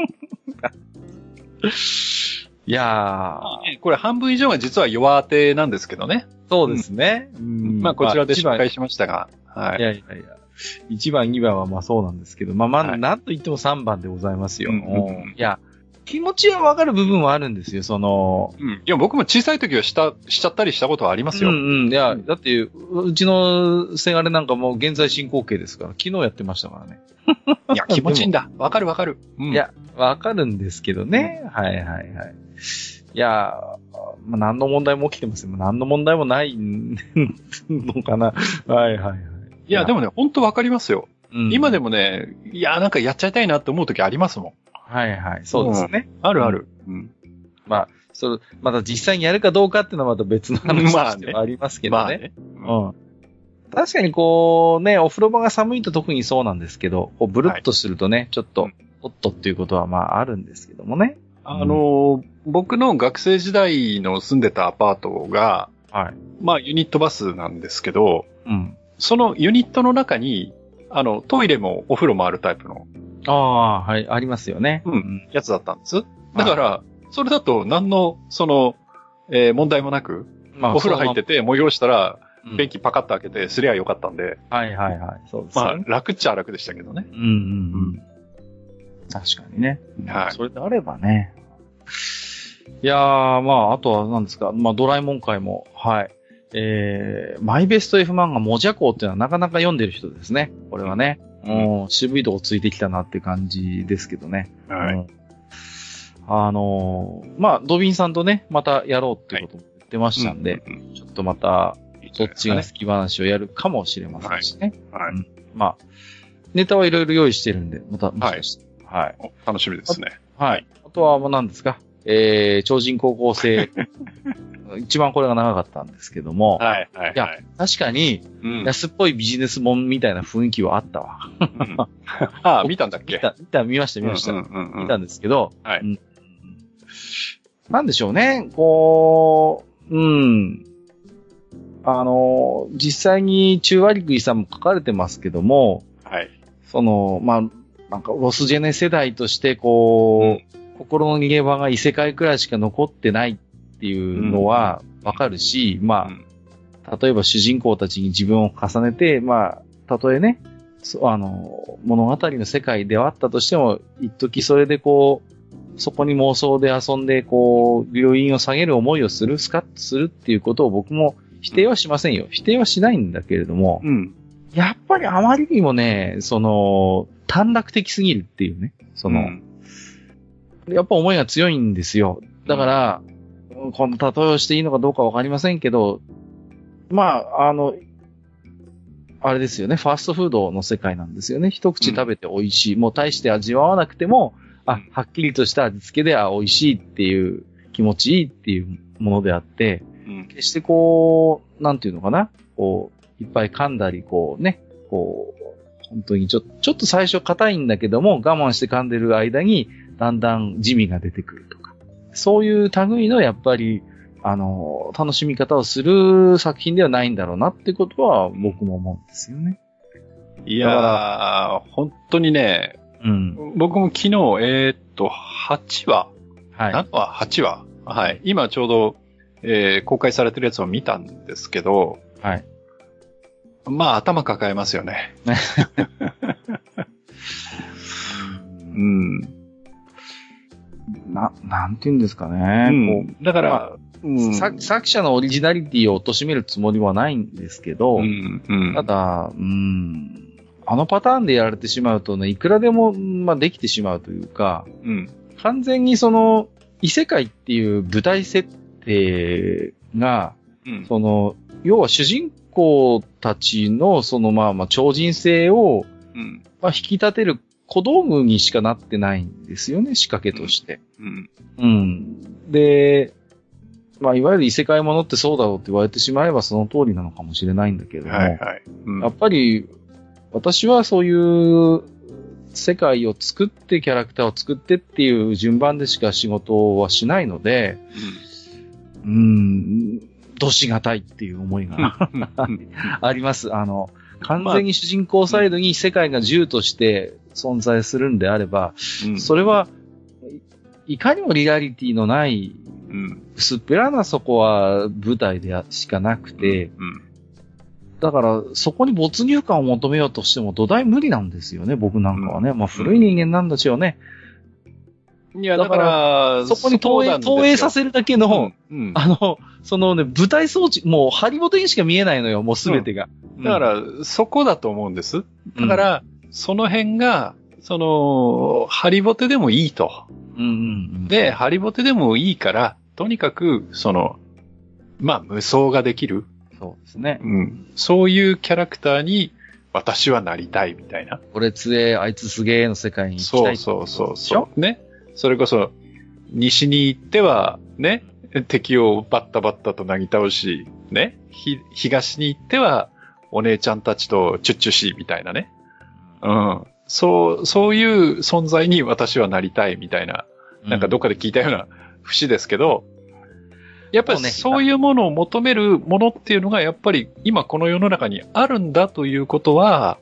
いやー。これ半分以上が実は弱当てなんですけどね。 そうですね。 まあこちらで失敗しましたが。はい。 いやいやいや。 1番、2番はまあそうなんですけど、まあまあ、 はいなんと言っても3番でございますよ。 うんうんうんいや、気持ちはわかる部分はあるんですよ、 うん。いや、僕も小さい時はしちゃったりしたことはありますよ。 うんうん。いや、だって、うちのせがれなんかもう現在進行形ですから、昨日やってましたからね。 いや、気持ちいいんだ。わかるわかる。うん。 いや、わかるんですけどね。はいはいはい。いや、まあ、何の問題も起きてますよ。何の問題もないのかな。はいはいはい。 いや、でもね、ほんとわかりますよ。 うん、 今でもね、いや、なんかやっちゃいたいなって思う時ありますもん。 はいはい。そうですね。 あるある。うん。 まあ、また実際にやるかどうかっていうのはまた別の話としてはありますけどね。 まあね。 うん。確かにこうね、お風呂場が寒いと特にそうなんですけど、こうブルッとするとね、ちょっと、ホッとっていうことはまああるんですけどもね。 僕の学生時代の住んでたアパートが、 はい。 まあユニットバスなんですけど、 うん。 そのユニットの中に、トイレもお風呂もあるタイプの。 ああ、はい、ありますよね。 うん。やつだったんです。だから、それだと何の、問題もなく、まあ、お風呂入ってて催したら、便器パカッと開けてすりゃよかったんで。 はいはいはい。そうですね。 まあ、楽っちゃ楽でしたけどね。 うんうんうん。確かにね。 はい。 それであればね。いやー、まあ、あとは何ですか。まあ、ドラえもん会も、はい。マイベスト F 漫画もじゃこうっていうのはなかなか読んでる人ですね。これはね。渋いとこついてきたなっていう感じですけどね。 はい。 まあ、ドビンさんとね、またやろうっていうことも言ってましたんで、ちょっとまた、そっちが好き話をやるかもしれませんしね。 はい。 まあ、ネタはいろいろ用意してるんで、また、もしかして。はい。 楽しみですね。 はい。あとは、もう何ですか超人高校生。一番これが長かったんですけども。 はい、はい。 いや、確かに、安っぽいビジネスもんみたいな雰囲気はあったわ。 ああ、見たんだっけ見ました。見たんですけど、 はい。 なんでしょうね、こう、実際に中和陸さんも書かれてますけども、 はい。 まあ、なんかロスジェネ世代としてこう、心の逃げ場が異世界くらいしか残ってないっていうのはわかるし、まあ、例えば主人公たちに自分を重ねて、まあ、たとえね、物語の世界ではあったとしても、一時それでこう、そこに妄想で遊んで、こう、病院を下げる思いをする、スカッとするっていうことを僕も否定はしませんよ。否定はしないんだけれども、やっぱりあまりにもね、短絡的すぎるっていうね、やっぱ思いが強いんですよ。だから、この例えをしていいのかどうかわかりませんけど、まあ、あれですよね、ファーストフードの世界なんですよね。一口食べて美味しい。もう大して味わわなくても、はっきりとした味付けで美味しいっていう気持ちいいっていうものであって、決してこう、なんていうのかな、こう、いっぱい噛んだり、こうね、こう、本当にちょっと最初硬いんだけども、我慢して噛んでる間に、だんだん地味が出てくるとか。そういう類のやっぱり、楽しみ方をする作品ではないんだろうなってことは僕も思うんですよね。 いやー、本当にね、僕も昨日、8話、はい。7話、8話、はい。今ちょうど、公開されてるやつを見たんですけど、 はい。 まあ、頭抱えますよね。 なんて言うんですかね。 だから、 作者のオリジナリティを貶めるつもりはないんですけど、ただ、あのパターンでやられてしまうとね、いくらでも、まあ、できてしまうというか、完全に異世界っていう舞台設定が、要は主人公たちのまあ超人性を、まあ、引き立てる小道具にしかなってないんですよね、仕掛けとして。で、まあ、いわゆる異世界ものってそうだろうって言われてしまえばその通りなのかもしれないんだけれども、やっぱり、私はそういう世界を作ってキャラクターを作ってっていう順番でしか仕事はしないので、どしがたいっていう思いがあります。完全に主人公サイドに世界が銃として存在するんであれば、それはいかにもリアリティのない、薄っぺらなそこは舞台でしかなくて、 だから、そこに没入感を求めようとしても土台無理なんですよね、僕なんかはね。まあ古い人間なんだしよね。 いや、だから、 そこに投影させるだけの、そのね、舞台装置、もうハリボテにしか見えないのよ、もうすべてが。 だから、そこだと思うんです。だから、その辺が、ハリボテでもいいと。で、ハリボテでもいいから、とにかく、まあ、無双ができる。 そうですね。 そういうキャラクターに、私はなりたいみたいな。 俺強え、あいつすげえの世界に行きたい。 そう。ね。それこそ、西に行っては、ね、敵をバッタバッタとなぎ倒し、ね、東に行っては、お姉ちゃんたちとチュッチュし、みたいなね。そういう存在に私はなりたいみたいな、なんかどっかで聞いたような節ですけど、やっぱりそういうものを求めるものっていうのがやっぱり今この世の中にあるんだということは、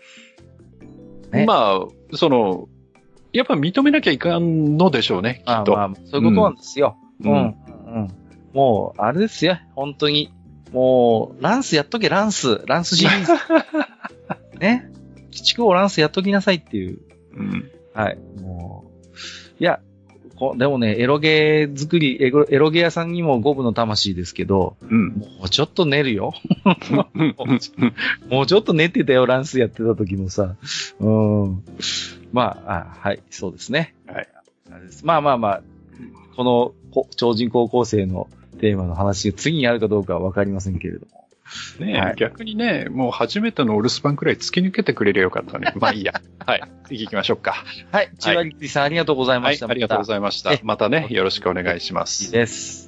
まあ、やっぱ認めなきゃいかんのでしょうね、きっと。 まあ、そういうことなんですよ。もう、あれですよ、本当に。もう、ランスやっとけ、ランスシリーズ。ね。鬼畜王ランスやっときなさいっていう。はい。もう、いや、でもね、エロゲー作り、エロゲー屋さんにも五分の魂ですけど、もうちょっと寝るよ。もうちょっと寝てたよ、ランスやってた時もさ。まあ、はい、そうですね。はい。まあ、この超人高校生のテーマの話が次にあるかどうかはわかりませんけれども。 ねえ、逆にね、もう初めてのお留守番くらい突き抜けてくれりゃよかったね。まあいいや。はい。次行きましょうか。 はい。千葉リさんありがとうございました。 ありがとうございました。またね、よろしくお願いします。 いいです。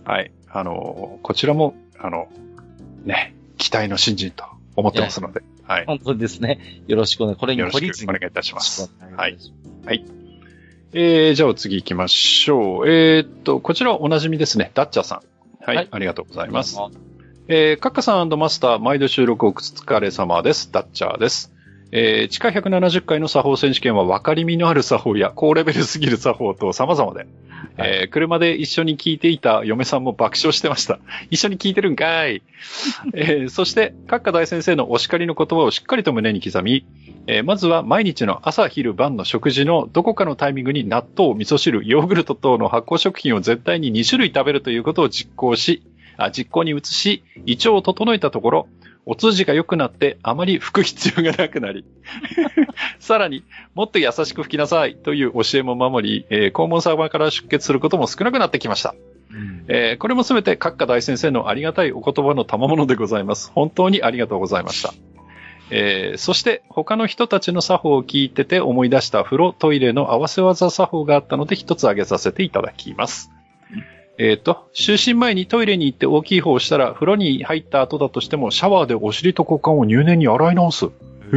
はい。こちらも、ね、期待の新人と思ってますので。はい。 本当ですね。よろしくお願い。これに懲りずにお願いいたします。はい。はい。じゃあ次行きましょう。こちらおなじみですね。ダッチャーさん。はい。ありがとうございます。カッカさん&マスター、毎度収録お疲れ様です。ダッチャーです。地下170回の作法選手権は分かりみのある作法や高レベルすぎる作法と様々で、車で一緒に聞いていた嫁さんも爆笑してました。一緒に聞いてるんかい。そして、カッカ大先生のお叱りの言葉をしっかりと胸に刻み、まずは毎日の朝昼晩の食事のどこかのタイミングに納豆、味噌汁、ヨーグルト等の発酵食品を絶対に2種類食べるということを実行に移し、胃腸を整えたところ、お通じが良くなってあまり拭く必要がなくなり、さらにもっと優しく拭きなさいという教えも守り、肛門様から出血することも少なくなってきました。これもすべてカッカ大先生のありがたいお言葉の賜物でございます。本当にありがとうございました。そして他の人たちの作法を聞いてて思い出した風呂、トイレの合わせ技作法があったので一つ挙げさせていただきます。就寝前にトイレに行って大きい方をしたら、風呂に入った後だとしても、シャワーでお尻と股間を入念に洗い直す。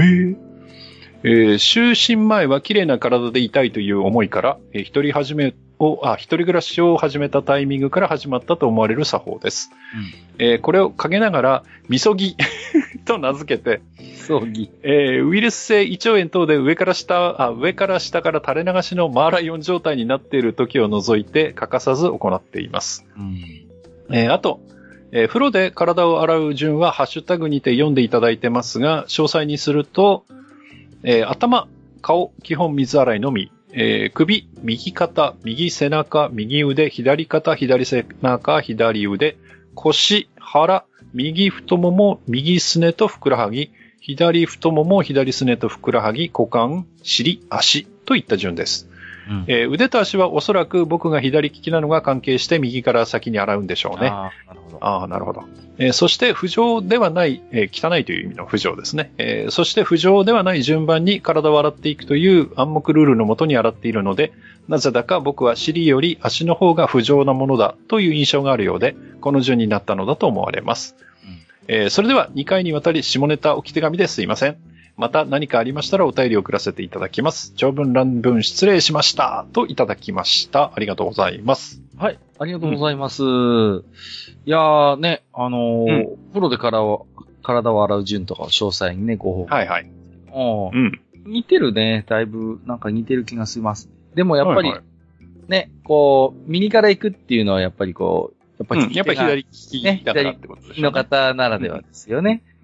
就寝前は綺麗な体でいたいという思いから、一人暮らしを始めたタイミングから始まったと思われる作法です。これを陰ながら、みそぎと名付けて、ウイルス性胃腸炎等で上から下から垂れ流しのマーライオン状態になっている時を除いて欠かさず行っています。あと、風呂で体を洗う順はハッシュタグにて読んでいただいてますが、詳細にすると、頭、顔、基本水洗いのみ、首、右肩、右背中、右腕、左肩、左背中、左腕、腰、腹、右太もも、右すねとふくらはぎ、左太もも、左すねとふくらはぎ、股間、尻、足といった順です。腕と足はおそらく僕が左利きなのが関係して右から先に洗うんでしょうね。なるほど。そして不浄ではない、汚いという意味の不浄ですね。そして不浄ではない順番に体を洗っていくという暗黙ルールのもとに洗っているので、なぜだか僕は尻より足の方が不浄なものだという印象があるようで、この順になったのだと思われます。それでは2回にわたり下ネタ置き手紙ですいません。また何かありましたらお便りを送らせていただきます。長文乱文失礼しましたといただきました。ありがとうございます。 はい、ありがとうございます。いやーね、風呂で体を洗う順とかを詳細にね、ご報告。似てるね、だいぶなんか似てる気がします。でもやっぱり、ね、こう、右から行くっていうのはやっぱりこう、 やっぱり左利きだからってことでしょうね。 の方ならではですよね。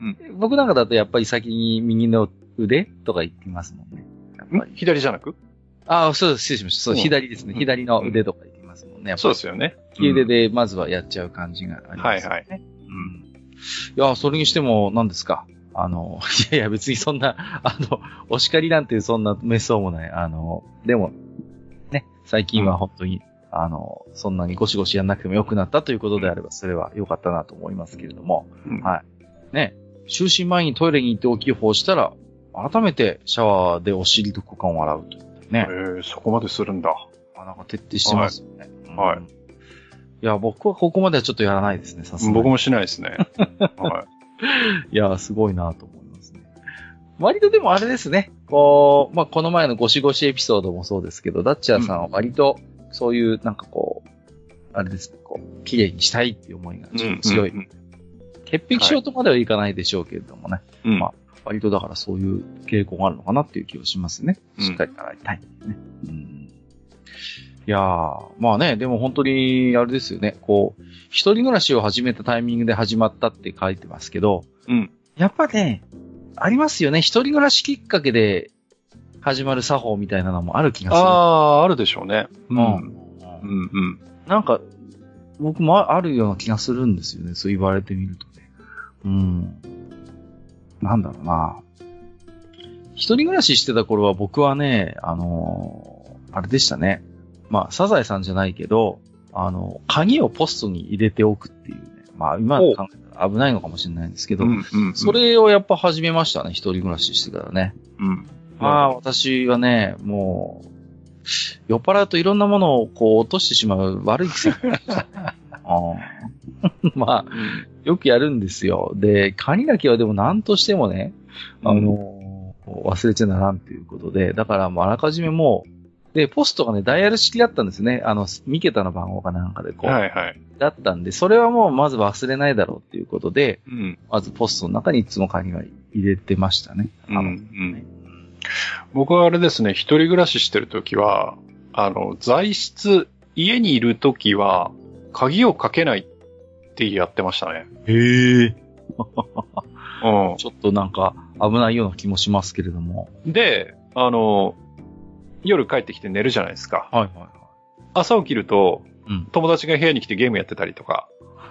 僕なんかだとやっぱり先に右の腕とか言ってますもんね。やっぱり左じゃなく？ そうです。失礼しました。そう、左ですね。左の腕とか言ってますもんね。 そうですよね。 利き腕でまずはやっちゃう感じがありますね。はいはい。いや、それにしても何ですか。いや別にそんな、お叱りなんてそんなめっそうもない。でも、ね、最近は本当に、そんなにゴシゴシやんなくても良くなったということであれば、それは良かったなと思いますけれども、はい。ね、就寝前にトイレに行って大きい方をしたら、改めてシャワーでお尻と股間を洗うというね。 そこまでするんだ。 なんか徹底してますよね。はい。いや、僕はここまではちょっとやらないですね、さすがに。 僕もしないですね。 はい。いや、すごいなと思いますね。割とでもあれですね。この前のゴシゴシエピソードもそうですけど、ダッチャーさんは割と、そういう、なんかあれですね、綺麗にしたいっていう思いがちょっと強い。潔癖症とまではいかないでしょうけれどもね。割とだからそういう傾向があるのかなっていう気がしますね。しっかり洗いたい、ね。いやー、まあね、でも本当に、あれですよね。一人暮らしを始めたタイミングで始まったって書いてますけど、やっぱね、ありますよね。一人暮らしきっかけで始まる作法みたいなのもある気がする。 あるでしょうね。 なんか、僕もあるような気がするんですよね。そう言われてみるとね。なんだろうな。一人暮らししてた頃は僕はね、あれでしたね。サザエさんじゃないけど、鍵をポストに入れておくっていうね。今考えたら危ないのかもしれないんですけど、それをやっぱ始めましたね。一人暮らししてからね。私はね、もう、酔っ払うといろんなものを落としてしまう悪い癖がありましたね。よくやるんですよ。で、鍵だけはでも何としてもね、忘れちゃならんということで、だからあらかじめもう、で、ポストがね、ダイヤル式だったんですね。2桁の番号かなんかでだったんで、それはもうまず忘れないだろうっていうことで、まずポストの中にいつも鍵は入れてましたね。 僕はあれですね、一人暮らししてるときは、家にいるときは、鍵をかけないってやってましたね。 へえ。ちょっとなんか危ないような気もしますけれども。 で、夜帰ってきて寝るじゃないですか。 はいはい。 朝起きると、友達が部屋に来てゲームやってたりとか。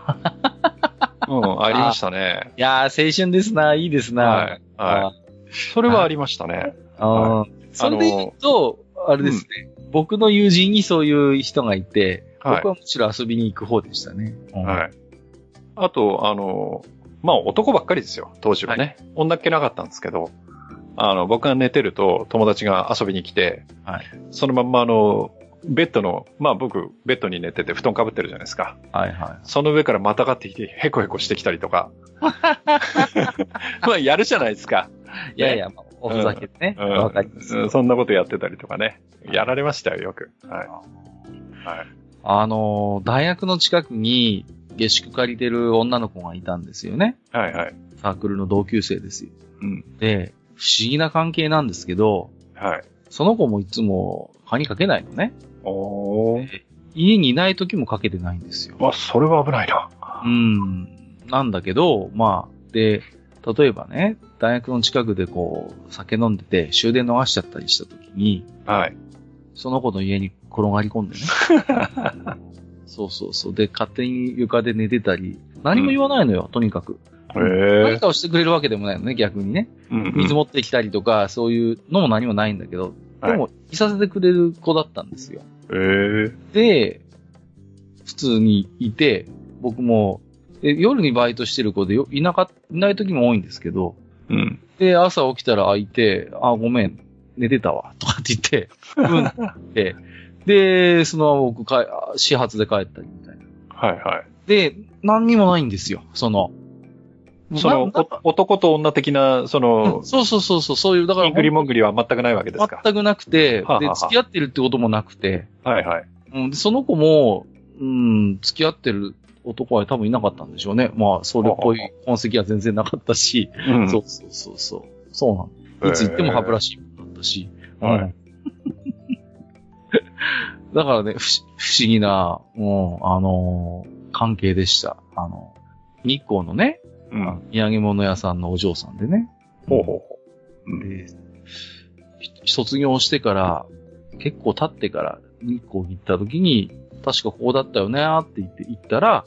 ありましたね。 いやー、青春ですな、いいですな。 はい。それはありましたね。 それで言うと、あれですね。僕の友人にそういう人がいて、僕はむしろ遊びに行く方でしたね。 はい。あと、男ばっかりですよ、当時はね。女っ気なかったんですけど、僕が寝てると友達が遊びに来て、そのまんまベッドの、僕、ベッドに寝てて布団かぶってるじゃないですか。その上からまたがってきて、ヘコヘコしてきたりとか。やるじゃないですか。 いやいや、おふざけね。わかります。 そんなことやってたりとかね。やられましたよ、よく。 大学の近くに下宿借りてる女の子がいたんですよね。サークルの同級生ですよ。で、不思議な関係なんですけど、その子もいつも鍵かけないのね。家にいない時もかけてないんですよ。 それは危ないな。 なんだけど、で、例えばね、大学の近くで酒飲んでて終電逃しちゃったりした時に、その子の家に転がり込んでね。そう。で、勝手に床で寝てたり、何も言わないのよ、とにかく。何かをしてくれるわけでもないのね、逆にね。水持ってきたりとか、そういうのも何もないんだけど、でも、いさせてくれる子だったんですよ。で、普通にいて、僕も、夜にバイトしてる子でいない時も多いんですけど、で、朝起きたら開いて、ごめん、寝てたわ、とかって言って、ってで、その僕始発で帰ったりみたいな。で、何にもないんですよ、 男と女的な、 そういう、だから。 イングリモングリは全くないわけですか？ 全くなくて、で、付き合ってるってこともなくて、その子も、付き合ってる男は多分いなかったんでしょうね。それっぽい痕跡は全然なかったし、そうなの。いつ行っても歯ブラシだったし、だからね、不思議な、関係でした。日光のね、 土産物屋さんのお嬢さんでね。 ほうほうほう。で、卒業してから、結構経ってから日光に行った時に、確かここだったよねって言ったら、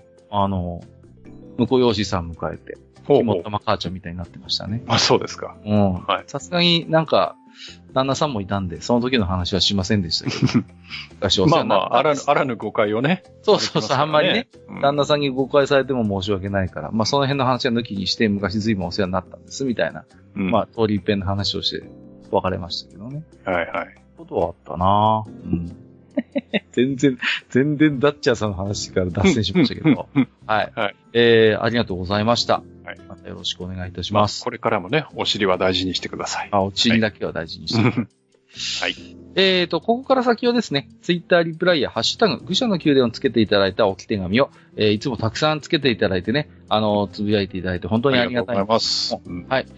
婿養子さん迎えて、肝っ玉母ちゃんみたいになってましたね。 あ、そうですか。 はい。さすがになんか、旦那さんもいたんで、その時の話はしませんでしたけど。昔お世話になった。 あらぬ誤解をね。 そうそうそう、あんまりね、旦那さんに誤解されても申し訳ないから、その辺の話は抜きにして、昔随分お世話になったんです、みたいな。通り一遍の話をして、別れましたけどね。 はいはい。 ことはあったな全然ダッチャーさんの話から脱線しましたけど。はい。ありがとうございました。はい。またよろしくお願いいたします。 これからもね、お尻は大事にしてください。 お尻だけは大事にしてください。はい。ここから先はですね、ツイッターリプライやハッシュタグ、愚者の宮殿をつけていただいた置き手紙を、いつもたくさんつけていただいてね、つぶやいていただいて本当にありがたいです。ありがとうございます。はい。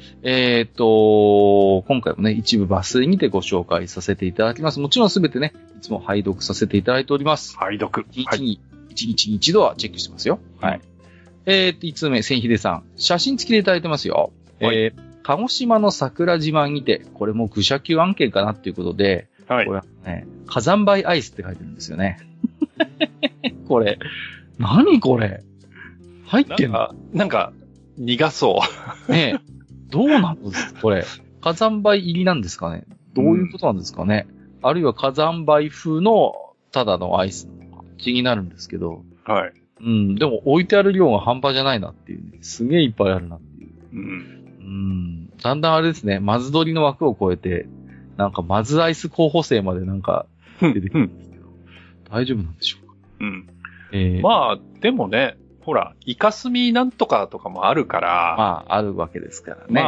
今回もね、一部抜粋にてご紹介させていただきます。もちろんすべてね、いつも拝読させていただいております。 拝読。 一日に一度はチェックしてますよ。はい。5つ目、千秀さん。写真付きでいただいてますよ。鹿児島の桜島にて、これも愚者級案件かなっていうことで、はい。これはね、火山灰アイスって書いてるんですよね。これ、何これ入ってんの？ なんか、苦そう。 ねえ。どうなんですかこれ。火山灰入りなんですかね？どういうことなんですかね？あるいは火山灰風のただのアイスなのか気になるんですけど。 はい。 でも置いてある量が半端じゃないなっていうね。すげえいっぱいあるなっていう。だんだんあれですね、マズ撮りの枠を超えて、なんかマズアイス候補生までなんか出てくるんですけど、大丈夫なんでしょうか。でもね、ほら、イカスミなんとかとかもあるから。 あるわけですからね。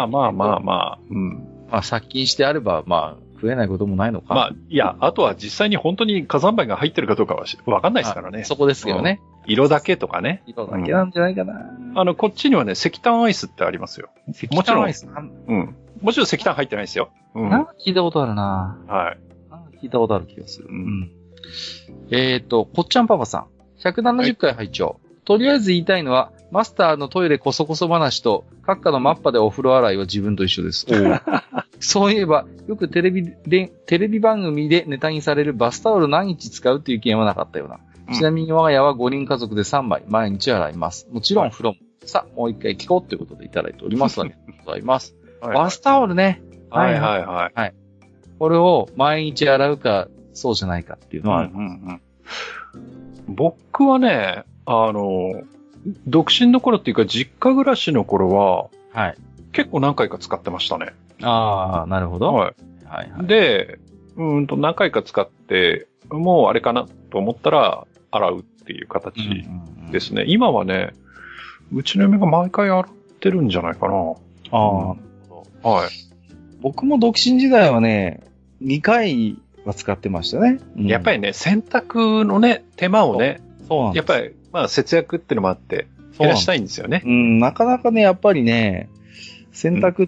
殺菌してあれば、食えないこともないのか。 いや、あとは実際に本当に火山灰が入ってるかどうかはわかんないですからね。 そこですよね。 色だけとかね。 色だけなんじゃないかな。 こっちにはね、石炭アイスってありますよ。 石炭アイスもちろん石炭入ってないですよ。 なんか聞いたことあるな。 はい。 なんか聞いたことある気がする。こっちゃんパパさん。170回拝聴。とりあえず言いたいのは、マスターのトイレこそこそ話と、閣下のマッパでお風呂洗いは自分と一緒です。そういえば、よくテレビ番組でネタにされるバスタオル何日使うっていう意見はなかったような。ちなみに我が家は5人家族で3枚毎日洗います。もちろん風呂も。さあ、もう一回聞こうということでいただいております。ありがとうございます。バスタオルね。 はいはい。 これを毎日洗うか、そうじゃないかっていうのはあります。 僕はね、独身の頃っていうか実家暮らしの頃は、結構何回か使ってましたね。 ああ、なるほど。 で、何回か使って、もうあれかなと思ったら洗うっていう形ですね。今はね、うちの嫁が毎回洗ってるんじゃないかな。 はい。僕も独身時代はね、2回は使ってましたね。 やっぱりね、洗濯のね、手間をね、 そうなんです。 やっぱり、節約ってのもあって、減らしたいんですよね。 なかなかね、やっぱりね、洗濯って、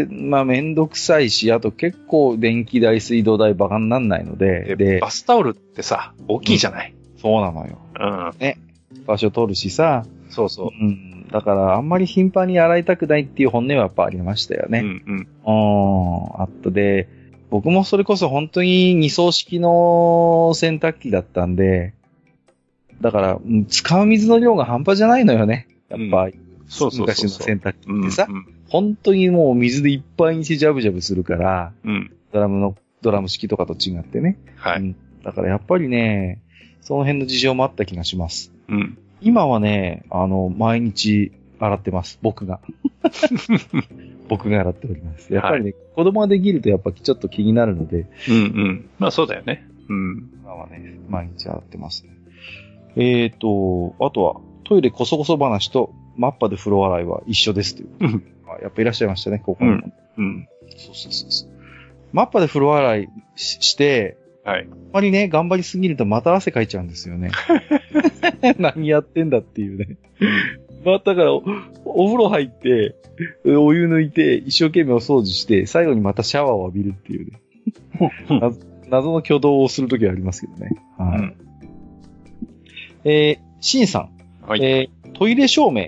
めんどくさいし、あと結構電気代、水道代バカになんないので。 で、バスタオルってさ、大きいじゃない。 そうなのよ。ね。場所取るしさ。 そうそう。 だから、あんまり頻繁に洗いたくないっていう本音はやっぱありましたよね。あとで、僕もそれこそ本当に二層式の洗濯機だったんで、だから、使う水の量が半端じゃないのよね。やっぱ、昔の洗濯機ってさ、本当にもう水でいっぱいにしてジャブジャブするから、ドラム式とかと違ってね。だからやっぱりね、その辺の事情もあった気がします。今はね、毎日洗ってます。僕が。僕が洗っております。やっぱりね、子供ができるとやっぱちょっと気になるので。 そうだよね。 今はね、毎日洗ってますね。あとは、トイレこそこそ話と、マッパで風呂洗いは一緒ですという。やっぱいらっしゃいましたね、ここにも。そう。マッパで風呂洗いして、あまりね、頑張りすぎるとまた汗かいちゃうんですよね。何やってんだっていうね。だから、お風呂入って、お湯抜いて、一生懸命お掃除して、最後にまたシャワーを浴びるっていうね。謎の挙動をするときはありますけどね。シンさん。トイレ照明。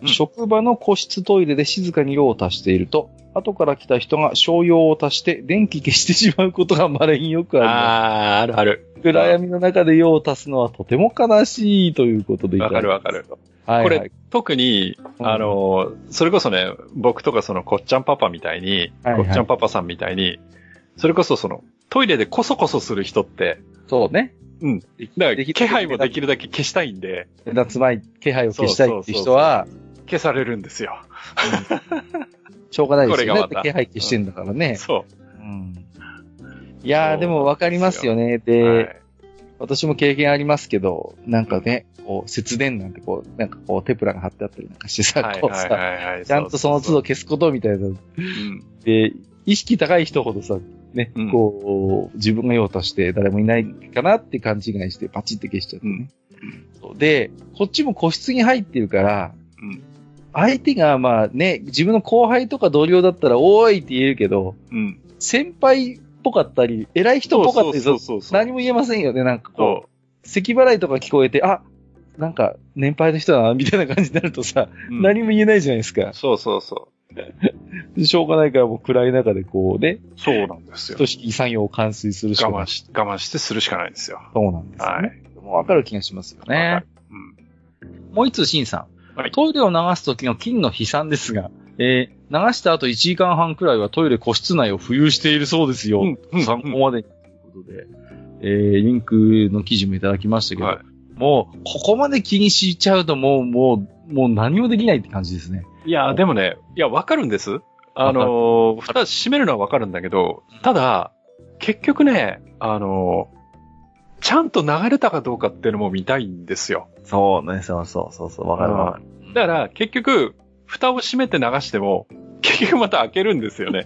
職場の個室トイレで静かに用を足していると、後から来た人が小用を足して電気消してしまうことが稀によくある。 あるある。 暗闇の中で用を足すのはとても悲しいということでいただきます。 わかる。はいはい、これ、特に、それこそね、僕とかそのこっちゃんパパみたいに、はいはい、こっちゃんパパさんみたいに、それこそその、トイレでコソコソする人って、 そうね。 うん。だから、気配もできるだけ消したいんで。 目立つまい、気配を消したいっていう人は、 消されるんですよ。 しょうがないですよね。だって気配消してんだからね。 そう。 いやー、でもわかりますよね。で、はい、私も経験ありますけど、なんかね、こう、節電なんてこう、なんかこう、テプラが貼ってあったりなんかしてさ、こうさ、ちゃんとその都度消すことみたいな。で、意識高い人ほどさ、ね、こう、自分が用として誰もいないかなって勘違いしてパチって消しちゃってね。で、こっちも個室に入ってるから、相手がまあね、自分の後輩とか同僚だったら、おーいって言えるけど、先輩っぽかったり、偉い人っぽかったりすると、何も言えませんよね、なんかこう。咳払いとか聞こえて、あ、なんか年配の人だな、みたいな感じになるとさ、何も言えないじゃないですか。 そう。 しょうがないからもう暗い中でこうね。 そうなんですよ。 組織作業を完遂するしかない。 我慢してするしかないんですよ。 そうなんですよね。はい。もうわかる気がしますよね。もう一つ、シンさん。はい、トイレを流すときの菌の飛散ですが、流した後1時間半くらいはトイレ個室内を浮遊しているそうですよ。参考までに。ということで、リンクの記事もいただきましたけど、はい、もう、ここまで気にしちゃうともう何もできないって感じですね。 いや、でもね、わかるんです。蓋閉めるのはわかるんだけど、ただ、結局ね、ちゃんと流れたかどうかっていうのも見たいんですよ。 そうね、そう、わかるわかる。 だから、結局、蓋を閉めて流しても、結局また開けるんですよね。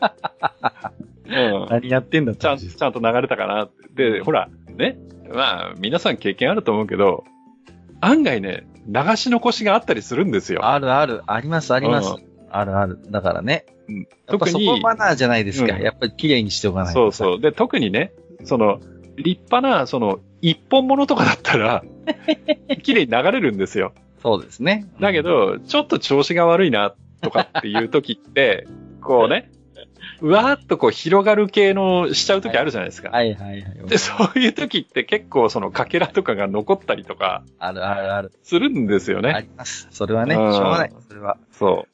何やってんだって。 ちゃんと流れたかなって。で、ほら、ね。まあ、皆さん経験あると思うけど、案外ね、流し残しがあったりするんですよ。 あります。ある。だからね。特に。そこマナーじゃないですか。やっぱり綺麗にしておかないと。 そう。で、特にね、立派な、一本物とかだったら、綺麗に流れるんですよ。 そうですね。 だけど、ちょっと調子が悪いな、とかっていう時って、こうね、うわーっとこう広がる系のしちゃう時あるじゃないですか。 はい。 で、そういう時って結構かけらとかが残ったりとか。 ある。 するんですよね。 あります。それはね、しょうがない。それは。 そう。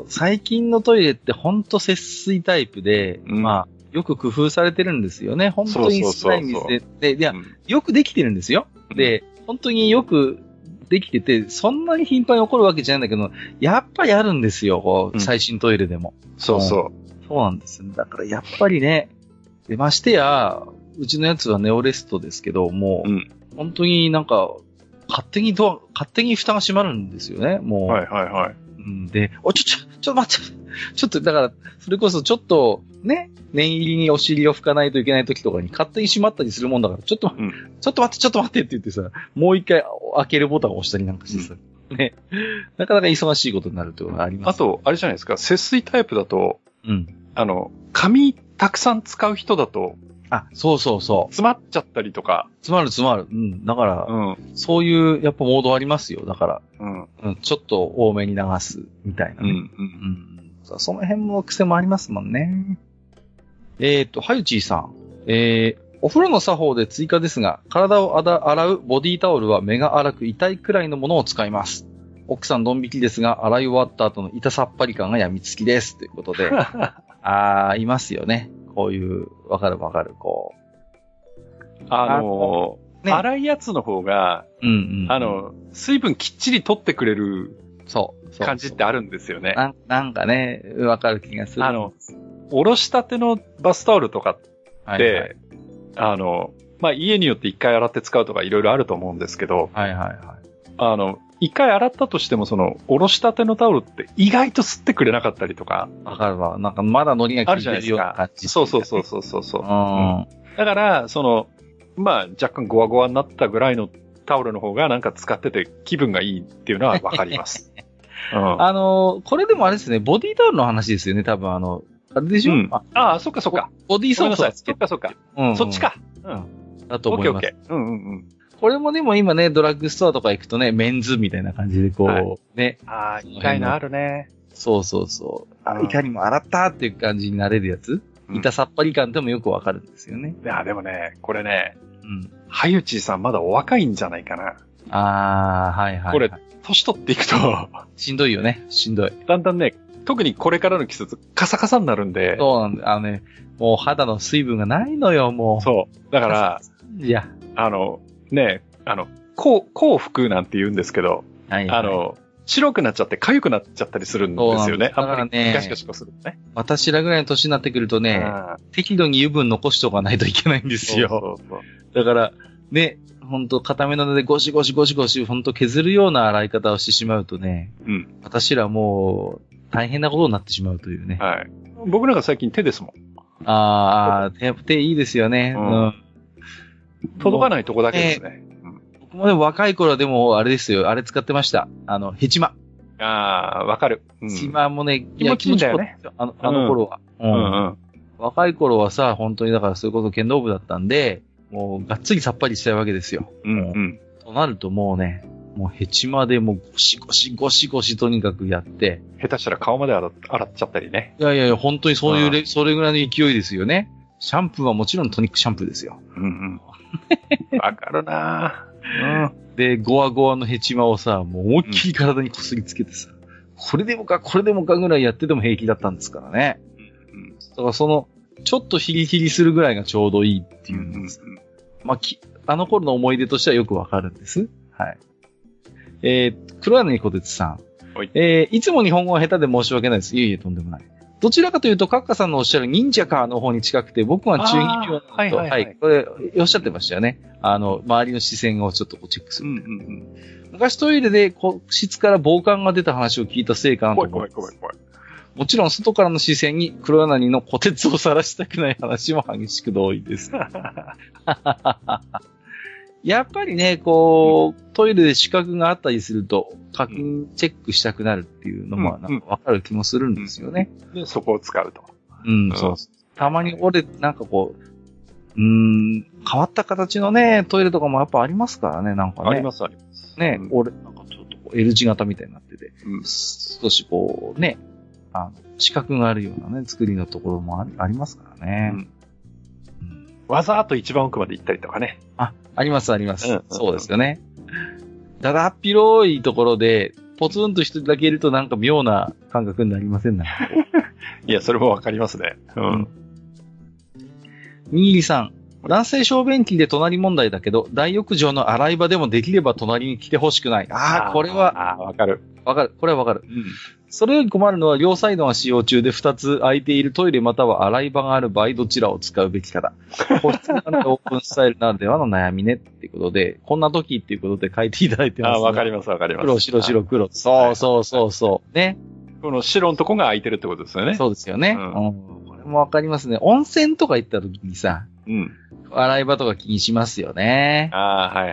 最近のトイレってほんと節水タイプで、まあ、よく工夫されてるんですよね。本当に少ない水で。いや、よくできてるんですよ。で、本当によくできてて、そんなに頻繁に起こるわけじゃないんだけど、やっぱりあるんですよ、こう、最新トイレでも。 そう。 そうなんですよ。だからやっぱりね、ましてや、うちのやつはネオレストですけど、もう、本当になんか、勝手に蓋が閉まるんですよね、もう。 はい。 で、ちょっと待って、ちょっと、だから、それこそちょっと、ね、念入りにお尻を拭かないといけない時とかに勝手に閉まったりするもんだから、ちょっと待ってって言ってさ、もう一回開けるボタンを押したりなんかしてさ、ね、なかなか忙しいことになるってことがあります。 あと、あれじゃないですか、節水タイプだと、紙たくさん使う人だと、 そう。詰まっちゃったりとか。 詰まる。だから、そういう、やっぱモードありますよ。だから、ちょっと多めに流す、みたいなね。その辺も癖もありますもんね。はゆちーさん。お風呂の作法で追加ですが、体を洗うボディタオルは目が粗く痛いくらいのものを使います。奥さんドン引きですが、洗い終わった後の痛さっぱり感が病みつきです。ということで。いますよね。こういう、わかる、こう。 洗いやつの方が、水分きっちり取ってくれる感じってあるんですよね。 なんかね、わかる気がする。 おろしたてのバスタオルとかって、まあ、家によって一回洗って使うとかいろいろあると思うんですけど、一回洗ったとしても、おろしたてのタオルって意外と吸ってくれなかったりとか。 わかるわ。なんかまだ海苔が効いてるような感じ。 そう。だから、まあ、若干ゴワゴワになったぐらいのタオルの方がなんか使ってて気分がいいっていうのはわかります。 これでもあれですね、ボディタオルの話ですよね、多分あれでしょ、 そっか。 ボディソープそっか。そっちか。 だと思います。 オッケー。 これもでも今ね、ドラッグストアとか行くとね、メンズみたいな感じでこう、はい、ね。 ああ、いかいのあるね。 そうそうそう。いかにも洗ったっていう感じになれるやつ。いたさっぱり感でもよくわかるんですよね。 いや、でもね、これね、はゆちーさんまだお若いんじゃないかな。 ああ、はいはい、はい。 これ、年取っていくとしんどいよね。しんどい。 だんだんね、特にこれからの季節、カサカサになるんで。 そうなんだ。もう肌の水分がないのよ、もう。 そう。だから、 いや。 ね、口服なんて言うんですけど、はいはい、白くなっちゃって痒くなっちゃったりするんですよね。あんまりガシガシするとね。 私らぐらいの年になってくるとね、適度に油分残しておかないといけないんですよ。そうだから、ね、ほんと固めなのでゴシゴシゴシゴシほんと削るような洗い方をしてしまうとね、私らもう大変なことになってしまうというね。 はい。僕なんか最近手ですもん。 手いいですよね。 届かないとこだけですね。 僕もでも若い頃はでもあれですよ、あれ使ってました。ヘチマ。 ああ、わかる。 ヘチマもね、 気持ちいいんだよね。 あの頃は。若い頃はさ、本当にだからそれこそ剣道部だったんで、もうがっつりさっぱりしたいわけですよ。となるともうね、もうヘチマでもうゴシゴシゴシゴシとにかくやって。 下手したら顔まで洗っちゃったりね。 いや、本当にそういう、それぐらいの勢いですよね。シャンプーはもちろんトニックシャンプーですよ。 わかるなぁ。 で、ゴワゴワのヘチマをさ、もう思いっきり体にこすりつけてさ、これでもかぐらいやってても平気だったんですからね。だからちょっとヒリヒリするぐらいがちょうどいいっていうんです。まあ、あの頃の思い出としてはよくわかるんです。はい。黒柳小鉄さん。いつも日本語は下手で申し訳ないです。いえ、とんでもない。どちらかというと、カッカさんのおっしゃる忍者かの方に近くて、僕は中二病と、はい。これ、おっしゃってましたよね。周りの視線をちょっとチェックする。昔トイレで個室から暴漢が出た話を聞いたせいかなと思います。もちろん外からの視線に黒柳の虎鉄を晒したくない話も激しく同意です。やっぱりね、トイレで死角があったりすると、確認チェックしたくなるっていうのも、なんかわかる気もするんですよね。 で、そこを使うと。 そう。たまになんか変わった形のね、トイレとかもやっぱありますからね、なんかね。 あります。 ね、なんかちょっとL 字型みたいになってて、少しね、四角があるようなね、作りのところもありますからね。 わざと一番奥まで行ったりとかね。 あります。そうですよね。だだっ広いところで、ポツンと一人だけいるとなんか妙な感覚になりませんね。 いや、それもわかりますね。 にぎりさん。男性小便器で隣問題だけど、大浴場の洗い場でもできれば隣に来てほしくない。これは。 わかる。 これはわかる。それより困るのは両サイドが使用中で2つ空いているトイレまたは洗い場がある場合どちらを使うべきかだ。個室なのでオープンスタイルならではの悩みねっていうことで、こんな時っていうことで書いていただいてます、ね。 わかります。 黒、白、黒。そう。ね。 この白のとこが空いてるってことですよね。 そうですよね。これもわかりますね。温泉とか行った時にさ、洗い場とか気にしますよね。 はい。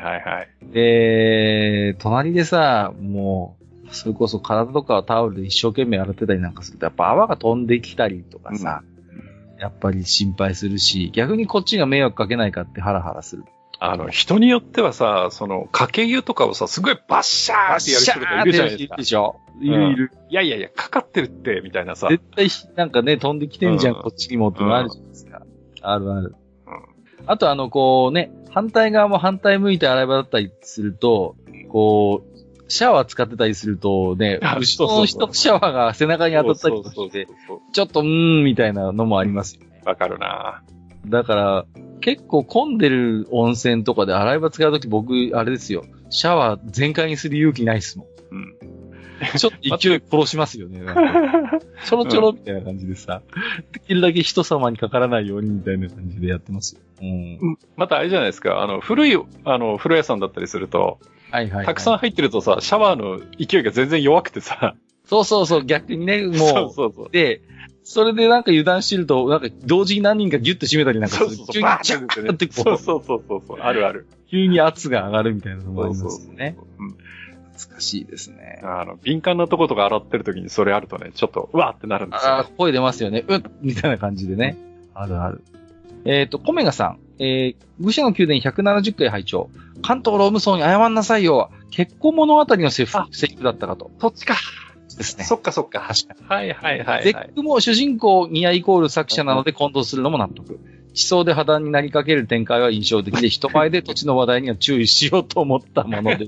で、隣でさ、もう、それこそ体とかをタオルで一生懸命洗ってたりなんかすると、やっぱ泡が飛んできたりとかさ、やっぱり心配するし、逆にこっちが迷惑かけないかってハラハラする。 人によってはさ、かけ湯とかをさ、すごいバッシャーってやる人とかいるじゃないですか。 でしょ。いる。 いや、かかってるって、みたいなさ。 絶対なんかね、飛んできてんじゃん、こっちにもってのあるじゃないですか。ある。あと反対側も反対向いて洗い場だったりすると、シャワー使ってたりするとね、後ろの人のシャワーが背中に当たったりとかして、ちょっとみたいなのもありますよね。 わかるな。 だから、結構混んでる温泉とかで洗い場使うとき僕、あれですよ、シャワー全開にする勇気ないっすもん。ちょっと勢い殺しますよね。ちょろちょろみたいな感じでさ、できるだけ人様にかからないようにみたいな感じでやってますよ。 またあれじゃないですか、古い、風呂屋さんだったりすると、たくさん入ってるとさ、シャワーの勢いが全然弱くてさ。 そう、逆にね、もう。そう。で、それでなんか油断してると、なんか同時に何人かギュッと締めたりなんかする。 急にバーッってそう、ある。 急に圧が上がるみたいなのもありますよね。難しいですね。 敏感なとことか洗ってる時にそれあるとね、ちょっと、うわーってなるんですよ。 声出ますよね。みたいな感じでね。ある。コメガさん。 愚者の宮殿170回拝聴。関東ローム層に謝んなさいよ。結婚物語のセリフだったかと。 そっちか。 ですね。 そっか。確かに。はい。 ゼックも主人公ニアイコール作者なので混同するのも納得。地層で破談になりかける展開は印象的で、人前で土地の話題には注意しようと思ったものです。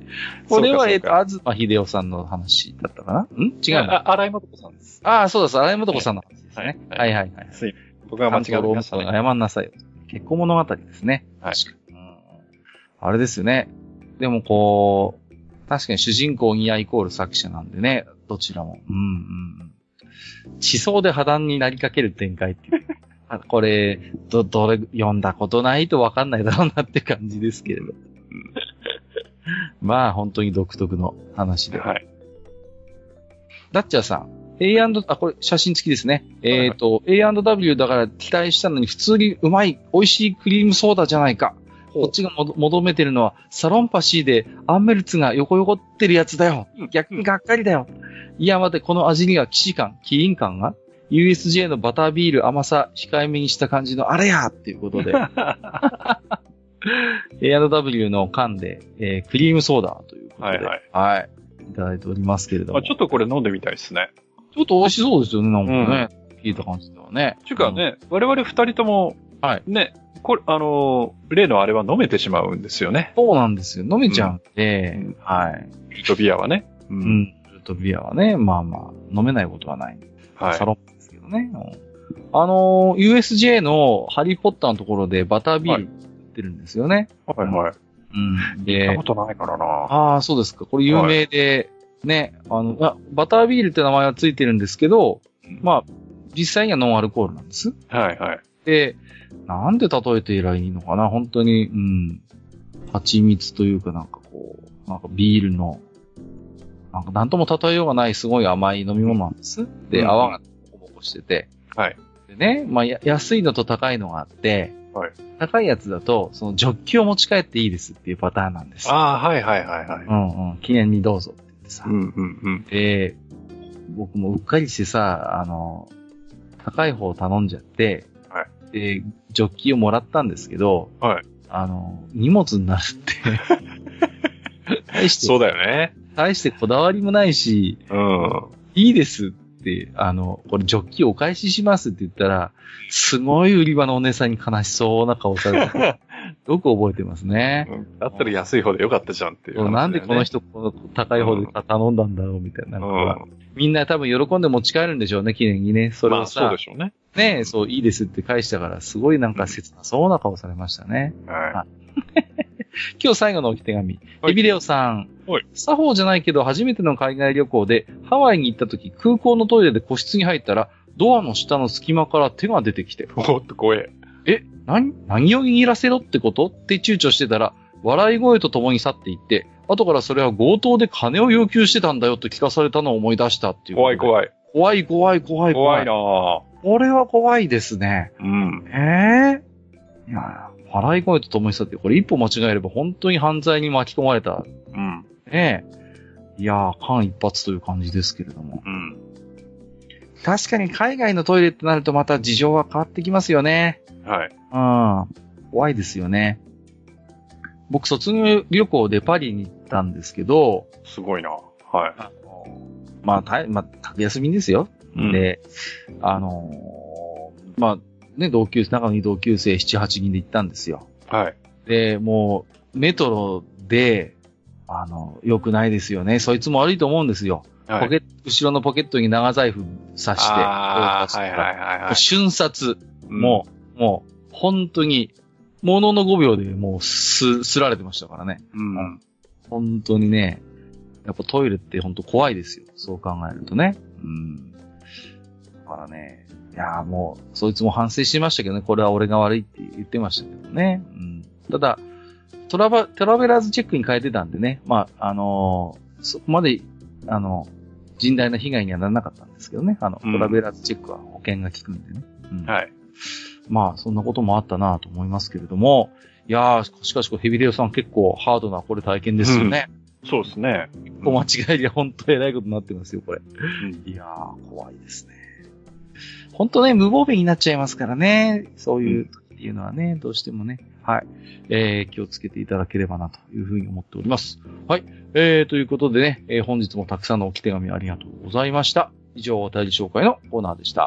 これは、東秀夫さんの話だったかな？違うの？ 荒井素子さんです。 ああ、そうです。荒井素子さんの話ですね。はい。 僕が間違えましたね。 謝んなさいよ。結婚物語ですね。 はい。 あれですよね。でもこう、確かに主人公ニアイコール作者なんでね、どちらも。地層で破談になりかける展開っていう。これ、どれ、読んだことないとわかんないだろうなって感じですけれど。まあ、本当に独特の話で。 はい。 ダッチャーさん。これ写真付きですね。A&W だから期待したのに普通にうまい、美味しいクリームソーダじゃないか。こっちが求めてるのはサロンパシーでアンメルツが横ってるやつだよ。逆にがっかりだよ。いや、待て、この味にはキリン感が USJ のバタービール甘さ控えめにした感じのあれやっていうことで。A&W の缶で、クリームソーダということで。はい。いただいておりますけれども。 ちょっとこれ飲んでみたいですね。 ちょっと美味しそうですよね、なんかね。聞いた感じではね。 ちゅうかね、我々二人とも、ね、これ、例のあれは飲めてしまうんですよね。 そうなんですよ。飲めちゃうんで、はい。 ルートビアはね。 ルートビアはね、まあまあ、飲めないことはない。 はい。 サロンですけどね。USJ のハリーポッターのところでバタービール売ってるんですよね。 はい。で、行ったことないからな。 ああ、そうですか。これ有名で、ね、バタービールって名前はついてるんですけど、まあ、実際にはノンアルコールなんです。 はい。 で、なんで例えていらいいのかな本当に、蜂蜜というかなんかこう、なんかビールの、なんとも例えようがないすごい甘い飲み物なんです。で、泡がボコボコしてて。 はい。 でね、まあ、安いのと高いのがあって、 はい。 高いやつだと、そのジョッキを持ち帰っていいですっていうパターンなんです。 ああ、はい。 記念にどうぞって言ってさ。 で、 僕もうっかりしてさ、高い方を頼んじゃって、 はい。 で、ジョッキをもらったんですけど、 はい。 荷物になるって。 そうだよね。 大してこだわりもないし、いいですって、これジョッキお返ししますって言ったら、すごい売り場のお姉さんに悲しそうな顔されて、よく覚えてますね。 だったら安い方でよかったじゃんっていう、ね。 なんでこの人この高い方で頼んだんだろうみたいな。みんな多分喜んで持ち帰るんでしょうね、記念にね。それをさ、 そうでしょうね。 ね、そう、いいですって返したから、すごいなんか切なそうな顔されましたね。 はい。 今日最後の置き手紙。エビレオさん。作法じゃないけど、初めての海外旅行で、ハワイに行った時、空港のトイレで個室に入ったら、ドアの下の隙間から手が出てきて。 おっと怖え。 何を握らせろってことって躊躇してたら、笑い声と共に去っていって、後からそれは強盗で金を要求してたんだよと聞かされたのを思い出したっていう。 怖い。 怖いなぁ。 これは怖いですね。いや、笑い声と共に去って、これ一歩間違えれば本当に犯罪に巻き込まれた。いや間一髪という感じですけれども。確かに海外のトイレってなるとまた事情は変わってきますよね。 はい。 怖いですよね。僕、卒業旅行でパリに行ったんですけど。 すごいな。はい。 格安便ですよ。で、中に同級生7、8人で行ったんですよ。 はい。 で、もう、メトロで、良くないですよね。そいつも悪いと思うんですよ。はい、後ろのポケットに長財布刺して、瞬殺、もう、本当に、ものの5秒でもうすられてましたからね。本当にね、やっぱトイレって本当怖いですよ。そう考えるとね。だからね、いやもう、そいつも反省しましたけどね、これは俺が悪いって言ってましたけどね。ただ、トラベラーズチェックに変えてたんでね、そこまで、甚大な被害にはならなかったんですけどね。トラベラーズチェックは保険が効くんでね。 はい。 そんなこともあったなと思いますけれども、いやー、しかしヘビレオさん結構ハードなこれ体験ですよね。 そうですね。 間違いで本当偉いことになってますよ、これ。いやー、怖いですね。本当ね、無防備になっちゃいますからね。そういう時っていうのはね、どうしてもね、はい。気をつけていただければなというふうに思っております。はい。ということでね、本日もたくさんの置き手紙ありがとうございました。以上、お便り紹介のコーナーでした。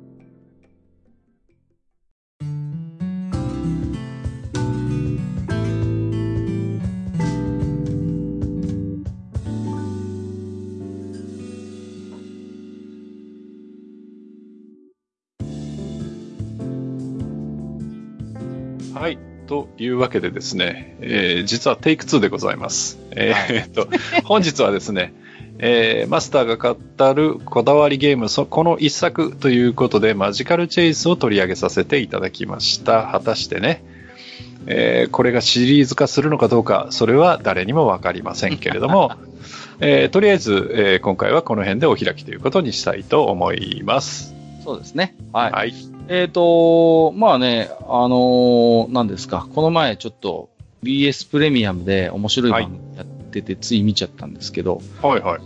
はい。というわけでですね、実はテイク2でございます。本日はですね、マスターが語るこだわりゲーム、この一作ということで、マジカルチェイスを取り上げさせていただきました。果たしてね、これがシリーズ化するのかどうか、それは誰にもわかりませんけれども、とりあえず、今回はこの辺でお開きということにしたいと思います。 そうですね。はい。 はい。 まあね、何ですか。この前ちょっと BS プレミアムで面白い番組やっててつい見ちゃったんですけど、 はいはい。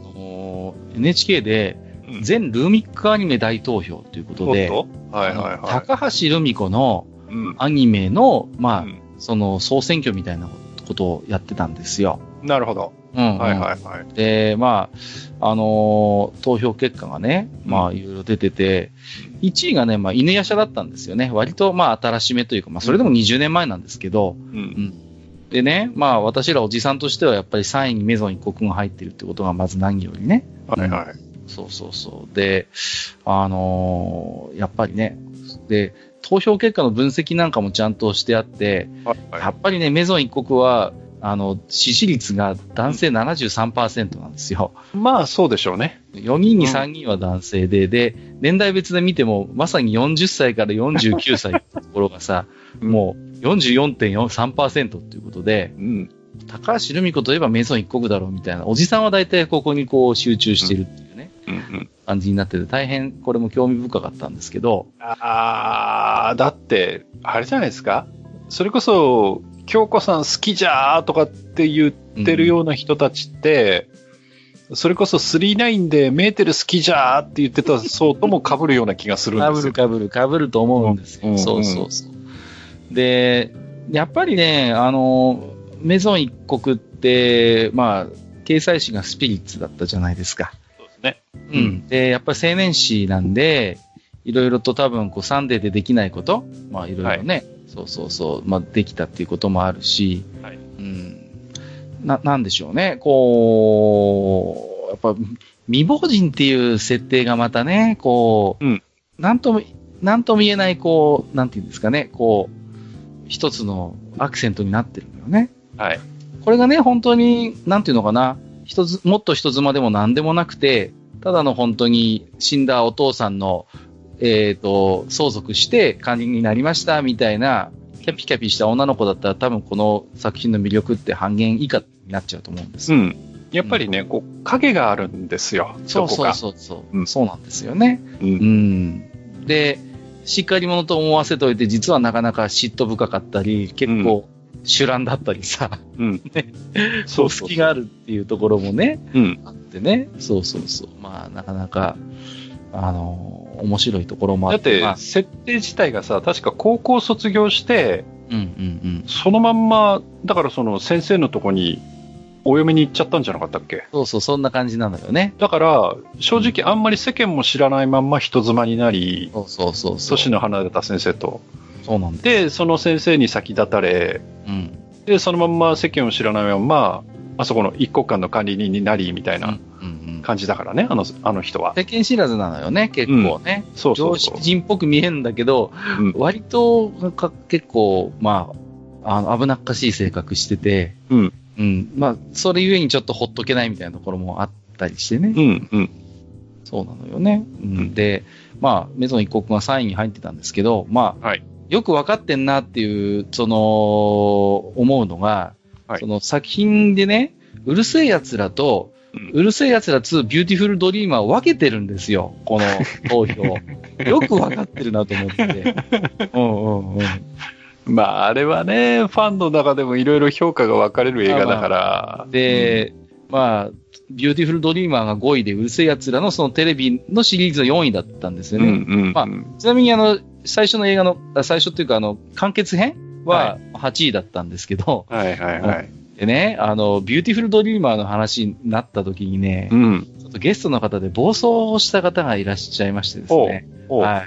NHK で全ルーミックアニメ大投票ということで、 はいはいはい。 高橋留美子のアニメの、まあ、その総選挙みたいなことをやってたんですよ。 なるほど。はいはいはい。 で、まあ、投票結果がね、まあ、いろいろ出てて、1位がね、まあ、犬夜叉だったんですよね。割と、まあ、新しめというか、まあ、それでも20年前なんですけど、でね、まあ、私らおじさんとしては、やっぱり3位にメゾン一国が入ってるってことが、まず何よりね。 はいはい。 そうそうそう。で、やっぱりね、で、投票結果の分析なんかもちゃんとしてあって、やっぱりね、メゾン一国は、支持率が男性 73% なんですよ。 まあ、そうでしょうね。 4人に3人は男性で、で、年代別で見ても、まさに40歳から49歳ってところがさ、もう 44.3% ということで、高橋留美子といえばメゾン一国だろうみたいな、おじさんは大体ここにこう集中してるっていうね、感じになってて、大変これも興味深かったんですけど。 だって、あれじゃないですか？それこそ、京子さん好きじゃーとかって言ってるような人たちって、それこそ39でメーテル好きじゃーって言ってた層とも被るような気がするんですよ。 被ると思うんですよ。そうそうそう。で、やっぱりね、メゾン一国って、まあ、掲載誌がスピリッツだったじゃないですか。 そうですね。 で、やっぱり青年誌なんで、いろいろと多分こうサンデーでできないこと、まあいろいろね、そうそうそう、まあできたっていうこともあるし、なんでしょうね、こう、やっぱ未亡人っていう設定がまたね、こう、なんとも言えない、こう、なんていうんですかね、こう、一つのアクセントになってるんだよね。 はい。 これがね、本当に、なんていうのかな、もっと人妻でも何でもなくて、ただの本当に死んだお父さんの、相続して管理になりましたみたいな、キャピキャピした女の子だったら多分この作品の魅力って半減以下になっちゃうと思うんですよ。 やっぱりね、こう、影があるんですよ。 そう。そうなんですよね。で、しっかり者と思わせといて、実はなかなか嫉妬深かったり、結構、主乱だったりさ、そう、隙があるっていうところもね、あってね、そう。まあ、なかなか、面白いところもあって。 だって、設定自体がさ、確か高校卒業して、そのまんま、だからその先生のとこにお嫁に行っちゃったんじゃなかったっけ？ そう、そんな感じなのよね。 だから、正直あんまり世間も知らないまんま人妻になり、年の離れた先生と。 そうなんです。 で、その先生に先立たれ、で、そのまんま世間を知らないまんま、あそこの一国間の管理人になり、みたいな感じだからね、あの人は。 世間知らずなのよね、結構ね。常識人っぽく見えるんだけど、割と結構、まあ、危なっかしい性格してて、まあ、それゆえにちょっとほっとけないみたいなところもあったりしてね。そうなのよね。で、まあ、メゾン一国が3位に入ってたんですけど、まあ、よくわかってんなっていう、思うのが、その作品でね、うるせえ奴らと、うるせえ奴ら2ビューティフルドリーマーを分けてるんですよ、この投票。よくわかってるなと思ってて。 まあ、あれはね、ファンの中でもいろいろ評価が分かれる映画だから。 で、まあ、ビューティフルドリーマーが5位で、うるせえ奴らのそのテレビのシリーズの4位だったんですよね。まあ、ちなみに最初の映画の、最初っていうか完結編は8位だったんですけど、 はいはいはい。 でね、ビューティフルドリーマーの話になった時にね、ちょっとゲストの方で暴走した方がいらっしゃいましてですね、はい。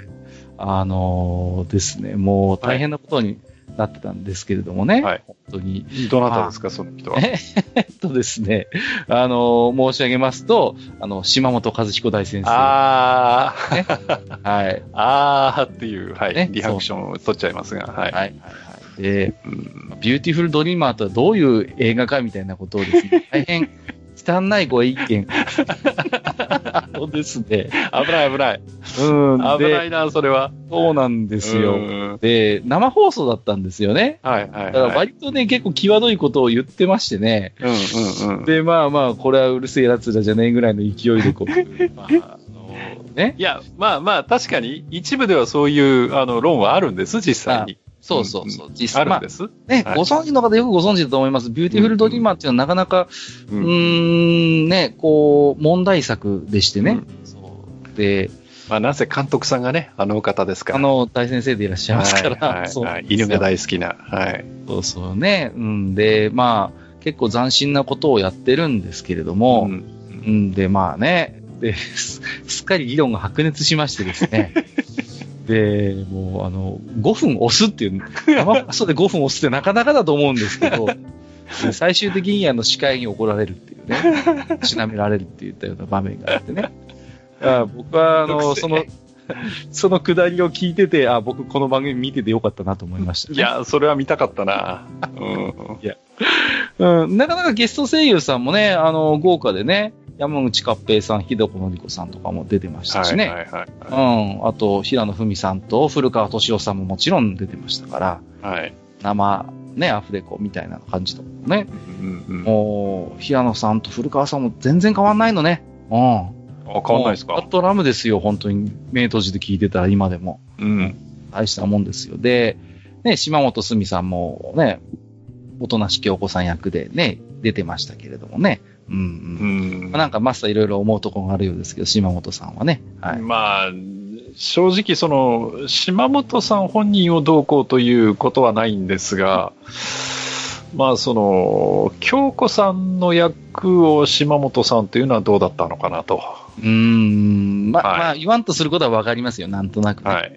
ですね、もう大変なことになってたんですけれどもね、はい、本当に。 どなたですか、その人は。 ですね、申し上げますと、島本和彦大先生。 ああ、ね。はい。 ああっていう、はい、ね、リアクションを取っちゃいますが、はい。はい。 で、ビューティフルドリーマーとはどういう映画かみたいなことをですね、大変汚いご意見。そうですね。 危ない危ない。危ないな、それは。 そうなんですよ。で、生放送だったんですよね。 はいはい、はい。 だから割とね、結構際どいことを言ってましてね。で、まあまあ、これはうるせえやつらじゃねえぐらいの勢いでこう、 ね。いや、まあまあ、確かに一部ではそういう論はあるんです、実際に。 そうそうそう。 実際、あるんです。 ね、ご存知の方よくご存知だと思います。ビューティフルドリーマーっていうのはなかなか、ね、こう、問題作でしてね。そうで、 まあ、なぜ監督さんがね、あの方ですから。 大先生でいらっしゃいますから。 はい、犬が大好きな。はい。 そうそうね。で、まあ、結構斬新なことをやってるんですけれども、で、まあね、で、すっかり議論が白熱しましてですね。で、もう5分押すっていう、生放送で5分押すってなかなかだと思うんですけど、最終的に司会に怒られるっていうね、しなめられるって言ったような場面があってね。僕は、そのくだりを聞いてて、僕この番組見ててよかったなと思いました、ね。 いや、それは見たかったな。 いや、なかなかゲスト声優さんもね、豪華でね、山口勝平さん、日高のり子さんとかも出てましたしね。あと、平野文さんと古川敏夫さんももちろん出てましたから、 はい、 生、ね、アフレコみたいな感じとね。もう、平野さんと古川さんも全然変わんないのね。 変わんないですか？ バットラムですよ、本当に。目閉じて聞いてたら今でも。大したもんですよ。で、ね、島本すみさんもね、おとなしきお子さん役でね、出てましたけれどもね。なんかマスターいろいろ思うところがあるようですけど、島本さんはね。はい、 まあ、正直島本さん本人をどうこうということはないんですが、まあ京子さんの役を島本さんというのはどうだったのかなと。 まあ、言わんとすることはわかりますよ、なんとなく、ね。はい。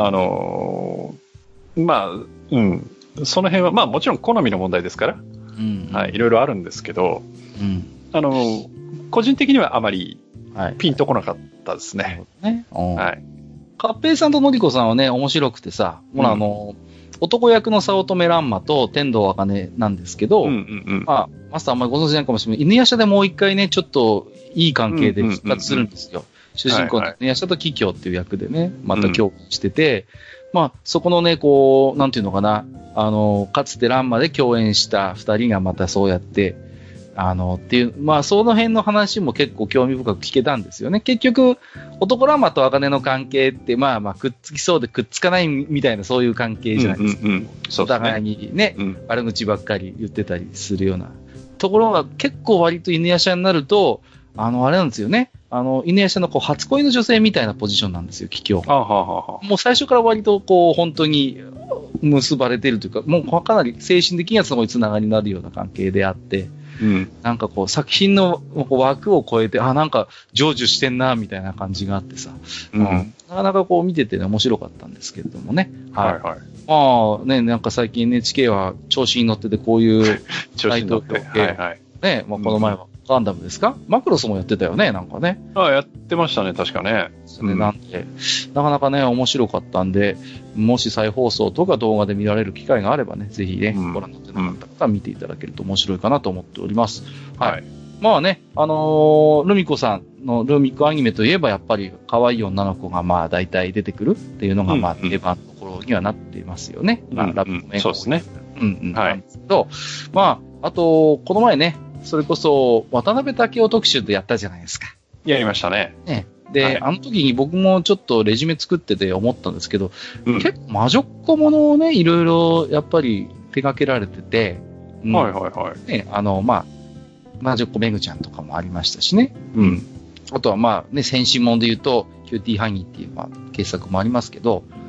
まあ、その辺は、まあもちろん好みの問題ですから、はい、いろいろあるんですけど、個人的にはあまりピンとこなかったですね。はい。 勝平さんとのりこさんはね、面白くてさ、男役の早乙女蘭馬と天童茜なんですけど、まあ、マスターあんまりご存知ないかもしれない。犬夜叉でもう一回ね、ちょっといい関係で復活するんですよ。主人公の犬夜叉と桔梗っていう役でね、また共演してて、まあ、そこのね、こう、なんていうのかな、かつて蘭馬で共演した二人がまたそうやって、っていう、まあ、その辺の話も結構興味深く聞けたんですよね。結局、男ランマと茜の関係って、まあまあ、くっつきそうでくっつかないみたいな、そういう関係じゃないですか。お互いにね、悪口ばっかり言ってたりするような。ところが、結構割と犬夜叉になると、あれなんですよね。犬夜叉のこう初恋の女性みたいなポジションなんですよ、桔梗。もう最初から割とこう、本当に結ばれているというか、もうかなり精神的にはそこにつながりになるような関係であって、なんかこう作品の枠を超えて、なんか成就してんな、みたいな感じがあってさ、なかなかこう見ててね、面白かったんですけれどもね。はいはい。まあね、なんか最近 NHK は調子に乗っててこういう調子に乗って、はいはい。 ね、まあこの前はガンダムですか？マクロスもやってたよね、なんかね。 やってましたね、確かね。 なんで、なかなかね、面白かったんで、もし再放送とか動画で見られる機会があればね、ぜひね、ご覧になってなかった方は見ていただけると面白いかなと思っております。はい。まあね、ルミ子さんのルミ子アニメといえば、やっぱり可愛い女の子がまあ大体出てくるっていうのがまあ定番のところにはなっていますよね。ラブのそうですね。 はい。まあ、あと、この前ね、それこそ、渡辺武雄特集でやったじゃないですか。 やりましたね。 で、あの時に僕もちょっとレジュメ作ってて思ったんですけど、結構魔女っ子ものをね、いろいろやっぱり手掛けられてて、 はいはいはい。 ね、まあ、魔女っ子めぐちゃんとかもありましたしね。あとはまあね、先進もので言うと、キューティーハニーっていう、まあ、傑作もありますけど、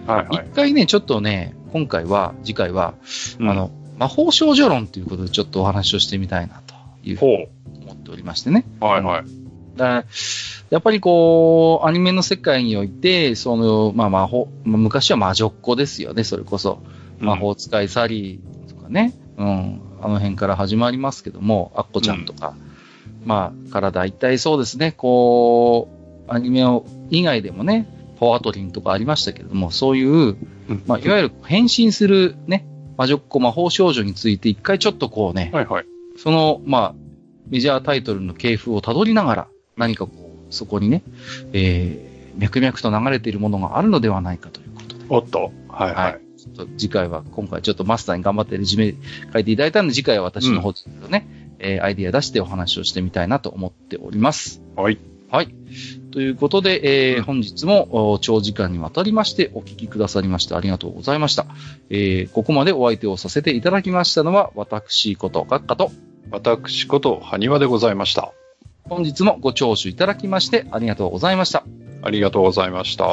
はいはい。 一回ね、ちょっとね、次回は、魔法少女論ということでちょっとお話をしてみたいなというふうに思っておりましてね。 はいはい。 だからやっぱりこう、アニメの世界において、その、昔は魔女っ子ですよね、それこそ。魔法使いサリーとかね。あの辺から始まりますけども、アッコちゃんとか。からだいたいそうですね、こう、アニメ以外でもね、ポワトリンとかありましたけれども、そういう、いわゆる変身するね、魔女っ子魔法少女について一回ちょっとこうね、 はいはい。 その、メジャータイトルの系譜をたどりながら、何かこう、そこにね、脈々と流れているものがあるのではないかということで。 おっと。はいはい。 ちょっと次回は、今回ちょっとマスターに頑張ってレジュメ書いていただいたので、次回は私の方でね、アイディア出してお話をしてみたいなと思っております。 はい。 はい。ということで、本日も長時間にわたりましてお聞きくださりましてありがとうございました。ここまでお相手をさせていただきましたのは、私こと閣下と、 私こと埴輪でございました。 本日もご聴取いただきましてありがとうございました。 ありがとうございました。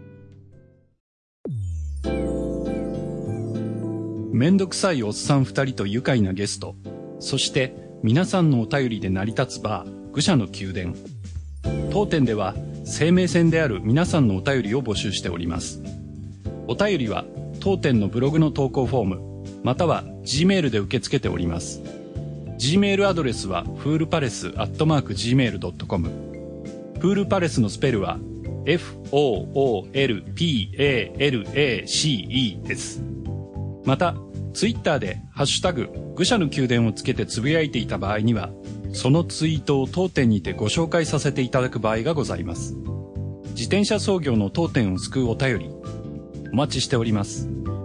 めんどくさいおっさん2人と愉快なゲスト、そして皆さんのお便りで成り立つバー、愚者の宮殿。当店では生命線である皆さんのお便りを募集しております。お便りは当店のブログの投稿フォーム、または Gmail で受け付けております。Gmail アドレスは foolpalace@gmail.com。 フールパレスのスペルは FOOLPALACE です。またツイッターでハッシュタグ愚者の宮殿をつけてつぶやいていた場合には、そのツイートを当店にてご紹介させていただく場合がございます。自転車操業の当店を救うお便りお待ちしております。